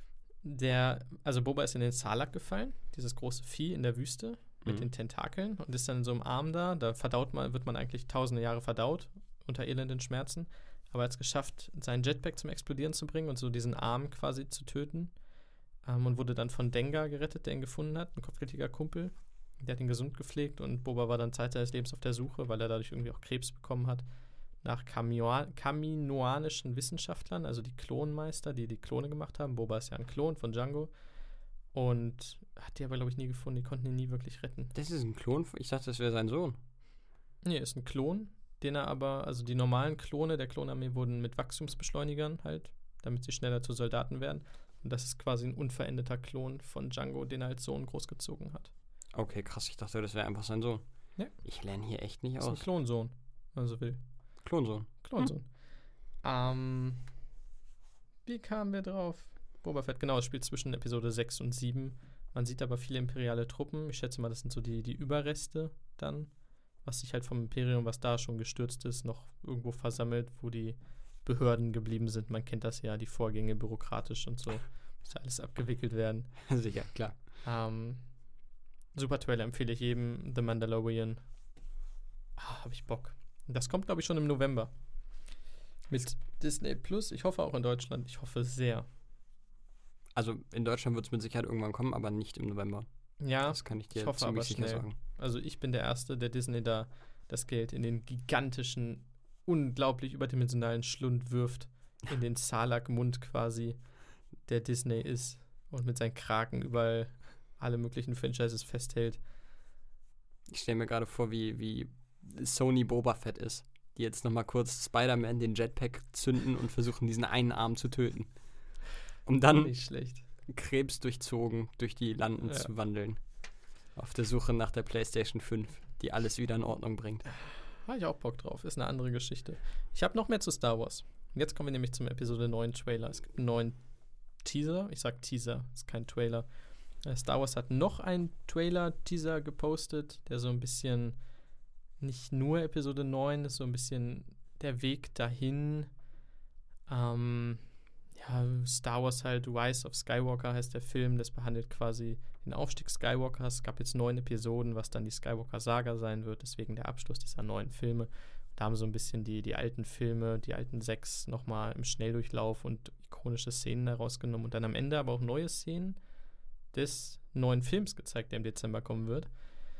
[SPEAKER 2] Der, also Boba ist in den Sarlacc gefallen, dieses große Vieh in der Wüste mit
[SPEAKER 3] Mhm.
[SPEAKER 2] den Tentakeln und ist dann in so einem Arm da. Da verdaut man, wird man eigentlich tausende Jahre verdaut unter elenden Schmerzen. Aber er hat es geschafft, seinen Jetpack zum Explodieren zu bringen und so diesen Arm quasi zu töten. Ähm, und wurde dann von Dengar gerettet, der ihn gefunden hat, ein Kopfgeldjäger-Kumpel. Der hat ihn gesund gepflegt und Boba war dann Zeit seines Lebens auf der Suche, weil er dadurch irgendwie auch Krebs bekommen hat, nach Kamioa- kaminoanischen Wissenschaftlern, also die Klonmeister, die die Klone gemacht haben. Boba ist ja ein Klon von Django. Und hat die aber, glaube ich, nie gefunden. Die konnten ihn nie wirklich retten.
[SPEAKER 3] Das ist ein Klon? Ich dachte, das wäre sein Sohn.
[SPEAKER 2] Nee, ist ein Klon, den er aber, also die normalen Klone der Klonarmee wurden mit Wachstumsbeschleunigern halt, damit sie schneller zu Soldaten werden. Und das ist quasi ein unveränderter Klon von Django, den er als Sohn großgezogen hat.
[SPEAKER 3] Okay, krass. Ich dachte, das wäre einfach sein Sohn.
[SPEAKER 2] Ja.
[SPEAKER 3] Ich lerne hier echt nicht
[SPEAKER 2] Das ist ein
[SPEAKER 3] aus.
[SPEAKER 2] Klonsohn, wenn man so will.
[SPEAKER 3] Klonsohn.
[SPEAKER 2] Klonsohn. Ähm, wie kamen wir drauf? Boba Fett, genau, es spielt zwischen Episode sechs und sieben. Man sieht aber viele imperiale Truppen. Ich schätze mal, das sind so die, die Überreste dann, was sich halt vom Imperium, was da schon gestürzt ist, noch irgendwo versammelt, wo die Behörden geblieben sind. Man kennt das ja, die Vorgänge bürokratisch und so. Muss ja alles abgewickelt werden.
[SPEAKER 3] Sicher, klar.
[SPEAKER 2] Ähm, super Trailer, empfehle ich jedem. The Mandalorian. Ah, hab ich Bock. Und das kommt, glaube ich, schon im November. Mit Disney Plus. Ich hoffe auch in Deutschland. Ich hoffe sehr.
[SPEAKER 3] Also in Deutschland wird es mit Sicherheit irgendwann kommen, aber nicht im November.
[SPEAKER 2] Ja,
[SPEAKER 3] Das kann ich dir
[SPEAKER 2] ich hoffe
[SPEAKER 3] ziemlich
[SPEAKER 2] aber
[SPEAKER 3] sicher
[SPEAKER 2] schnell.
[SPEAKER 3] sagen.
[SPEAKER 2] Also ich bin der Erste, der Disney da das Geld in den gigantischen, unglaublich überdimensionalen Schlund wirft. In den Salak-Mund quasi, der Disney ist. Und mit seinen Kraken überall alle möglichen Franchises festhält.
[SPEAKER 3] Ich stelle mir gerade vor, wie, wie Sony Boba Fett ist, die jetzt nochmal kurz Spider-Man den Jetpack zünden und versuchen, diesen einen Arm zu töten. Um dann
[SPEAKER 2] Nicht schlecht.
[SPEAKER 3] krebsdurchzogen durch die Landen
[SPEAKER 2] Ja.
[SPEAKER 3] zu wandeln. Auf der Suche nach der PlayStation fünf, die alles wieder in Ordnung bringt.
[SPEAKER 2] Habe ich auch Bock drauf. Ist eine andere Geschichte. Ich habe noch mehr zu Star Wars. Und jetzt kommen wir nämlich zum Episode neun Trailer. Es gibt einen neuen Teaser. Ich sag Teaser, ist kein Trailer. Äh, Star Wars hat noch einen Trailer-Teaser gepostet, der so ein bisschen nicht nur Episode neun ist, so ein bisschen der Weg dahin. Ähm, ja, Star Wars halt, Rise of Skywalker heißt der Film. Das behandelt quasi den Aufstieg Skywalkers. Es gab jetzt neun Episoden, was dann die Skywalker-Saga sein wird. Deswegen der Abschluss dieser neuen Filme. Da haben so ein bisschen die, die alten Filme, die alten sechs nochmal im Schnelldurchlauf und ikonische Szenen herausgenommen und dann am Ende aber auch neue Szenen des neuen Films gezeigt, der im Dezember kommen wird.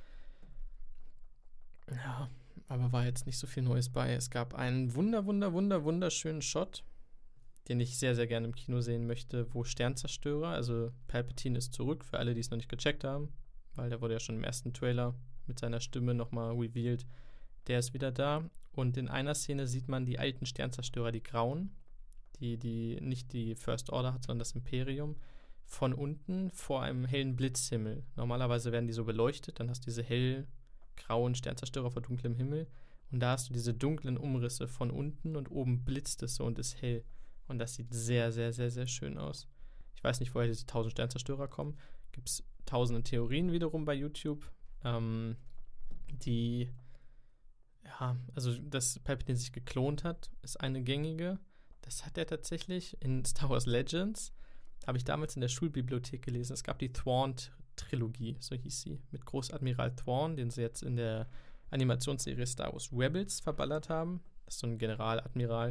[SPEAKER 2] Ja, aber war jetzt nicht so viel Neues bei. Es gab einen wunder, wunder, wunder, wunderschönen Shot, den ich sehr, sehr gerne im Kino sehen möchte, wo Sternzerstörer, also Palpatine ist zurück, für alle, die es noch nicht gecheckt haben, weil der wurde ja schon im ersten Trailer mit seiner Stimme nochmal revealed. Der ist wieder da und in einer Szene sieht man die alten Sternzerstörer, die grauen, die, die nicht die First Order hat, sondern das Imperium, von unten vor einem hellen Blitzhimmel. Normalerweise werden die so beleuchtet, dann hast du diese hellgrauen Sternzerstörer vor dunklem Himmel und da hast du diese dunklen Umrisse von unten und oben blitzt es so und ist hell. Und das sieht sehr, sehr, sehr, sehr schön aus. Ich weiß nicht, woher diese tausend Sternzerstörer kommen. Gibt es tausende Theorien wiederum bei YouTube, ähm, die ja, also dass Palpatine sich geklont hat, ist eine gängige. Das hat er tatsächlich in Star Wars Legends, habe ich damals in der Schulbibliothek gelesen. Es gab die Thrawn-Trilogie, so hieß sie, mit Großadmiral Thrawn, den sie jetzt in der Animationsserie Star Wars Rebels verballert haben. Das ist so ein Generaladmiral.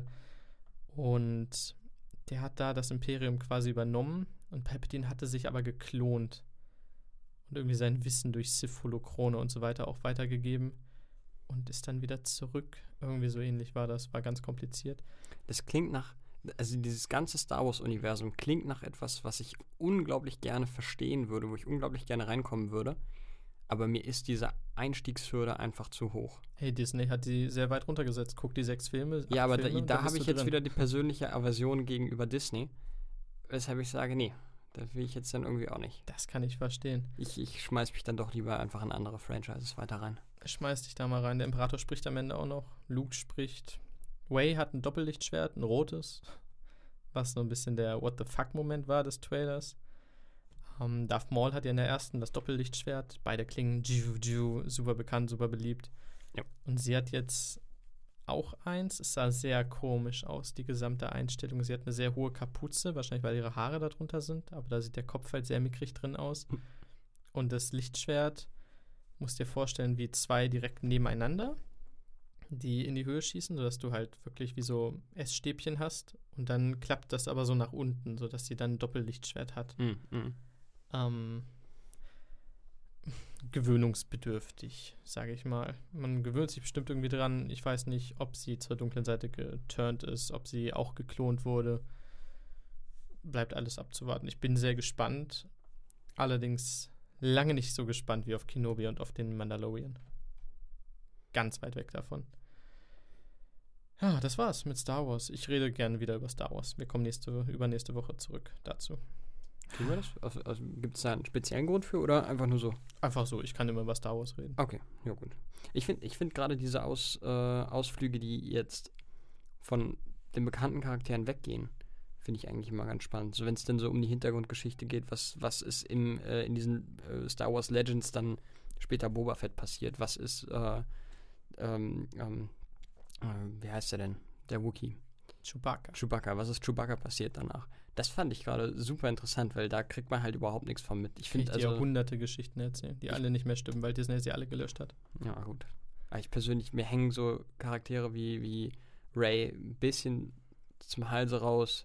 [SPEAKER 2] Und der hat da das Imperium quasi übernommen und Palpatine hatte sich aber geklont und irgendwie sein Wissen durch Sith-Holochrone und so weiter auch weitergegeben und ist dann wieder zurück. Irgendwie so ähnlich war das, war ganz kompliziert.
[SPEAKER 3] Das klingt nach, also dieses ganze Star Wars-Universum klingt nach etwas, was ich unglaublich gerne verstehen würde, wo ich unglaublich gerne reinkommen würde. Aber mir ist diese Einstiegshürde einfach zu hoch.
[SPEAKER 2] Hey, Disney hat die sehr weit runtergesetzt. Guck die sechs Filme.
[SPEAKER 3] Ja, aber
[SPEAKER 2] Filme,
[SPEAKER 3] da, da
[SPEAKER 2] bist
[SPEAKER 3] habe
[SPEAKER 2] du
[SPEAKER 3] ich jetzt
[SPEAKER 2] drin.
[SPEAKER 3] wieder die persönliche Aversion gegenüber Disney. Weshalb ich sage, nee, das will ich jetzt dann irgendwie auch nicht.
[SPEAKER 2] Das kann ich verstehen.
[SPEAKER 3] Ich, ich schmeiß mich dann doch lieber einfach in andere Franchises weiter rein.
[SPEAKER 2] Schmeiß dich da mal rein. Der Imperator spricht am Ende auch noch. Luke spricht. Way hat ein Doppellichtschwert, ein rotes. Was so ein bisschen der What the fuck-Moment war des Trailers. Um, Darth Maul hat ja in der ersten das Doppellichtschwert. Beide klingen Jiu, Jiu, super bekannt, super beliebt.
[SPEAKER 3] Ja.
[SPEAKER 2] Und sie hat jetzt auch eins. Es sah sehr komisch aus, die gesamte Einstellung. Sie hat eine sehr hohe Kapuze, wahrscheinlich weil ihre Haare darunter sind. Aber da sieht der Kopf halt sehr mickrig drin aus.
[SPEAKER 3] Hm.
[SPEAKER 2] Und das Lichtschwert, musst dir vorstellen, wie zwei direkt nebeneinander, die in die Höhe schießen, sodass du halt wirklich wie so Essstäbchen hast. Und dann klappt das aber so nach unten, sodass sie dann ein Doppellichtschwert hat.
[SPEAKER 3] Mm, mm.
[SPEAKER 2] Ähm, gewöhnungsbedürftig, sage ich mal. Man gewöhnt sich bestimmt irgendwie dran. Ich weiß nicht, ob sie zur dunklen Seite geturnt ist, ob sie auch geklont wurde. Bleibt alles abzuwarten. Ich bin sehr gespannt. Allerdings lange nicht so gespannt wie auf Kenobi und auf den Mandalorian. Ganz weit weg davon. Ja, das war's mit Star Wars. Ich rede gerne wieder über Star Wars. Wir kommen nächste, übernächste Woche zurück dazu.
[SPEAKER 3] Tun wir das? Also, also, gibt es da einen speziellen Grund für oder einfach nur so?
[SPEAKER 2] Einfach so, ich kann immer über Star Wars reden.
[SPEAKER 3] Okay, ja gut. Ich finde ich find gerade diese Aus, äh, Ausflüge, die jetzt von den bekannten Charakteren weggehen, Finde ich eigentlich immer ganz spannend. So, wenn es denn so um die Hintergrundgeschichte geht, was, was ist im, äh, in diesen äh, Star Wars Legends dann später Boba Fett passiert? Was ist, äh, ähm, ähm, äh, wie heißt der denn? Der Wookiee.
[SPEAKER 2] Chewbacca.
[SPEAKER 3] Chewbacca. Was ist Chewbacca passiert danach? Das fand ich gerade super interessant, weil da kriegt man halt überhaupt nichts von mit. Ich
[SPEAKER 2] Kann ich
[SPEAKER 3] finde
[SPEAKER 2] dir
[SPEAKER 3] also,
[SPEAKER 2] hunderte Geschichten erzählen, die alle nicht mehr stimmen, weil Disney sie alle gelöscht hat.
[SPEAKER 3] ja gut. Aber ich persönlich, mir hängen so Charaktere wie, wie Rey ein bisschen zum Halse raus.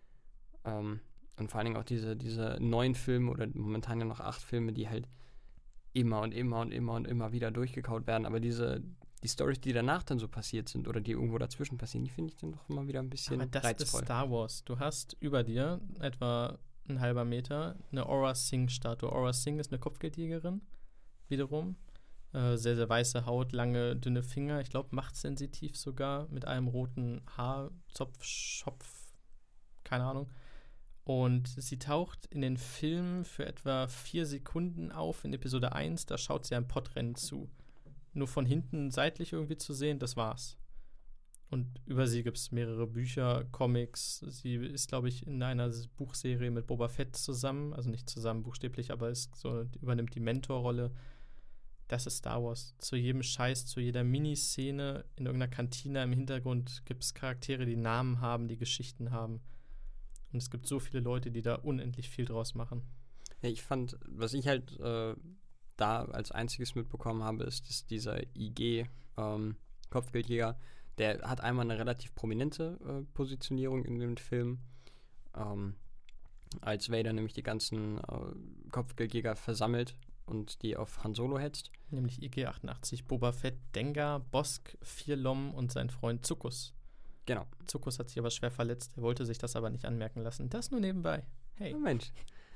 [SPEAKER 3] Ähm, und vor allen Dingen auch diese, diese neun Filme oder momentan ja noch acht Filme, die halt immer und immer und immer und immer wieder durchgekaut werden. Aber diese, die Storys, die danach dann so passiert sind oder die irgendwo dazwischen passieren, die finde ich dann doch immer wieder ein bisschen
[SPEAKER 2] Aber das
[SPEAKER 3] reizvoll.
[SPEAKER 2] ist Star Wars. Du hast über dir etwa ein halber Meter eine Aura Singh-Statue. Aura Singh ist eine Kopfgeldjägerin, wiederum. Äh, sehr, sehr weiße Haut, lange, dünne Finger. Ich glaube, machtsensitiv sogar, mit einem roten Haarzopf, Schopf, keine Ahnung. Und sie taucht in den Filmen für etwa vier Sekunden auf in Episode eins. Da schaut sie einem Podrennen zu. Nur von hinten seitlich irgendwie zu sehen, das war's. Und über sie gibt es mehrere Bücher, Comics. Sie ist, glaube ich, in einer Buchserie mit Boba Fett zusammen. Also nicht zusammen buchstäblich, aber ist so, übernimmt die Mentorrolle. Das ist Star Wars. Zu jedem Scheiß, zu jeder Miniszene in irgendeiner Kantine im Hintergrund gibt es Charaktere, die Namen haben, die Geschichten haben. Und es gibt so viele Leute, die da unendlich viel draus machen.
[SPEAKER 3] Ja, ich fand, was ich halt äh, da als einziges mitbekommen habe, ist, dass dieser I G ähm, Kopfgeldjäger, der hat einmal eine relativ prominente äh, Positionierung in dem Film, ähm, als Vader nämlich die ganzen äh, Kopfgeldjäger versammelt und die auf Han Solo hetzt.
[SPEAKER 2] Nämlich I G achtundachtzig, Boba Fett, Dengar, Bosk, Vierlom und sein Freund Zuckus.
[SPEAKER 3] Genau.
[SPEAKER 2] Zuckus hat sich aber schwer verletzt. Er wollte sich das aber nicht anmerken lassen. Das nur nebenbei. Hey.
[SPEAKER 3] Oh Mensch.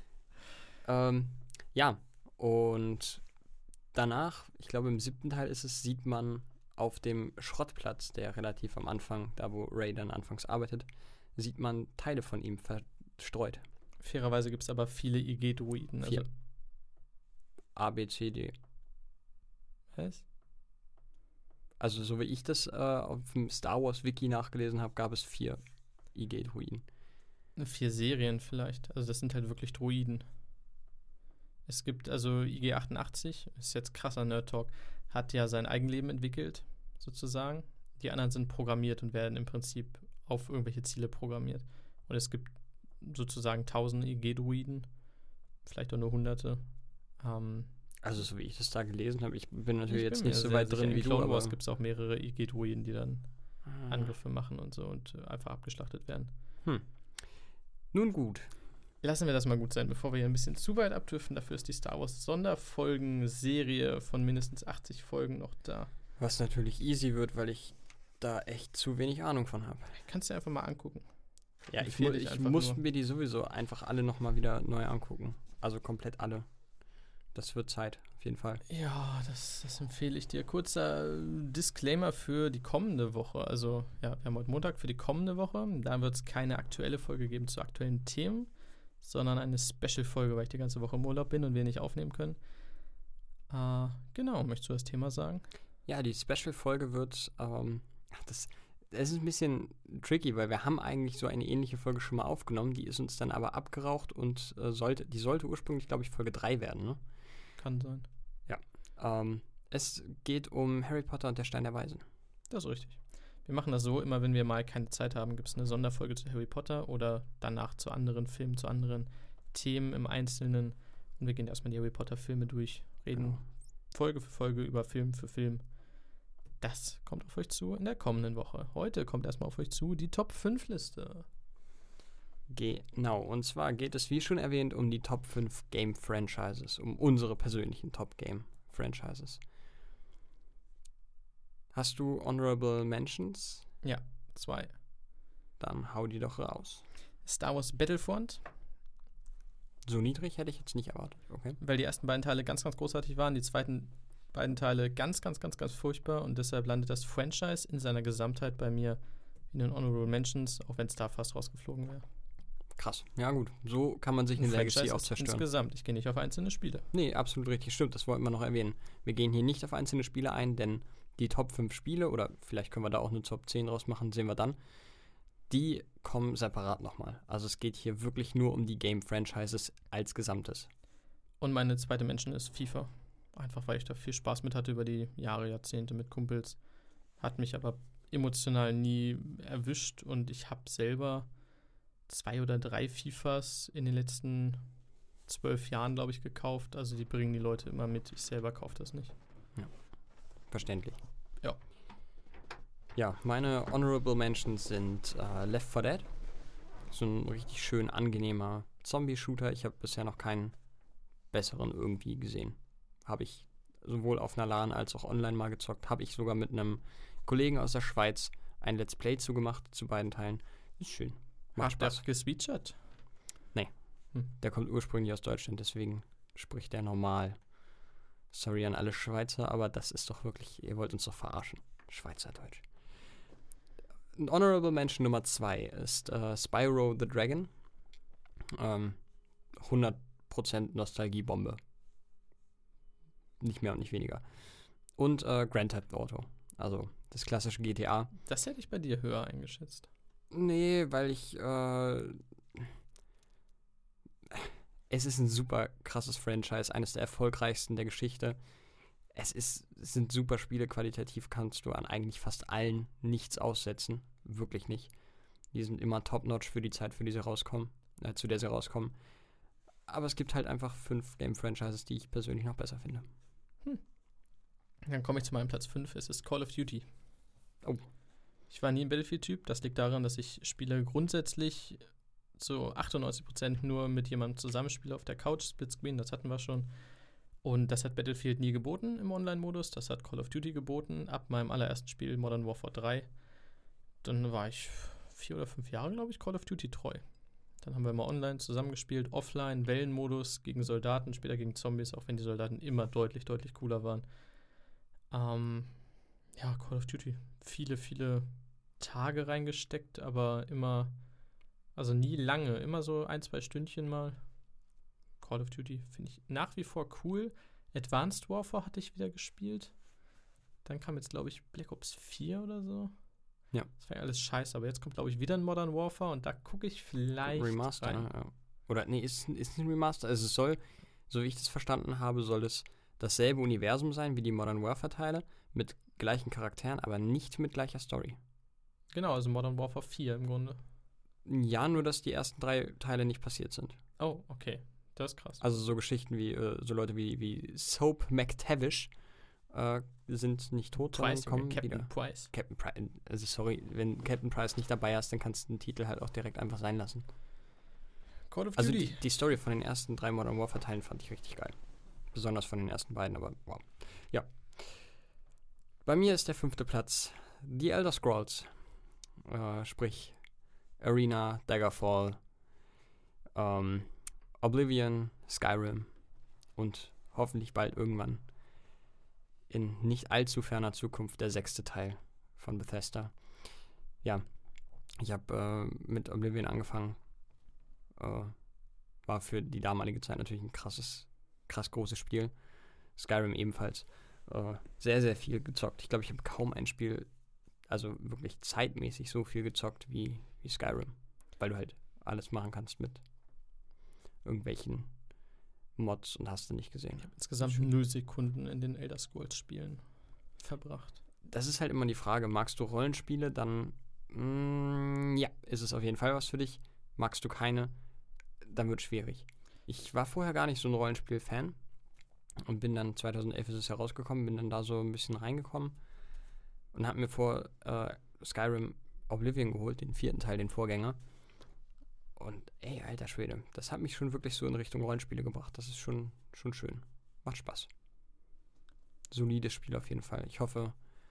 [SPEAKER 3] ähm, ja, und danach, ich glaube im siebten Teil ist es, sieht man auf dem Schrottplatz, der relativ am Anfang, da wo Rey dann anfangs arbeitet, sieht man Teile von ihm verstreut.
[SPEAKER 2] Fairerweise gibt es aber viele I G-Druiden. Also
[SPEAKER 3] Vier. A, B, C, D.
[SPEAKER 2] Was?
[SPEAKER 3] Also so wie ich das äh, auf dem Star Wars Wiki nachgelesen habe, gab es vier I G-Druiden.
[SPEAKER 2] Vier Serien vielleicht. Also das sind halt wirklich Druiden. Es gibt also I G achtundachtzig, ist jetzt krasser Nerd-Talk, hat ja sein Eigenleben entwickelt, sozusagen. Die anderen sind programmiert und werden im Prinzip auf irgendwelche Ziele programmiert. Und es gibt sozusagen tausende I G-Druiden, vielleicht auch nur hunderte. Ähm,
[SPEAKER 3] Also so wie ich das da gelesen habe, ich bin natürlich
[SPEAKER 2] ich
[SPEAKER 3] jetzt
[SPEAKER 2] bin
[SPEAKER 3] nicht
[SPEAKER 2] mir
[SPEAKER 3] so
[SPEAKER 2] sehr
[SPEAKER 3] weit
[SPEAKER 2] sicher,
[SPEAKER 3] drin
[SPEAKER 2] in
[SPEAKER 3] wie du,
[SPEAKER 2] Clone
[SPEAKER 3] aber
[SPEAKER 2] Wars gibt es auch mehrere I G-Druiden, die dann
[SPEAKER 3] Ah.
[SPEAKER 2] Angriffe machen und so und äh, einfach abgeschlachtet werden.
[SPEAKER 3] Hm. Nun gut.
[SPEAKER 2] Lassen wir das mal gut sein, bevor wir hier ein bisschen zu weit abdriften. Dafür ist die Star Wars Sonderfolgen-Serie von mindestens achtzig Folgen noch da.
[SPEAKER 3] Was natürlich easy wird, weil ich da echt zu wenig Ahnung von habe.
[SPEAKER 2] Kannst du dir einfach mal angucken.
[SPEAKER 3] Ja, ich,
[SPEAKER 2] Empfehle
[SPEAKER 3] mu
[SPEAKER 2] ich
[SPEAKER 3] ich
[SPEAKER 2] einfach
[SPEAKER 3] muss
[SPEAKER 2] nur.
[SPEAKER 3] mir die sowieso einfach alle nochmal wieder neu angucken. Also komplett alle. Das wird Zeit, auf jeden Fall.
[SPEAKER 2] Ja, das, das empfehle ich dir. Kurzer Disclaimer für die kommende Woche. Also, ja, wir haben heute Montag für die kommende Woche. Da wird es keine aktuelle Folge geben zu aktuellen Themen, sondern eine Special-Folge, weil ich die ganze Woche im Urlaub bin und wir nicht aufnehmen können. Äh, genau, möchtest du das Thema sagen?
[SPEAKER 3] Ja, die Special-Folge wird, ähm, das, das ist ein bisschen tricky, weil wir haben eigentlich so eine ähnliche Folge schon mal aufgenommen, die ist uns dann aber abgeraucht und äh, sollte, die sollte ursprünglich, glaube ich, Folge drei werden, ne?
[SPEAKER 2] Kann sein.
[SPEAKER 3] Ähm, es geht um Harry Potter und der Stein der Weisen.
[SPEAKER 2] Das ist richtig. Wir machen das so, immer wenn wir mal keine Zeit haben, gibt es eine Sonderfolge zu Harry Potter oder danach zu anderen Filmen, zu anderen Themen im Einzelnen. Und wir gehen erstmal die Harry Potter Filme durch, reden
[SPEAKER 3] Genau.
[SPEAKER 2] Folge für Folge über Film für Film. Das kommt auf euch zu in der kommenden Woche. Heute kommt erstmal auf euch zu die Top fünf Liste.
[SPEAKER 3] Genau, und zwar geht es, wie schon erwähnt, um die Top fünf Game-Franchises, um unsere persönlichen Top-Game-Franchises. Hast du Honorable Mentions?
[SPEAKER 2] Zwei.
[SPEAKER 3] Dann hau die doch raus.
[SPEAKER 2] Star Wars Battlefront,
[SPEAKER 3] So niedrig hätte ich jetzt nicht erwartet. Okay.
[SPEAKER 2] weil die ersten beiden Teile ganz, ganz großartig waren, die zweiten beiden Teile ganz, ganz, ganz, ganz furchtbar und deshalb landet das Franchise in seiner Gesamtheit bei mir in den Honorable Mentions, auch wenn es da fast rausgeflogen wäre.
[SPEAKER 3] Krass. Ja gut, so kann man sich eine Legacy auch zerstören.
[SPEAKER 2] Insgesamt, ich gehe nicht auf einzelne Spiele.
[SPEAKER 3] Nee, absolut richtig. Stimmt, das wollten wir noch erwähnen. Wir gehen hier nicht auf einzelne Spiele ein, denn die Top fünf Spiele, oder vielleicht können wir da auch eine Top zehn draus machen, sehen wir dann, die kommen separat nochmal. Also es geht hier wirklich nur um die Game-Franchises als Gesamtes.
[SPEAKER 2] Und meine zweite Mention ist FIFA. Einfach, weil ich da viel Spaß mit hatte über die Jahre, Jahrzehnte mit Kumpels. Hat mich aber emotional nie erwischt und ich habe selber zwei oder drei FIFAs in den letzten zwölf Jahren, glaube ich, gekauft. Also die bringen die Leute immer mit. Ich selber kaufe das nicht.
[SPEAKER 3] Ja, verständlich.
[SPEAKER 2] Ja.
[SPEAKER 3] Ja, meine Honorable Mentions sind äh, Left four Dead. So ein richtig schön angenehmer Zombie-Shooter. Ich habe bisher noch keinen besseren irgendwie gesehen. Habe ich sowohl auf einer LAN als auch online mal gezockt. Habe ich sogar mit einem Kollegen aus der Schweiz ein Let's Play zugemacht zu beiden Teilen. Ist schön. Macht
[SPEAKER 2] Hat der
[SPEAKER 3] Spaß.
[SPEAKER 2] geswitchert?
[SPEAKER 3] Nee.
[SPEAKER 2] Hm.
[SPEAKER 3] Der kommt ursprünglich aus Deutschland, deswegen spricht der normal. Sorry an alle Schweizer, aber das ist doch wirklich, ihr wollt uns doch verarschen. Schweizerdeutsch. Honorable Mention Nummer zwei ist äh, Spyro the Dragon. Ähm, hundert Prozent Nostalgiebombe. Nicht mehr und nicht weniger. Und äh, Grand Theft Auto. Also das klassische G T A.
[SPEAKER 2] Das hätte ich bei dir höher eingeschätzt.
[SPEAKER 3] Nee, weil ich äh, es ist ein super krasses Franchise, eines der erfolgreichsten der Geschichte. Es ist, es sind super Spiele, qualitativ kannst du an eigentlich fast allen nichts aussetzen. Wirklich nicht. Die sind immer top-notch für die Zeit, für die sie rauskommen, äh, zu der sie rauskommen. Aber es gibt halt einfach fünf Game-Franchises, die ich persönlich noch besser finde.
[SPEAKER 2] Hm. Dann komme ich zu meinem Platz fünf. Es ist Call of Duty.
[SPEAKER 3] Oh.
[SPEAKER 2] Ich war nie ein Battlefield-Typ. Das liegt daran, dass ich Spiele grundsätzlich zu achtundneunzig Prozent nur mit jemandem zusammenspiele auf der Couch, Splitscreen, das hatten wir schon. Und das hat Battlefield nie geboten im Online-Modus. Das hat Call of Duty geboten. Ab meinem allerersten Spiel, Modern Warfare drei. Dann war ich vier oder fünf Jahre, glaube ich, Call of Duty treu. Dann haben wir mal online zusammengespielt, offline, Wellenmodus gegen Soldaten, später gegen Zombies, auch wenn die Soldaten immer deutlich, deutlich cooler waren. Ähm, ja, Call of Duty. Viele, viele Tage reingesteckt, aber immer, also nie lange, immer so ein, zwei Stündchen mal. Call of Duty finde ich nach wie vor cool. Advanced Warfare hatte ich wieder gespielt. Dann kam jetzt, glaube ich, Black Ops vier oder so.
[SPEAKER 3] Ja.
[SPEAKER 2] Das war ja alles scheiße, aber jetzt kommt, glaube ich, wieder ein Modern Warfare und da gucke ich vielleicht
[SPEAKER 3] Remaster,
[SPEAKER 2] rein.
[SPEAKER 3] ne? Ja. Oder, nee, ist, ist ein Remaster. Also es soll, so wie ich das verstanden habe, soll es dasselbe Universum sein wie die Modern Warfare-Teile, mit gleichen Charakteren, aber nicht mit gleicher Story.
[SPEAKER 2] Genau, also Modern Warfare vier im Grunde.
[SPEAKER 3] Ja, nur dass die ersten drei Teile nicht passiert sind.
[SPEAKER 2] Oh, okay. Das ist krass.
[SPEAKER 3] Also so Geschichten wie, äh, so Leute wie, wie Soap McTavish äh, sind nicht tot,
[SPEAKER 2] Price,
[SPEAKER 3] sondern kommen
[SPEAKER 2] Captain
[SPEAKER 3] wieder.
[SPEAKER 2] Price.
[SPEAKER 3] Captain Price. Also sorry, wenn Captain Price nicht dabei ist, dann kannst du den Titel halt auch direkt einfach sein lassen.
[SPEAKER 2] Call of
[SPEAKER 3] Also
[SPEAKER 2] Duty.
[SPEAKER 3] die, die Story von den ersten drei Modern Warfare Teilen fand ich richtig geil. Besonders von den ersten beiden, aber wow. Ja. Bei mir ist der fünfte Platz The Elder Scrolls. Äh, sprich Arena, Daggerfall, ähm, Oblivion, Skyrim und hoffentlich bald irgendwann in nicht allzu ferner Zukunft der sechste Teil von Bethesda. Ja, ich habe äh, mit Oblivion angefangen. Äh, war für die damalige Zeit natürlich ein krasses, krass großes Spiel. Skyrim ebenfalls. Äh, sehr, sehr viel gezockt. Ich glaube, ich habe kaum ein Spiel, also wirklich zeitmäßig so viel gezockt wie, wie Skyrim. Weil du halt alles machen kannst mit irgendwelchen Mods und hast du nicht gesehen.
[SPEAKER 2] Ich habe insgesamt null Sekunden in den Elder Scrolls Spielen verbracht.
[SPEAKER 3] Das ist halt immer die Frage, magst du Rollenspiele, dann mh, ja, ist es auf jeden Fall was für dich. Magst du keine, dann wird es schwierig. Ich war vorher gar nicht so ein Rollenspiel-Fan und bin dann, zweitausendelf ist es herausgekommen, bin dann da so ein bisschen reingekommen und habe mir vor äh, Skyrim Oblivion geholt, den vierten Teil, den Vorgänger. Und ey, alter Schwede, das hat mich schon wirklich so in Richtung Rollenspiele gebracht. Das ist schon, schon schön. Macht Spaß. Solides Spiel auf jeden Fall. Ich hoffe,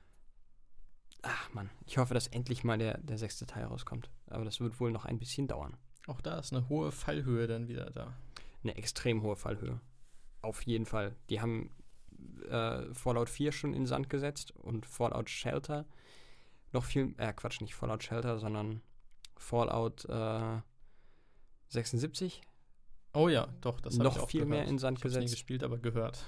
[SPEAKER 3] ach Mann, ich hoffe, dass endlich mal der, der sechste Teil rauskommt. Aber das wird wohl noch ein bisschen dauern.
[SPEAKER 2] Auch da ist eine hohe Fallhöhe dann wieder da.
[SPEAKER 3] Eine extrem hohe Fallhöhe. Auf jeden Fall. Die haben äh, Fallout vier schon in den Sand gesetzt und Fallout Shelter noch viel, äh Quatsch, nicht Fallout Shelter, sondern Fallout äh, sechsundsiebzig.
[SPEAKER 2] Oh ja, doch, das habe
[SPEAKER 3] noch
[SPEAKER 2] ich auch
[SPEAKER 3] viel
[SPEAKER 2] gehört.
[SPEAKER 3] mehr in den Sand
[SPEAKER 2] Ich habe es nie
[SPEAKER 3] gesetzt.
[SPEAKER 2] gespielt, aber gehört.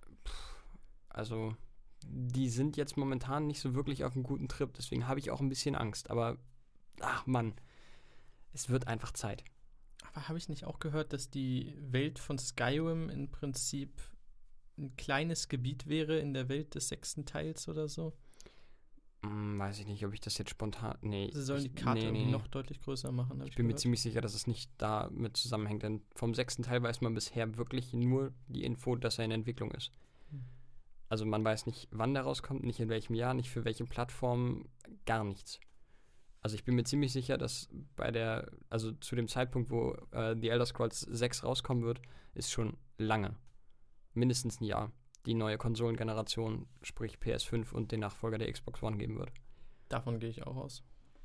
[SPEAKER 3] Also, die sind jetzt momentan nicht so wirklich auf einem guten Trip, deswegen habe ich auch ein bisschen Angst. Aber, ach Mann, es wird einfach Zeit.
[SPEAKER 2] Aber habe ich nicht auch gehört, dass die Welt von Skyrim im Prinzip ein kleines Gebiet wäre in der Welt des sechsten Teils oder so?
[SPEAKER 3] Hm, weiß ich nicht, ob ich das jetzt spontan. Nee.
[SPEAKER 2] Sie sollen
[SPEAKER 3] ich,
[SPEAKER 2] die Karte
[SPEAKER 3] nee,
[SPEAKER 2] irgendwie
[SPEAKER 3] nee.
[SPEAKER 2] noch deutlich größer machen. hab
[SPEAKER 3] Ich bin mir
[SPEAKER 2] gehört.
[SPEAKER 3] ziemlich sicher, dass es nicht damit zusammenhängt, denn vom sechsten Teil weiß man bisher wirklich nur die Info, dass er in Entwicklung ist.
[SPEAKER 2] Hm.
[SPEAKER 3] Also man weiß nicht, wann der rauskommt, nicht in welchem Jahr, nicht für welche Plattform, gar nichts. Also ich bin mir ziemlich sicher, dass bei der, also zu dem Zeitpunkt, wo äh, The Elder Scrolls sechs rauskommen wird, ist schon lange, mindestens ein Jahr, die neue Konsolengeneration, sprich P S fünf und den Nachfolger der Xbox One geben wird.
[SPEAKER 2] Davon gehe ich auch aus.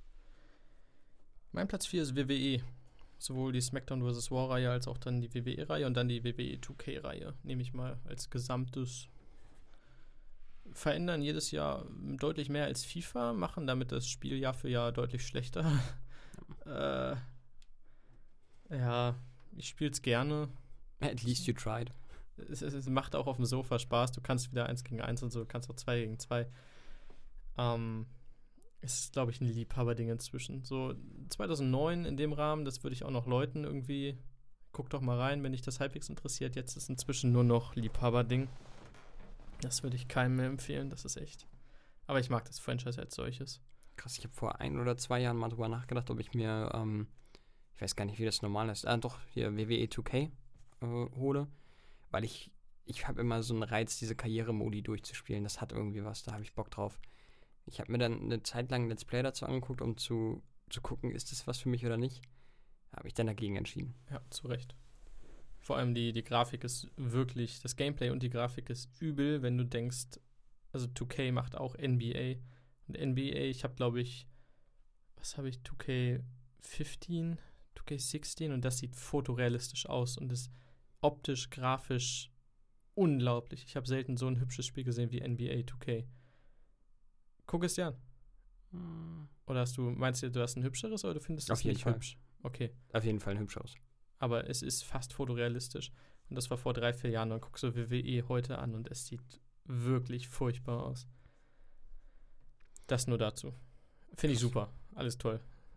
[SPEAKER 2] Mein Platz vier ist W W E. Sowohl die SmackDown versus. War-Reihe als auch dann die W W E-Reihe und dann die W W E zwei K-Reihe. Nehme ich mal als gesamtes. Verändern jedes Jahr deutlich mehr als FIFA, machen damit das Spiel Jahr für Jahr deutlich schlechter. äh, ja, ich spiele es gerne.
[SPEAKER 3] At least you tried.
[SPEAKER 2] Es, es, es macht auch auf dem Sofa Spaß. Du kannst wieder eins gegen eins und so, du kannst auch zwei gegen zwei. Ähm, es ist, glaube ich, ein Liebhaberding inzwischen. So zweitausendneun in dem Rahmen, das würde ich auch noch Leuten irgendwie, guck doch mal rein, wenn dich das halbwegs interessiert. Jetzt ist inzwischen nur noch Liebhaberding. Das würde ich keinem mehr empfehlen, das ist echt. Aber ich mag das Franchise als solches.
[SPEAKER 3] Krass, ich habe vor ein oder zwei Jahren mal drüber nachgedacht, ob ich mir, ähm, ich weiß gar nicht, wie das normal ist, ah doch, hier W W E zwei K äh, hole, weil ich, ich habe immer so einen Reiz, diese Karrieremodi durchzuspielen, das hat irgendwie was, da habe ich Bock drauf. Ich habe mir dann eine Zeit lang ein Let's Play dazu angeguckt, um zu, zu gucken, ist das was für mich oder nicht. Habe ich dann dagegen entschieden.
[SPEAKER 2] Ja, zu Recht. Vor allem die, die Grafik ist wirklich, das Gameplay und die Grafik ist übel, wenn du denkst, also zwei K macht auch N B A. Und N B A, ich habe glaube ich, was habe ich, zwei K fünfzehn, zwei K sechzehn und das sieht fotorealistisch aus und ist optisch, grafisch unglaublich. Ich habe selten so ein hübsches Spiel gesehen wie N B A zwei K. Guck es dir an.
[SPEAKER 3] Hm.
[SPEAKER 2] Oder hast du, meinst du, du hast ein hübscheres oder du findest das
[SPEAKER 3] Auf jeden
[SPEAKER 2] nicht
[SPEAKER 3] Fall.
[SPEAKER 2] hübsch? Okay.
[SPEAKER 3] Auf jeden Fall hübsch aus.
[SPEAKER 2] Aber es ist fast fotorealistisch. Und das war vor drei, vier Jahren. Dann guckst du W W E heute an und es sieht wirklich furchtbar aus. Das nur dazu. Finde ich super. Alles toll.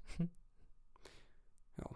[SPEAKER 3] Ja.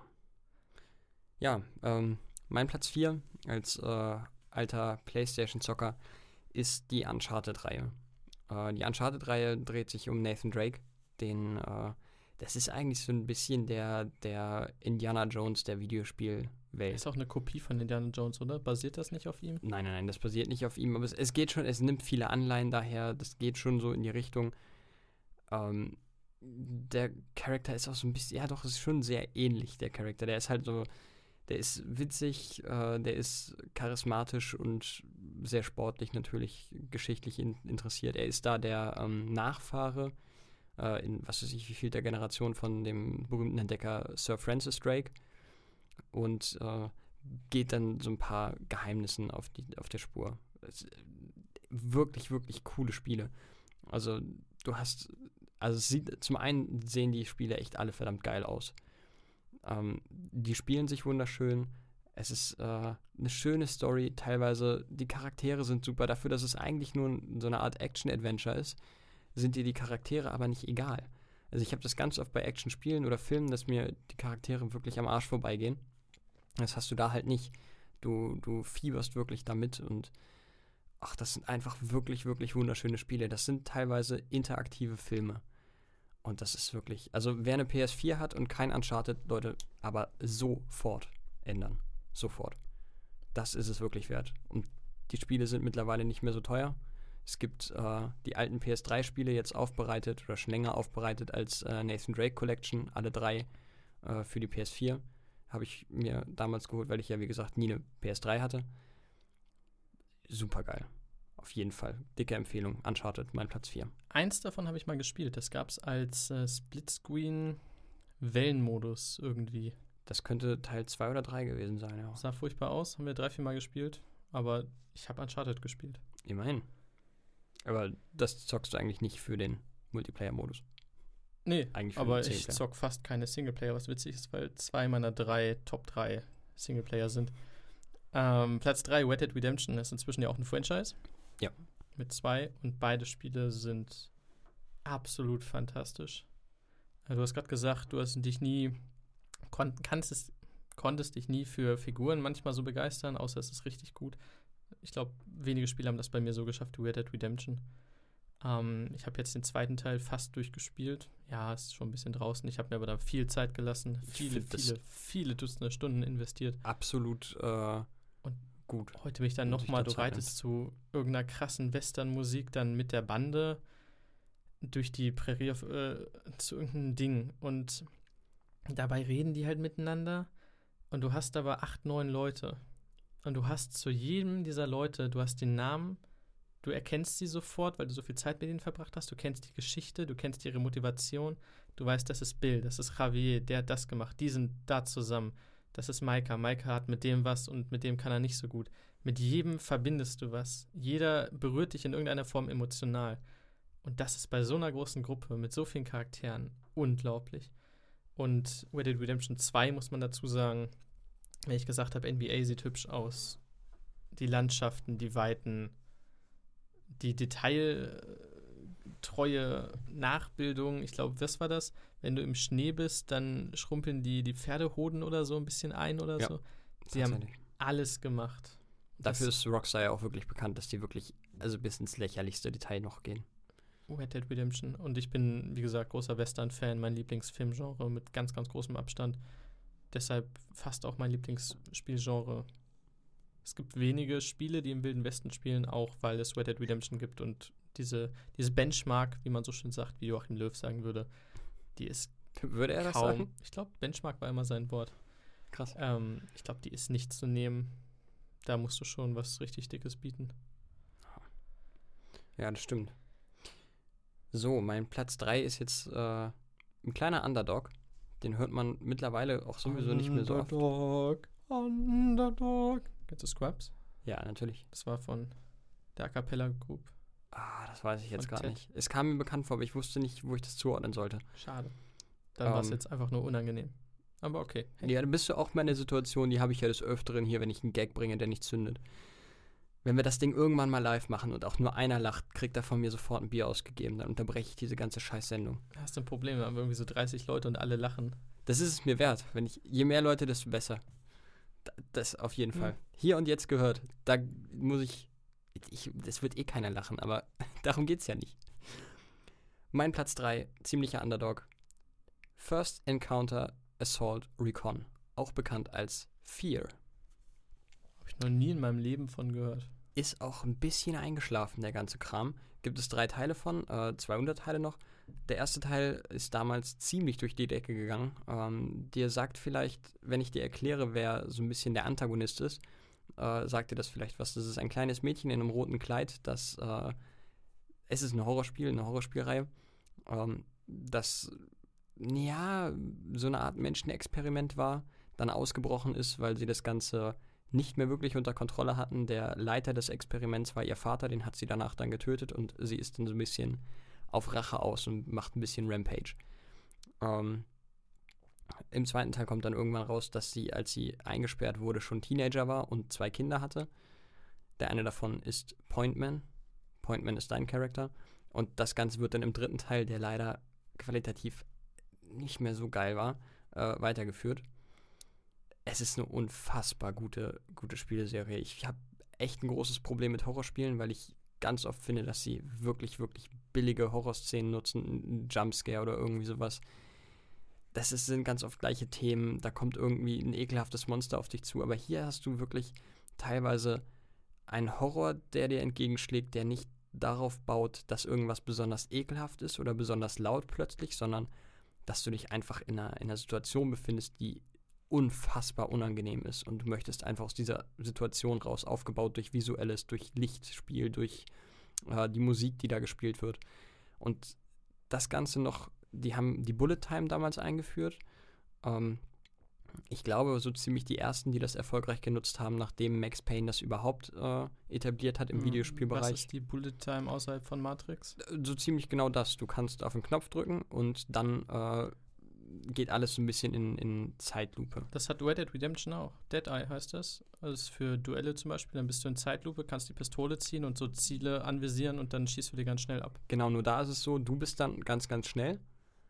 [SPEAKER 3] Ja, ähm, mein Platz vier als äh, alter PlayStation-Zocker ist die Uncharted-Reihe. Äh, die Uncharted-Reihe dreht sich um Nathan Drake, den, äh, das ist eigentlich so ein bisschen der, der Indiana Jones der Videospielwelt.
[SPEAKER 2] Ist auch eine Kopie von Indiana Jones, oder? Basiert das nicht auf ihm?
[SPEAKER 3] Nein, nein, nein, das basiert nicht auf ihm, aber es, es geht schon, es nimmt viele Anleihen daher, das geht schon so in die Richtung. Ähm, der Charakter ist auch so ein bisschen, ja doch, es ist schon sehr ähnlich, der Charakter. Der ist halt so, der ist witzig, äh, der ist charismatisch und sehr sportlich natürlich, geschichtlich in, interessiert. Er ist da der ähm, Nachfahre äh, in, was weiß ich, wie viel der Generation von dem berühmten Entdecker Sir Francis Drake und äh, geht dann so ein paar Geheimnissen auf, die, auf der Spur. Es, wirklich, wirklich coole Spiele. Also du hast, also es sieht, zum einen sehen die Spiele echt alle verdammt geil aus. Ähm, die spielen sich wunderschön. Es ist äh, eine schöne Story. Teilweise die Charaktere sind super. Dafür, dass es eigentlich nur ein, so eine Art Action-Adventure ist, sind dir die Charaktere aber nicht egal. Also ich habe das ganz oft bei Action-Spielen oder Filmen, dass mir die Charaktere wirklich am Arsch vorbeigehen. Das hast du da halt nicht. Du, du fieberst wirklich damit und ach, das sind einfach wirklich, wirklich wunderschöne Spiele. Das sind teilweise interaktive Filme. Und das ist wirklich, also wer eine P S vier hat und kein Uncharted, Leute, aber sofort ändern. Sofort. Das ist es wirklich wert. Und die Spiele sind mittlerweile nicht mehr so teuer. Es gibt äh, die alten P S drei Spiele jetzt aufbereitet oder schon länger aufbereitet als äh, Nathan Drake Collection, alle drei äh, für die P S vier. Habe ich mir damals geholt, weil ich ja, wie gesagt, nie eine P S drei hatte. Super geil. Auf jeden Fall. Dicke Empfehlung. Uncharted, mein Platz vier.
[SPEAKER 2] Eins davon habe ich mal gespielt. Das gab es als äh, Splitscreen-Wellenmodus irgendwie.
[SPEAKER 3] Das könnte Teil zwei oder drei gewesen sein, ja.
[SPEAKER 2] Sah furchtbar aus. Haben wir drei, vier Mal gespielt. Aber ich habe Uncharted gespielt.
[SPEAKER 3] Immerhin. Aber das zockst du eigentlich nicht für den Multiplayer-Modus.
[SPEAKER 2] Nee,
[SPEAKER 3] Eigentlich für
[SPEAKER 2] aber
[SPEAKER 3] den
[SPEAKER 2] ich zock fast keine Singleplayer, was witzig ist, weil zwei meiner drei Top drei Singleplayer sind. Ähm, Platz drei, Red Dead Redemption, ist inzwischen ja auch ein Franchise.
[SPEAKER 3] Ja.
[SPEAKER 2] Mit zwei und beide Spiele sind absolut fantastisch. Du hast gerade gesagt, du hast dich nie kon- kannst es, konntest dich nie für Figuren manchmal so begeistern, außer es ist richtig gut. Ich glaube, wenige Spiele haben das bei mir so geschafft, wie Red Dead Redemption. Ähm, ich habe jetzt den zweiten Teil fast durchgespielt. Ja, ist schon ein bisschen draußen. Ich habe mir aber da viel Zeit gelassen, viele,
[SPEAKER 3] find das
[SPEAKER 2] viele, viele Dutzende Stunden investiert.
[SPEAKER 3] Absolut äh,
[SPEAKER 2] Und
[SPEAKER 3] gut.
[SPEAKER 2] Heute bin ich dann
[SPEAKER 3] Wenn man sich
[SPEAKER 2] nochmal,
[SPEAKER 3] da
[SPEAKER 2] du
[SPEAKER 3] Zeit
[SPEAKER 2] reitest zu irgendeiner krassen Western-Musik dann mit der Bande durch die Prärie auf, äh, zu irgendeinem Ding. Und dabei reden die halt miteinander. Und du hast aber acht, neun Leute. Und du hast zu jedem dieser Leute, du hast den Namen, du erkennst sie sofort, weil du so viel Zeit mit ihnen verbracht hast. Du kennst die Geschichte, du kennst ihre Motivation. Du weißt, das ist Bill, das ist Javier, der hat das gemacht. Die sind da zusammen. Das ist Maika. Maika hat mit dem was und mit dem kann er nicht so gut. Mit jedem verbindest du was. Jeder berührt dich in irgendeiner Form emotional. Und das ist bei so einer großen Gruppe mit so vielen Charakteren unglaublich. Und Red Dead Redemption zwei, muss man dazu sagen, wenn ich gesagt habe, N B A sieht hübsch aus. Die Landschaften, die Weiten, die detailtreue Nachbildung. Ich glaube, was war das? Wenn du im Schnee bist, dann schrumpeln die, die Pferdehoden oder so ein bisschen ein oder
[SPEAKER 3] Ja,
[SPEAKER 2] so. Sie haben alles gemacht.
[SPEAKER 3] Dafür
[SPEAKER 2] Das-
[SPEAKER 3] ist Rockstar ja auch wirklich bekannt, dass die wirklich also bis ins lächerlichste Detail noch gehen.
[SPEAKER 2] Red Dead Redemption. Und ich bin, wie gesagt, großer Western-Fan, mein Lieblingsfilmgenre mit ganz, ganz großem Abstand. Deshalb fast auch mein Lieblingsspielgenre. Es gibt wenige Spiele, die im Wilden Westen spielen, auch weil es Red Dead Redemption gibt und diese, diese Benchmark, wie man so schön sagt, wie Joachim Löw sagen würde, die ist
[SPEAKER 3] Würde er das
[SPEAKER 2] kaum.
[SPEAKER 3] sagen?
[SPEAKER 2] Ich glaube, Benchmark war immer sein Wort.
[SPEAKER 3] Krass.
[SPEAKER 2] Ähm, ich glaube, die ist nicht zu nehmen. Da musst du schon was richtig Dickes bieten.
[SPEAKER 3] Ja, das stimmt. So, mein Platz drei ist jetzt äh, ein kleiner Underdog. Den hört man mittlerweile auch sowieso nicht mehr so oft.
[SPEAKER 2] Underdog, Underdog. Kennst du Scrubs?
[SPEAKER 3] Ja, natürlich.
[SPEAKER 2] Das war von der A Cappella Group.
[SPEAKER 3] Ah, das weiß ich jetzt
[SPEAKER 2] Von
[SPEAKER 3] gar
[SPEAKER 2] Ted.
[SPEAKER 3] nicht. Es kam mir bekannt vor, aber ich wusste nicht, wo ich das zuordnen sollte.
[SPEAKER 2] Schade. Dann war es
[SPEAKER 3] Ähm.
[SPEAKER 2] jetzt einfach nur unangenehm. Aber okay. Hey.
[SPEAKER 3] Ja, dann bist du auch mal in der Situation, die habe ich ja des Öfteren hier, wenn ich einen Gag bringe, der nicht zündet. Wenn wir das Ding irgendwann mal live machen und auch nur einer lacht, kriegt er von mir sofort ein Bier ausgegeben. Dann unterbreche ich diese ganze Scheiß-Sendung.
[SPEAKER 2] Da hast du ein Problem, wir haben irgendwie so dreißig Leute und alle lachen.
[SPEAKER 3] Das ist es mir wert. Wenn ich, je mehr Leute, desto besser. Da, das auf jeden
[SPEAKER 2] Mhm.
[SPEAKER 3] Fall. Hier und jetzt gehört. Da muss ich, ich. Das wird eh keiner lachen, aber darum geht's ja nicht. Mein Platz drei, ziemlicher Underdog. First Encounter Assault Recon. Auch bekannt als Fear.
[SPEAKER 2] Habe ich noch nie in meinem Leben von gehört.
[SPEAKER 3] Ist auch ein bisschen eingeschlafen, der ganze Kram. Gibt es drei Teile von, äh, zwei Unterteile noch. Der erste Teil ist damals ziemlich durch die Decke gegangen. Ähm, dir sagt vielleicht, wenn ich dir erkläre, wer so ein bisschen der Antagonist ist, äh, sagt dir das vielleicht was. Das ist ein kleines Mädchen in einem roten Kleid, das, äh, es ist ein Horrorspiel, eine Horrorspielreihe, ähm, das, ja, so eine Art Menschenexperiment war, dann ausgebrochen ist, weil sie das Ganze nicht mehr wirklich unter Kontrolle hatten. Der Leiter des Experiments war ihr Vater, den hat sie danach dann getötet und sie ist dann so ein bisschen auf Rache aus und macht ein bisschen Rampage. Ähm, Im zweiten Teil kommt dann irgendwann raus, dass sie, als sie eingesperrt wurde, schon Teenager war und zwei Kinder hatte. Der eine davon ist Pointman. Pointman ist dein Charakter. Und das Ganze wird dann im dritten Teil, der leider qualitativ nicht mehr so geil war, äh, weitergeführt. Es ist eine unfassbar gute, gute Spieleserie. Ich habe echt ein großes Problem mit Horrorspielen, weil ich ganz oft finde, dass sie wirklich, wirklich billige Horrorszenen nutzen, einen Jumpscare oder irgendwie sowas. Das ist, sind ganz oft gleiche Themen, da kommt irgendwie ein ekelhaftes Monster auf dich zu, aber hier hast du wirklich teilweise einen Horror, der dir entgegenschlägt, der nicht darauf baut, dass irgendwas besonders ekelhaft ist oder besonders laut plötzlich, sondern dass du dich einfach in einer, in einer Situation befindest, die unfassbar unangenehm ist und du möchtest einfach aus dieser Situation raus, aufgebaut durch Visuelles, durch Lichtspiel, durch äh, die Musik, die da gespielt wird. Und das Ganze noch, die haben die Bullet Time damals eingeführt. Ähm, ich glaube, so ziemlich die ersten, die das erfolgreich genutzt haben, nachdem Max Payne das überhaupt äh, etabliert hat im
[SPEAKER 2] Mhm.
[SPEAKER 3] Videospielbereich.
[SPEAKER 2] Was ist die Bullet Time außerhalb von Matrix?
[SPEAKER 3] So ziemlich genau das. Du kannst auf den Knopf drücken und dann äh, geht alles so ein bisschen in, in Zeitlupe.
[SPEAKER 2] Das hat Red Dead Redemption auch. Dead Eye heißt das. Also ist für Duelle zum Beispiel. Dann bist du in Zeitlupe, kannst die Pistole ziehen und so Ziele anvisieren und dann schießt du die ganz schnell ab.
[SPEAKER 3] Genau, nur da ist es so, du bist dann ganz, ganz schnell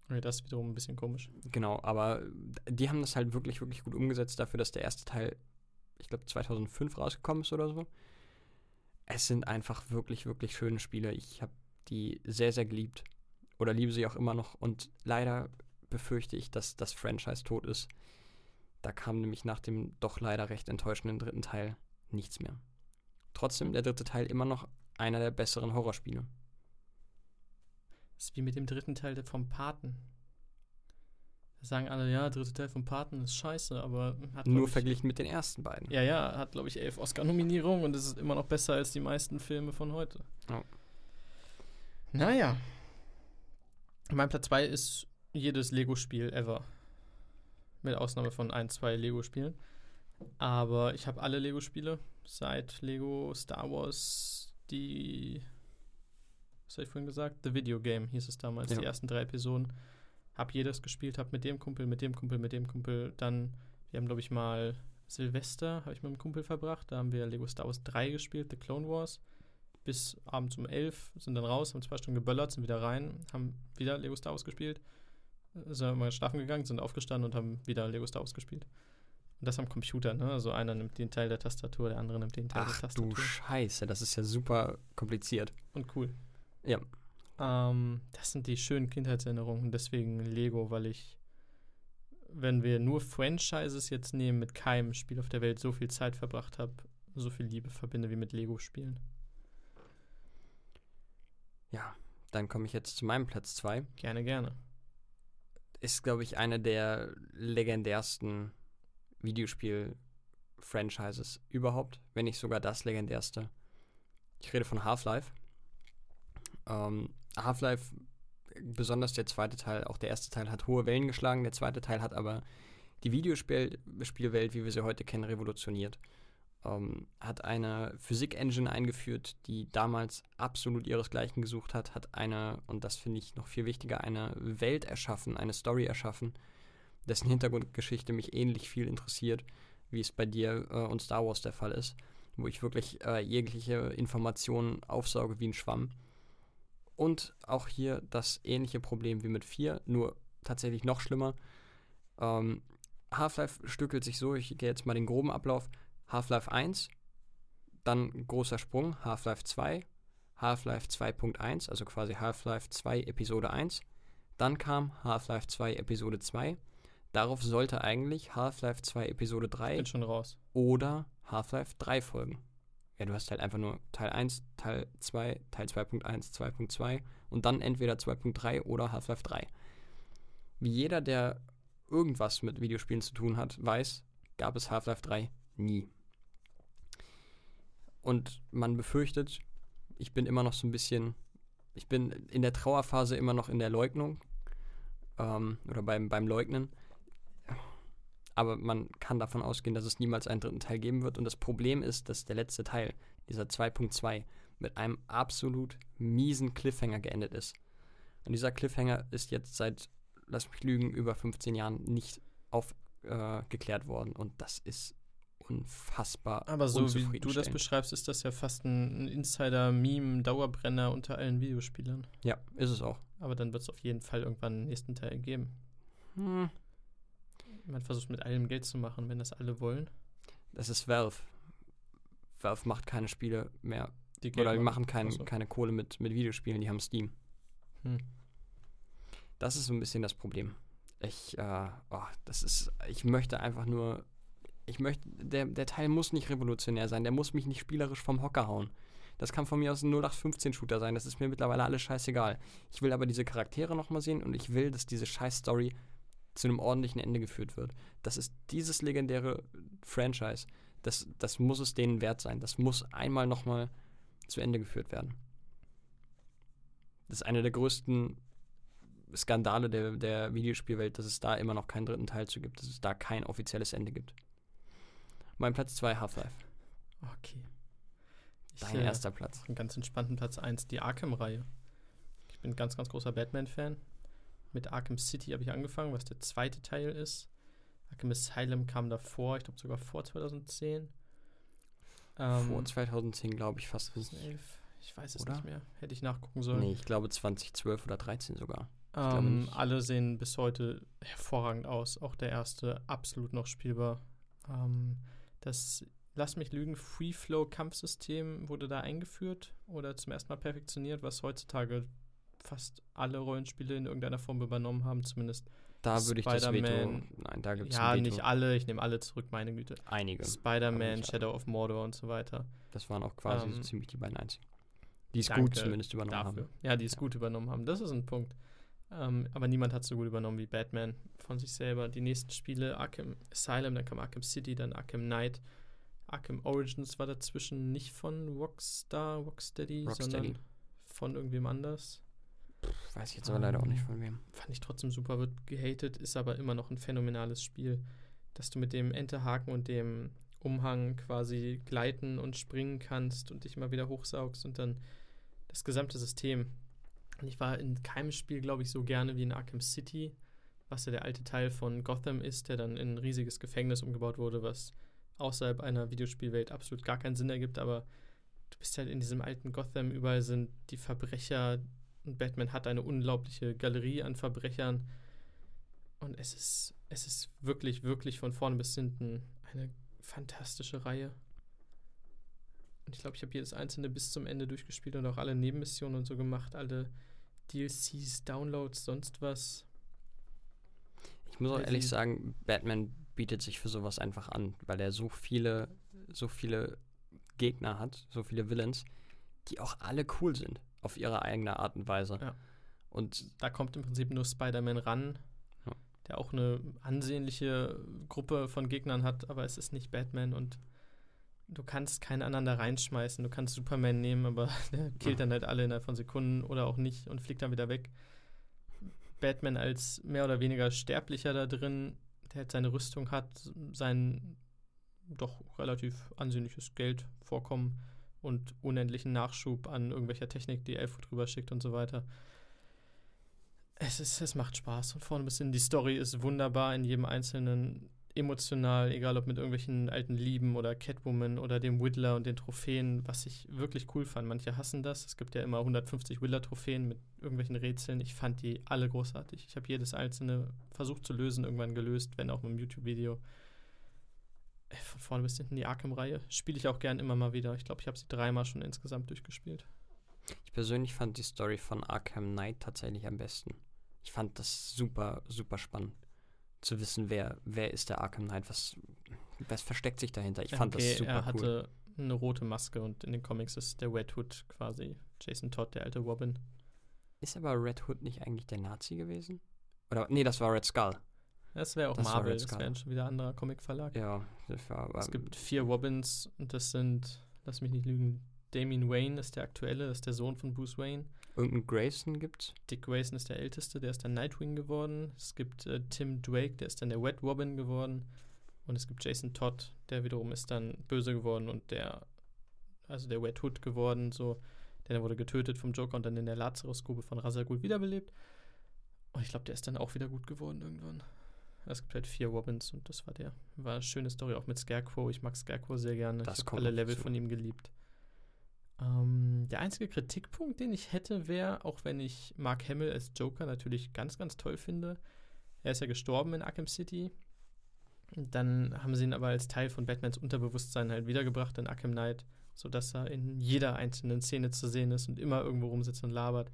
[SPEAKER 2] Okay, das ist wiederum ein bisschen komisch.
[SPEAKER 3] Genau, aber die haben das halt wirklich, wirklich gut umgesetzt dafür, dass der erste Teil, ich glaube, zweitausendfünf rausgekommen ist oder so. Es sind einfach wirklich, wirklich schöne Spiele. Ich habe die sehr, sehr geliebt. Oder liebe sie auch immer noch. Und leider befürchte ich, dass das Franchise tot ist. Da kam nämlich nach dem doch leider recht enttäuschenden dritten Teil nichts mehr. Trotzdem der dritte Teil immer noch einer der besseren Horrorspiele.
[SPEAKER 2] Das ist wie mit dem dritten Teil der- vom Paten. Da sagen alle, ja, der dritte Teil vom Paten ist scheiße, aber hat, glaub
[SPEAKER 3] Nur
[SPEAKER 2] ich,
[SPEAKER 3] verglichen mit den ersten beiden.
[SPEAKER 2] Ja, ja, hat, glaube ich, elf Oscar-Nominierungen und es ist immer noch besser als die meisten Filme von heute.
[SPEAKER 3] Ja.
[SPEAKER 2] Naja. Mein Platz zwei ist jedes Lego-Spiel ever. Mit Ausnahme von ein, zwei Lego-Spielen. Aber ich habe alle Lego-Spiele seit Lego Star Wars, die, was habe ich vorhin gesagt? The Video Game hieß es damals,
[SPEAKER 3] Ja.
[SPEAKER 2] die ersten drei Episoden. Hab jedes gespielt, hab mit dem Kumpel, mit dem Kumpel, mit dem Kumpel. Dann, wir haben, glaube ich, mal Silvester, habe ich mit dem Kumpel verbracht. Da haben wir Lego Star Wars drei gespielt, The Clone Wars. Bis abends um elf, sind dann raus, haben zwei Stunden geböllert, sind wieder rein, haben wieder Lego Star Wars gespielt. Sind mal schlafen gegangen, sind aufgestanden und haben wieder Lego Star Wars gespielt. Und das am Computer, ne? Also einer nimmt den Teil der Tastatur, der andere nimmt den Teil
[SPEAKER 3] Ach
[SPEAKER 2] der Tastatur.
[SPEAKER 3] du Scheiße, das ist ja super kompliziert.
[SPEAKER 2] Und cool.
[SPEAKER 3] Ja.
[SPEAKER 2] Ähm, das sind die schönen Kindheitserinnerungen. Deswegen Lego, weil ich, wenn wir nur Franchises jetzt nehmen, mit keinem Spiel auf der Welt so viel Zeit verbracht habe, so viel Liebe verbinde wie mit Lego-Spielen.
[SPEAKER 3] Ja, dann komme ich jetzt zu meinem Platz zwei.
[SPEAKER 2] Gerne, gerne.
[SPEAKER 3] Ist, glaube ich, eine der legendärsten Videospiel-Franchises überhaupt, wenn nicht sogar das legendärste. Ich rede von Half-Life. Ähm, Half-Life, besonders der zweite Teil, auch der erste Teil hat hohe Wellen geschlagen, der zweite Teil hat aber die Videospielwelt, wie wir sie heute kennen, revolutioniert. Ähm, hat eine Physik-Engine eingeführt, die damals absolut ihresgleichen gesucht hat, hat eine, und das finde ich noch viel wichtiger, eine Welt erschaffen, eine Story erschaffen, dessen Hintergrundgeschichte mich ähnlich viel interessiert, wie es bei dir äh, und Star Wars der Fall ist, wo ich wirklich äh, jegliche Informationen aufsauge wie ein Schwamm. Und auch hier das ähnliche Problem wie mit vier, nur tatsächlich noch schlimmer. Ähm, Half-Life stückelt sich so, ich gehe jetzt mal den groben Ablauf. Half-Life eins, dann großer Sprung, Half-Life zwei, Half-Life zwei Punkt eins, also quasi Half-Life zwei Episode eins. Dann kam Half-Life zwei Episode zwei. Darauf sollte eigentlich Half-Life zwei Episode drei
[SPEAKER 2] Bin schon raus.
[SPEAKER 3] oder Half-Life drei folgen. Ja, du hast halt einfach nur Teil eins, Teil zwei, Teil zwei Punkt eins, zwei Punkt zwei und dann entweder zwei Punkt drei oder Half-Life drei. Wie jeder, der irgendwas mit Videospielen zu tun hat, weiß, gab es Half-Life drei nie. Und man befürchtet, ich bin immer noch so ein bisschen, ich bin in der Trauerphase immer noch in der Leugnung ähm, oder beim, beim Leugnen. Aber man kann davon ausgehen, dass es niemals einen dritten Teil geben wird. Und das Problem ist, dass der letzte Teil, dieser zwei Punkt zwei, mit einem absolut miesen Cliffhanger geendet ist. Und dieser Cliffhanger ist jetzt seit, lass mich lügen, über fünfzehn Jahren nicht aufgeklärt äh, worden. Und das ist unfassbar
[SPEAKER 2] Aber so wie du das
[SPEAKER 3] unzufriedenstellend.
[SPEAKER 2] beschreibst, ist das ja fast ein, ein Insider-Meme, Dauerbrenner unter allen Videospielern.
[SPEAKER 3] Ja, ist es auch.
[SPEAKER 2] Aber dann wird es auf jeden Fall irgendwann einen nächsten Teil geben.
[SPEAKER 3] Hm.
[SPEAKER 2] Man versucht mit allem Geld zu machen, wenn das alle wollen.
[SPEAKER 3] Das ist Valve. Valve macht keine Spiele mehr.
[SPEAKER 2] Die
[SPEAKER 3] Oder die
[SPEAKER 2] machen.
[SPEAKER 3] machen kein,
[SPEAKER 2] Ach so.
[SPEAKER 3] keine Kohle mit, mit Videospielen, die haben Steam.
[SPEAKER 2] Hm.
[SPEAKER 3] Das ist so ein bisschen das Problem. Ich, äh, oh, das ist, ich möchte einfach nur, ich möchte, der, der Teil muss nicht revolutionär sein, der muss mich nicht spielerisch vom Hocker hauen. Das kann von mir aus ein null acht fünfzehn Shooter sein, das ist mir mittlerweile alles scheißegal. Ich will aber diese Charaktere nochmal sehen und ich will, dass diese scheiß Story zu einem ordentlichen Ende geführt wird. Das ist dieses legendäre Franchise. Das, das muss es denen wert sein. Das muss einmal nochmal zu Ende geführt werden. Das ist einer der größten Skandale der, der Videospielwelt, dass es da immer noch keinen dritten Teil zu gibt, dass es da kein offizielles Ende gibt. Mein Platz zwei, Half-Life.
[SPEAKER 2] Okay. Ich,
[SPEAKER 3] Dein
[SPEAKER 2] äh,
[SPEAKER 3] erster Platz.
[SPEAKER 2] einen ganz entspannten Platz eins, die Arkham-Reihe. Ich bin ein ganz, ganz großer Batman-Fan. Mit Arkham City habe ich angefangen, was der zweite Teil ist. Arkham Asylum kam davor, ich glaube sogar vor zweitausendzehn. Ähm,
[SPEAKER 3] Vor zweitausendzehn glaube ich fast nicht.
[SPEAKER 2] elf, ich weiß es
[SPEAKER 3] Oder?
[SPEAKER 2] nicht mehr. Hätte ich nachgucken sollen.
[SPEAKER 3] Nee, ich glaube zwanzig zwölf oder dreizehn sogar. glaube
[SPEAKER 2] Ähm,
[SPEAKER 3] nicht.
[SPEAKER 2] alle sehen bis heute hervorragend aus. Auch der erste absolut noch spielbar. Ähm, das, lass mich lügen, Free-Flow-Kampfsystem wurde da eingeführt oder zum ersten Mal perfektioniert, was heutzutage fast alle Rollenspiele in irgendeiner Form übernommen haben, zumindest.
[SPEAKER 3] Da würde ich das Veto...
[SPEAKER 2] Spider-Man-
[SPEAKER 3] Nein, da gibt es
[SPEAKER 2] Ja,
[SPEAKER 3] ein Veto.
[SPEAKER 2] nicht alle, ich nehme alle zurück, meine Güte.
[SPEAKER 3] Einige. aber
[SPEAKER 2] Spider-Man,
[SPEAKER 3] nicht alle.
[SPEAKER 2] Shadow of Mordor und so weiter.
[SPEAKER 3] Das waren auch quasi so
[SPEAKER 2] Ähm,
[SPEAKER 3] ziemlich die beiden einzigen. Die es
[SPEAKER 2] danke
[SPEAKER 3] gut zumindest übernommen
[SPEAKER 2] Dafür.
[SPEAKER 3] haben.
[SPEAKER 2] Ja, die es
[SPEAKER 3] Ja.
[SPEAKER 2] gut übernommen haben. Das ist ein Punkt. Ähm, aber niemand hat es so gut übernommen wie Batman von sich selber. Die nächsten Spiele, Arkham Asylum, dann kam Arkham City, dann Arkham Knight. Arkham Origins war dazwischen nicht von Rockstar, Rocksteady,
[SPEAKER 3] Rocksteady.
[SPEAKER 2] sondern von irgendwem anders.
[SPEAKER 3] Weiß ich jetzt aber leider auch nicht
[SPEAKER 2] Ähm,
[SPEAKER 3] von wem.
[SPEAKER 2] Fand ich trotzdem super, wird gehatet, ist aber immer noch ein phänomenales Spiel, dass du mit dem Enterhaken und dem Umhang quasi gleiten und springen kannst und dich immer wieder hochsaugst und dann das gesamte System. Und ich war in keinem Spiel, glaube ich, so gerne wie in Arkham City, was ja der alte Teil von Gotham ist, der dann in ein riesiges Gefängnis umgebaut wurde, was außerhalb einer Videospielwelt absolut gar keinen Sinn ergibt, aber du bist halt in diesem alten Gotham, überall sind die Verbrecher und Batman hat eine unglaubliche Galerie an Verbrechern und es ist, es ist wirklich, wirklich von vorne bis hinten eine fantastische Reihe. Und ich glaube, ich habe jedes einzelne bis zum Ende durchgespielt und auch alle Nebenmissionen und so gemacht, alle D L Cs, Downloads, sonst was.
[SPEAKER 3] Ich muss auch
[SPEAKER 2] Weil
[SPEAKER 3] ehrlich
[SPEAKER 2] sie-
[SPEAKER 3] sagen, Batman bietet sich für sowas einfach an, weil er so viele, so viele Gegner hat, so viele Villains, die auch alle cool sind, auf ihre eigene Art und Weise.
[SPEAKER 2] Ja.
[SPEAKER 3] Und
[SPEAKER 2] Da kommt im Prinzip nur Spider-Man ran,
[SPEAKER 3] Ja.
[SPEAKER 2] der auch eine ansehnliche Gruppe von Gegnern hat, aber es ist nicht Batman und du kannst keinen anderen da reinschmeißen. Du kannst Superman nehmen, aber der killt dann halt alle innerhalb von Sekunden oder auch nicht und fliegt dann wieder weg. Batman als mehr oder weniger Sterblicher da drin, der halt seine Rüstung hat, sein doch relativ ansehnliches Geld vorkommen und unendlichen Nachschub an irgendwelcher Technik, die Elfo drüber schickt und so weiter. Es ist, es macht Spaß und vorne bis hin. Die Story ist wunderbar in jedem einzelnen emotional, egal ob mit irgendwelchen alten Lieben oder Catwoman oder dem Riddler und den Trophäen, was ich wirklich cool fand. Manche hassen das. Es gibt ja immer hundertfünfzig Riddler-Trophäen mit irgendwelchen Rätseln. Ich fand die alle großartig. Ich habe jedes einzelne versucht zu lösen, irgendwann gelöst, wenn auch mit einem YouTube-Video. Äh, Von vorne bis hinten die Arkham-Reihe spiele ich auch gern immer mal wieder. Ich glaube, ich habe sie dreimal schon insgesamt durchgespielt.
[SPEAKER 3] ich persönlich fand die Story von Arkham Knight tatsächlich am besten. Ich fand das super, super spannend, zu wissen, wer, wer ist der Arkham Knight, was, was versteckt sich dahinter. Ich
[SPEAKER 2] Ja,
[SPEAKER 3] fand
[SPEAKER 2] okay,
[SPEAKER 3] das super
[SPEAKER 2] er
[SPEAKER 3] cool.
[SPEAKER 2] hatte eine rote Maske und in den Comics ist der Red Hood quasi Jason Todd, der alte Robin.
[SPEAKER 3] Ist aber Red Hood nicht eigentlich der Nazi gewesen? Oder, nee, das war Red Skull.
[SPEAKER 2] Das wäre auch
[SPEAKER 3] Das war
[SPEAKER 2] Marvel,
[SPEAKER 3] Red
[SPEAKER 2] das
[SPEAKER 3] Skull.
[SPEAKER 2] wäre schon wieder ein anderer Comic-Verlag.
[SPEAKER 3] Ja, das war aber,
[SPEAKER 2] Es gibt vier Robins und das sind, lass mich nicht lügen, Damian Wayne ist der aktuelle, das ist der Sohn von Bruce Wayne.
[SPEAKER 3] irgendeinen Grayson gibt's.
[SPEAKER 2] Dick Grayson ist der älteste, der ist dann Nightwing geworden. Es gibt äh, Tim Drake, der ist dann der Red Robin geworden. Und es gibt Jason Todd, der wiederum ist dann böse geworden und der, also der Red Hood geworden, so. Der wurde getötet vom Joker und dann in der Lazarus-Grube von Ra's al Ghul wiederbelebt. Und ich glaube, der ist dann auch wieder gut geworden irgendwann. Es gibt halt vier Robins und das war der. War eine schöne Story, auch mit Scarecrow. Ich mag Scarecrow sehr gerne.
[SPEAKER 3] Das
[SPEAKER 2] ich habe
[SPEAKER 3] kommt
[SPEAKER 2] alle
[SPEAKER 3] noch
[SPEAKER 2] Level
[SPEAKER 3] dazu.
[SPEAKER 2] von ihm geliebt. Ähm, der einzige Kritikpunkt, den ich hätte, wäre, auch wenn ich Mark Hamill als Joker natürlich ganz, ganz toll finde, er ist ja gestorben in Arkham City. Dann haben sie ihn aber als Teil von Batmans Unterbewusstsein halt wiedergebracht in Arkham Knight, sodass er in jeder einzelnen Szene zu sehen ist und immer irgendwo rumsitzt und labert.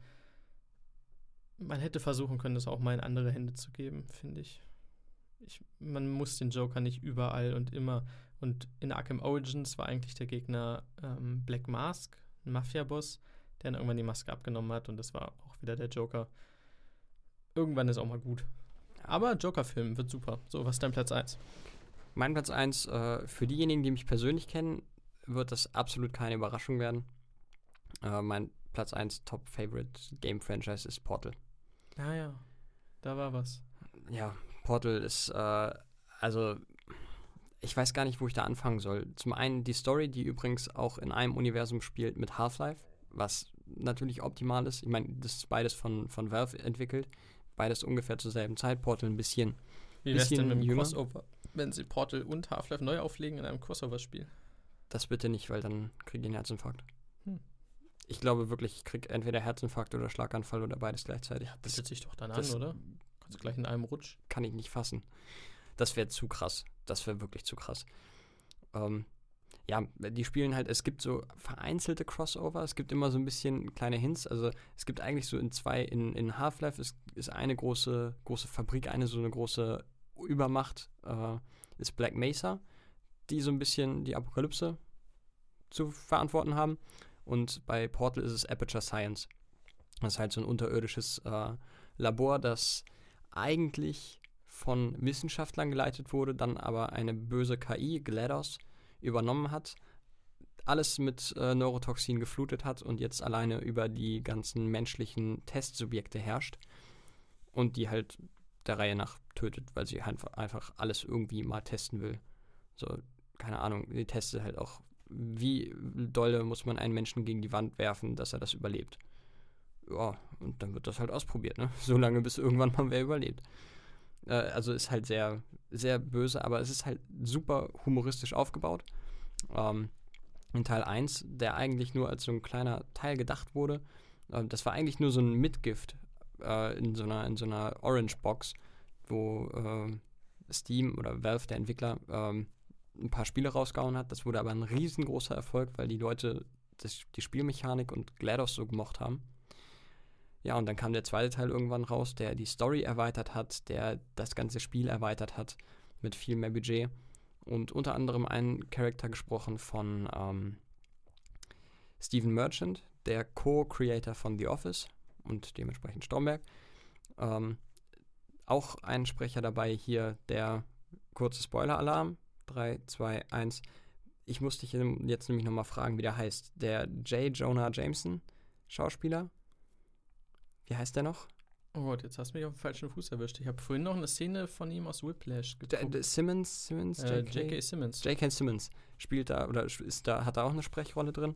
[SPEAKER 2] Man hätte versuchen können, das auch mal in andere Hände zu geben, finde ich. ich. Man muss den Joker nicht überall und immer. Und in Arkham Origins war eigentlich der Gegner ähm, Black Mask, ein Mafia-Boss, der dann irgendwann die Maske abgenommen hat und das war auch wieder der Joker. Irgendwann ist auch mal gut. Aber Joker-Film wird super. So, was ist dein Platz eins?
[SPEAKER 3] Mein Platz eins, äh, für diejenigen, die mich persönlich kennen, wird das absolut keine Überraschung werden. Äh, mein Platz eins Top-Favorite Game-Franchise ist Portal.
[SPEAKER 2] Ah ja, da war was.
[SPEAKER 3] Ja, Portal ist, äh, also, ich weiß gar nicht, wo ich da anfangen soll. Zum einen die Story, die übrigens auch in einem Universum spielt mit Half-Life, was natürlich optimal ist. Ich meine, das ist beides von, von Valve entwickelt. Beides ungefähr zur selben Zeit. Portal ein bisschen.
[SPEAKER 2] Wie wär's denn
[SPEAKER 3] bisschen
[SPEAKER 2] mit dem
[SPEAKER 3] jünger.
[SPEAKER 2] Crossover, wenn sie Portal und Half-Life neu auflegen in einem Crossover-Spiel?
[SPEAKER 3] Das bitte nicht, weil dann kriege ich einen Herzinfarkt. Ich glaube wirklich, ich krieg entweder Herzinfarkt oder Schlaganfall oder beides gleichzeitig.
[SPEAKER 2] Das bietet sich doch dann an,
[SPEAKER 3] das-
[SPEAKER 2] oder? Kannst du gleich in einem Rutsch.
[SPEAKER 3] Kann ich nicht fassen. Das wäre zu krass. Das wäre wirklich zu krass. Ähm, ja, die spielen halt, es gibt so vereinzelte Crossover, es gibt immer so ein bisschen kleine Hints. Also es gibt eigentlich so in zwei, in, in Half-Life ist, ist eine große, große Fabrik, eine so eine große Übermacht, äh, ist Black Mesa, die so ein bisschen die Apokalypse zu verantworten haben. Und bei Portal ist es Aperture Science. Das ist halt so ein unterirdisches äh, Labor, das eigentlich von Wissenschaftlern geleitet wurde, dann aber eine böse K I, GLaDOS, übernommen hat, alles mit äh, Neurotoxin geflutet hat und jetzt alleine über die ganzen menschlichen Testsubjekte herrscht und die halt der Reihe nach tötet, weil sie einfach, einfach alles irgendwie mal testen will. So, keine Ahnung, die testet halt auch, wie dolle muss man einen Menschen gegen die Wand werfen, dass er das überlebt. Ja, und dann wird das halt ausprobiert, ne? So lange, bis irgendwann mal wer überlebt. Äh, also ist halt sehr, sehr böse, aber es ist halt super humoristisch aufgebaut. Ähm, in Teil eins, der eigentlich nur als so ein kleiner Teil gedacht wurde, äh, das war eigentlich nur so ein Mitgift äh, in so einer, in so einer Orange-Box, wo äh, Steam oder Valve, der Entwickler, ähm, ein paar Spiele rausgehauen hat. Das wurde aber ein riesengroßer Erfolg, weil die Leute das, die Spielmechanik und GLaDOS so gemocht haben. Ja, und dann kam der zweite Teil irgendwann raus, der die Story erweitert hat, der das ganze Spiel erweitert hat mit viel mehr Budget. Und unter anderem einen Charakter gesprochen von ähm, Stephen Merchant, der Co-Creator von The Office und dementsprechend Stromberg. Ähm, auch ein Sprecher dabei hier, der kurze Spoiler-Alarm. drei, zwei, eins. Ich muss dich jetzt nämlich nochmal fragen, wie der heißt. Der J. Jonah Jameson, Schauspieler. Wie heißt der noch?
[SPEAKER 2] Oh Gott, jetzt hast du mich auf den falschen Fuß erwischt. Ich habe vorhin noch eine Szene von ihm aus Whiplash
[SPEAKER 3] D-
[SPEAKER 2] geguckt.
[SPEAKER 3] D- Simmons, Simmons,
[SPEAKER 2] Äh,
[SPEAKER 3] J K?
[SPEAKER 2] J K. Simmons.
[SPEAKER 3] J K. Simmons spielt da oder ist da, hat da auch eine Sprechrolle drin.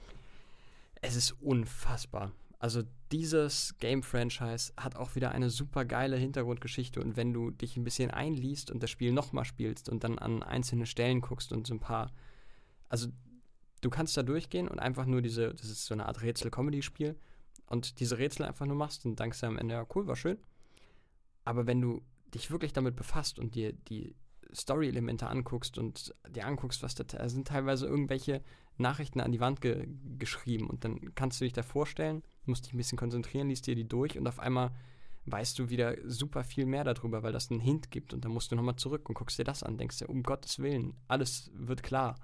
[SPEAKER 3] Es ist unfassbar. Also dieses Game-Franchise hat auch wieder eine super geile Hintergrundgeschichte und wenn du dich ein bisschen einliest und das Spiel nochmal spielst und dann an einzelne Stellen guckst und so ein paar, also du kannst da durchgehen und einfach nur diese, das ist so eine Art Rätsel-Comedy-Spiel und diese Rätsel einfach nur machst und denkst dir am Ende, ja cool, war schön. Aber wenn du dich wirklich damit befasst und dir die Story-Elemente anguckst und dir anguckst, was da, da sind teilweise irgendwelche Nachrichten an die Wand ge- geschrieben und dann kannst du dich da vorstellen, musst dich ein bisschen konzentrieren, liest dir die durch und auf einmal weißt du wieder super viel mehr darüber, weil das einen Hint gibt und dann musst du nochmal zurück und guckst dir das an, denkst dir, um Gottes Willen, alles wird klar.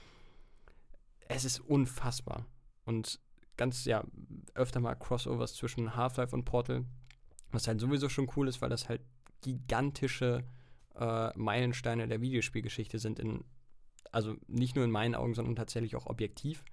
[SPEAKER 3] Es ist unfassbar und ganz, ja, öfter mal Crossovers zwischen Half-Life und Portal, was halt sowieso schon cool ist, weil das halt gigantische äh, Meilensteine der Videospielgeschichte sind, in, also nicht nur in meinen Augen, sondern tatsächlich auch objektiv.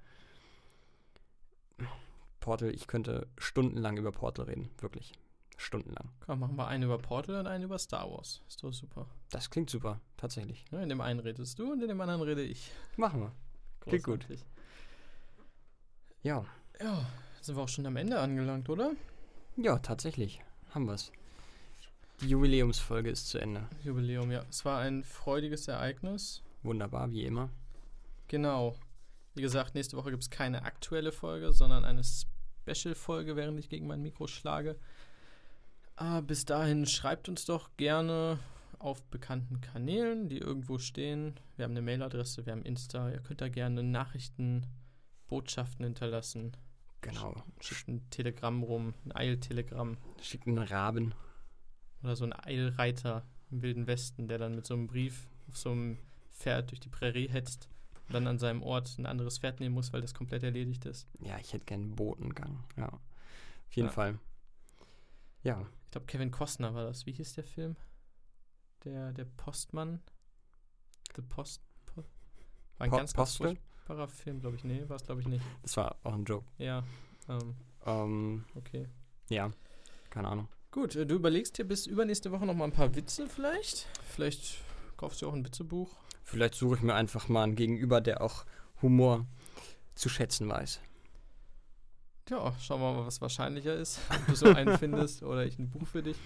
[SPEAKER 3] Portal, ich könnte stundenlang über Portal reden, wirklich. Stundenlang.
[SPEAKER 2] Komm, machen wir einen über Portal und einen über Star Wars. Ist doch super.
[SPEAKER 3] Das klingt super, tatsächlich.
[SPEAKER 2] Ja, in dem einen redest du und in dem anderen rede ich.
[SPEAKER 3] Machen wir. Klingt gut.
[SPEAKER 2] Großartig.
[SPEAKER 3] Ja.
[SPEAKER 2] Ja, sind wir auch schon am Ende angelangt, oder?
[SPEAKER 3] Ja, tatsächlich. Haben wir es. Die Jubiläumsfolge ist zu Ende.
[SPEAKER 2] Jubiläum, ja. Es war ein freudiges Ereignis.
[SPEAKER 3] Wunderbar, wie immer.
[SPEAKER 2] Genau. Wie gesagt, nächste Woche gibt es keine aktuelle Folge, sondern eine Special-Folge, während ich gegen mein Mikro schlage. Ah, bis dahin schreibt uns doch gerne auf bekannten Kanälen, die irgendwo stehen. Wir haben eine Mailadresse, wir haben Insta. Ihr könnt da gerne Nachrichten, Botschaften hinterlassen.
[SPEAKER 3] Genau.
[SPEAKER 2] Schickt ein Telegramm rum, ein Eiltelegramm.
[SPEAKER 3] Schickt einen Raben.
[SPEAKER 2] Oder so ein Eilreiter im Wilden Westen, der dann mit so einem Brief auf so einem Pferd durch die Prärie hetzt und dann an seinem Ort ein anderes Pferd nehmen muss, weil das komplett erledigt ist.
[SPEAKER 3] Ja, ich hätte gern einen Botengang. Ja. Auf jeden
[SPEAKER 2] Ja.
[SPEAKER 3] Fall. Ja.
[SPEAKER 2] Ich glaube, Kevin Costner war das. Wie hieß der Film? Der, der Postmann? The Post... Po war ein
[SPEAKER 3] Po-
[SPEAKER 2] ganz, ganz
[SPEAKER 3] Postel?
[SPEAKER 2] furchtbarer Film, glaube ich. Nee, war es, glaube ich, nicht.
[SPEAKER 3] Das war auch ein Joke.
[SPEAKER 2] Ja, ähm,
[SPEAKER 3] Ähm,
[SPEAKER 2] okay.
[SPEAKER 3] ja. Keine Ahnung.
[SPEAKER 2] Gut, äh, du überlegst dir bis übernächste Woche noch mal ein paar Witze vielleicht. Vielleicht kaufst du auch ein Witzebuch.
[SPEAKER 3] Vielleicht suche ich mir einfach mal einen Gegenüber, der auch Humor zu schätzen weiß.
[SPEAKER 2] Ja, schauen wir mal, was wahrscheinlicher ist. Ob du so einen findest oder ich ein Buch für dich.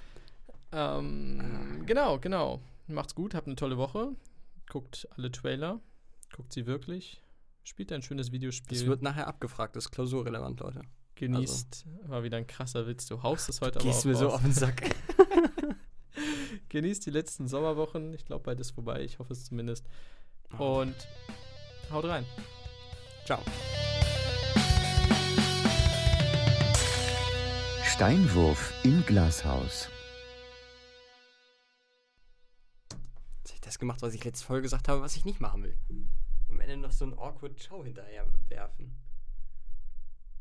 [SPEAKER 2] Ähm, genau, genau. Macht's gut, habt eine tolle Woche. Guckt alle Trailer. Guckt sie wirklich. spielt ein schönes Videospiel.
[SPEAKER 3] Das wird nachher abgefragt, das ist klausurrelevant, Leute.
[SPEAKER 2] Genießt, also. War wieder ein krasser Witz. Du haust es heute aber
[SPEAKER 3] Gehst
[SPEAKER 2] auch
[SPEAKER 3] mir so
[SPEAKER 2] raus.
[SPEAKER 3] auf den Sack.
[SPEAKER 2] Genießt die letzten Sommerwochen. Ich glaube, bald ist vorbei. Ich hoffe es zumindest. Und haut rein.
[SPEAKER 3] Ciao.
[SPEAKER 1] Steinwurf im Glashaus.
[SPEAKER 3] Jetzt habe ich das gemacht, was ich letzte Folge gesagt habe, was ich nicht machen will. Am Ende noch so ein awkward Ciao hinterher werfen.